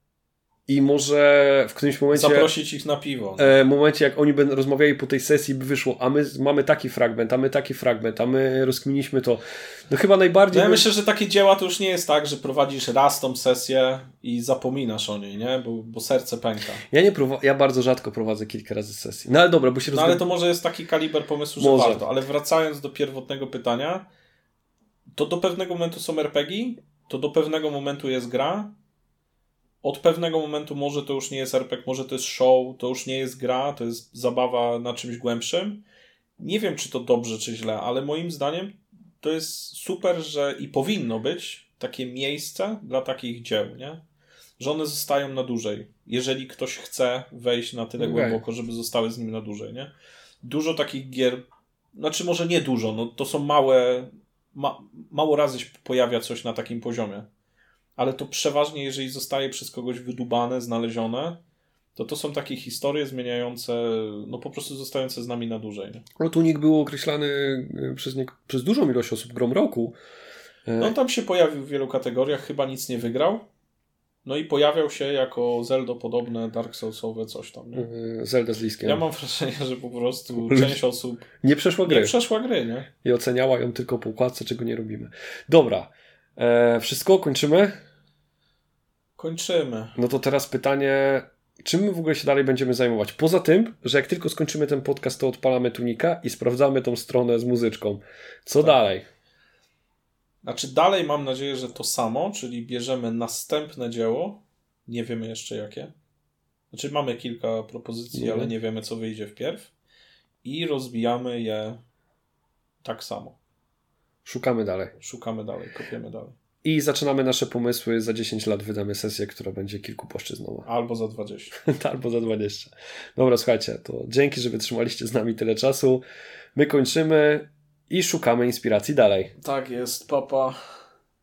[SPEAKER 2] i może w którymś momencie...
[SPEAKER 1] Zaprosić ich na piwo.
[SPEAKER 2] W e, momencie, jak oni będą rozmawiali po tej sesji, by wyszło, a my mamy taki fragment, a my taki fragment, a my rozkminiliśmy to. No chyba najbardziej...
[SPEAKER 1] No ja
[SPEAKER 2] by...
[SPEAKER 1] myślę, że takie dzieła to już nie jest tak, że prowadzisz raz tą sesję i zapominasz o niej, nie? Bo, bo serce pęka.
[SPEAKER 2] Ja nie prowa- ja bardzo rzadko prowadzę kilka razy sesji. No ale dobra, bo się
[SPEAKER 1] No
[SPEAKER 2] rozgad...
[SPEAKER 1] ale to może jest taki kaliber pomysłu, że
[SPEAKER 2] może.
[SPEAKER 1] warto. Ale wracając do pierwotnego pytania, to do pewnego momentu są er pe gie, to do pewnego momentu jest gra. Od pewnego momentu może to już nie jest er pe gie, może to jest show, to już nie jest gra, to jest zabawa na czymś głębszym. Nie wiem, czy to dobrze, czy źle, ale moim zdaniem to jest super, że i powinno być takie miejsce dla takich dzieł, nie? Że one zostają na dłużej. Jeżeli ktoś chce wejść na tyle okay. głęboko, żeby zostały z nim na dłużej, nie? Dużo takich gier, znaczy może nie dużo, no to są małe, ma, mało razy się pojawia coś na takim poziomie. Ale to przeważnie, jeżeli zostaje przez kogoś wydubane, znalezione, to to są takie historie zmieniające, no po prostu zostające z nami na dłużej. Nie?
[SPEAKER 2] No Tunik był określany przez, nie, przez dużą ilość osób grą roku.
[SPEAKER 1] No tam się pojawił w wielu kategoriach, chyba nic nie wygrał. No i pojawiał się jako Zelda-podobne, Dark Soulsowe coś tam. Nie?
[SPEAKER 2] Zelda z Liskiem.
[SPEAKER 1] Ja mam wrażenie, że po prostu część osób
[SPEAKER 2] nie przeszła gry.
[SPEAKER 1] Nie przeszła gry, nie?
[SPEAKER 2] I oceniała ją tylko po układce, czego nie robimy. Dobra. E, wszystko? Kończymy?
[SPEAKER 1] Kończymy.
[SPEAKER 2] No to teraz pytanie, czym my w ogóle się dalej będziemy zajmować? Poza tym, że jak tylko skończymy ten podcast, to odpalamy Tunika i sprawdzamy tą stronę z muzyczką. Co tak. dalej?
[SPEAKER 1] Znaczy dalej mam nadzieję, że to samo, czyli bierzemy następne dzieło, nie wiemy jeszcze jakie. Znaczy mamy kilka propozycji, mm. ale nie wiemy co wyjdzie wpierw i rozbijamy je tak samo.
[SPEAKER 2] Szukamy dalej.
[SPEAKER 1] Szukamy dalej, kopiemy dalej.
[SPEAKER 2] I zaczynamy nasze pomysły. Za dziesięć lat wydamy sesję, która będzie kilkupłaszczyznowa.
[SPEAKER 1] Albo za dwadzieścia.
[SPEAKER 2] Albo za dwadzieścia. Dobra, słuchajcie, to dzięki, że wytrzymaliście z nami tyle czasu. My kończymy i szukamy inspiracji dalej.
[SPEAKER 1] Tak jest, papa.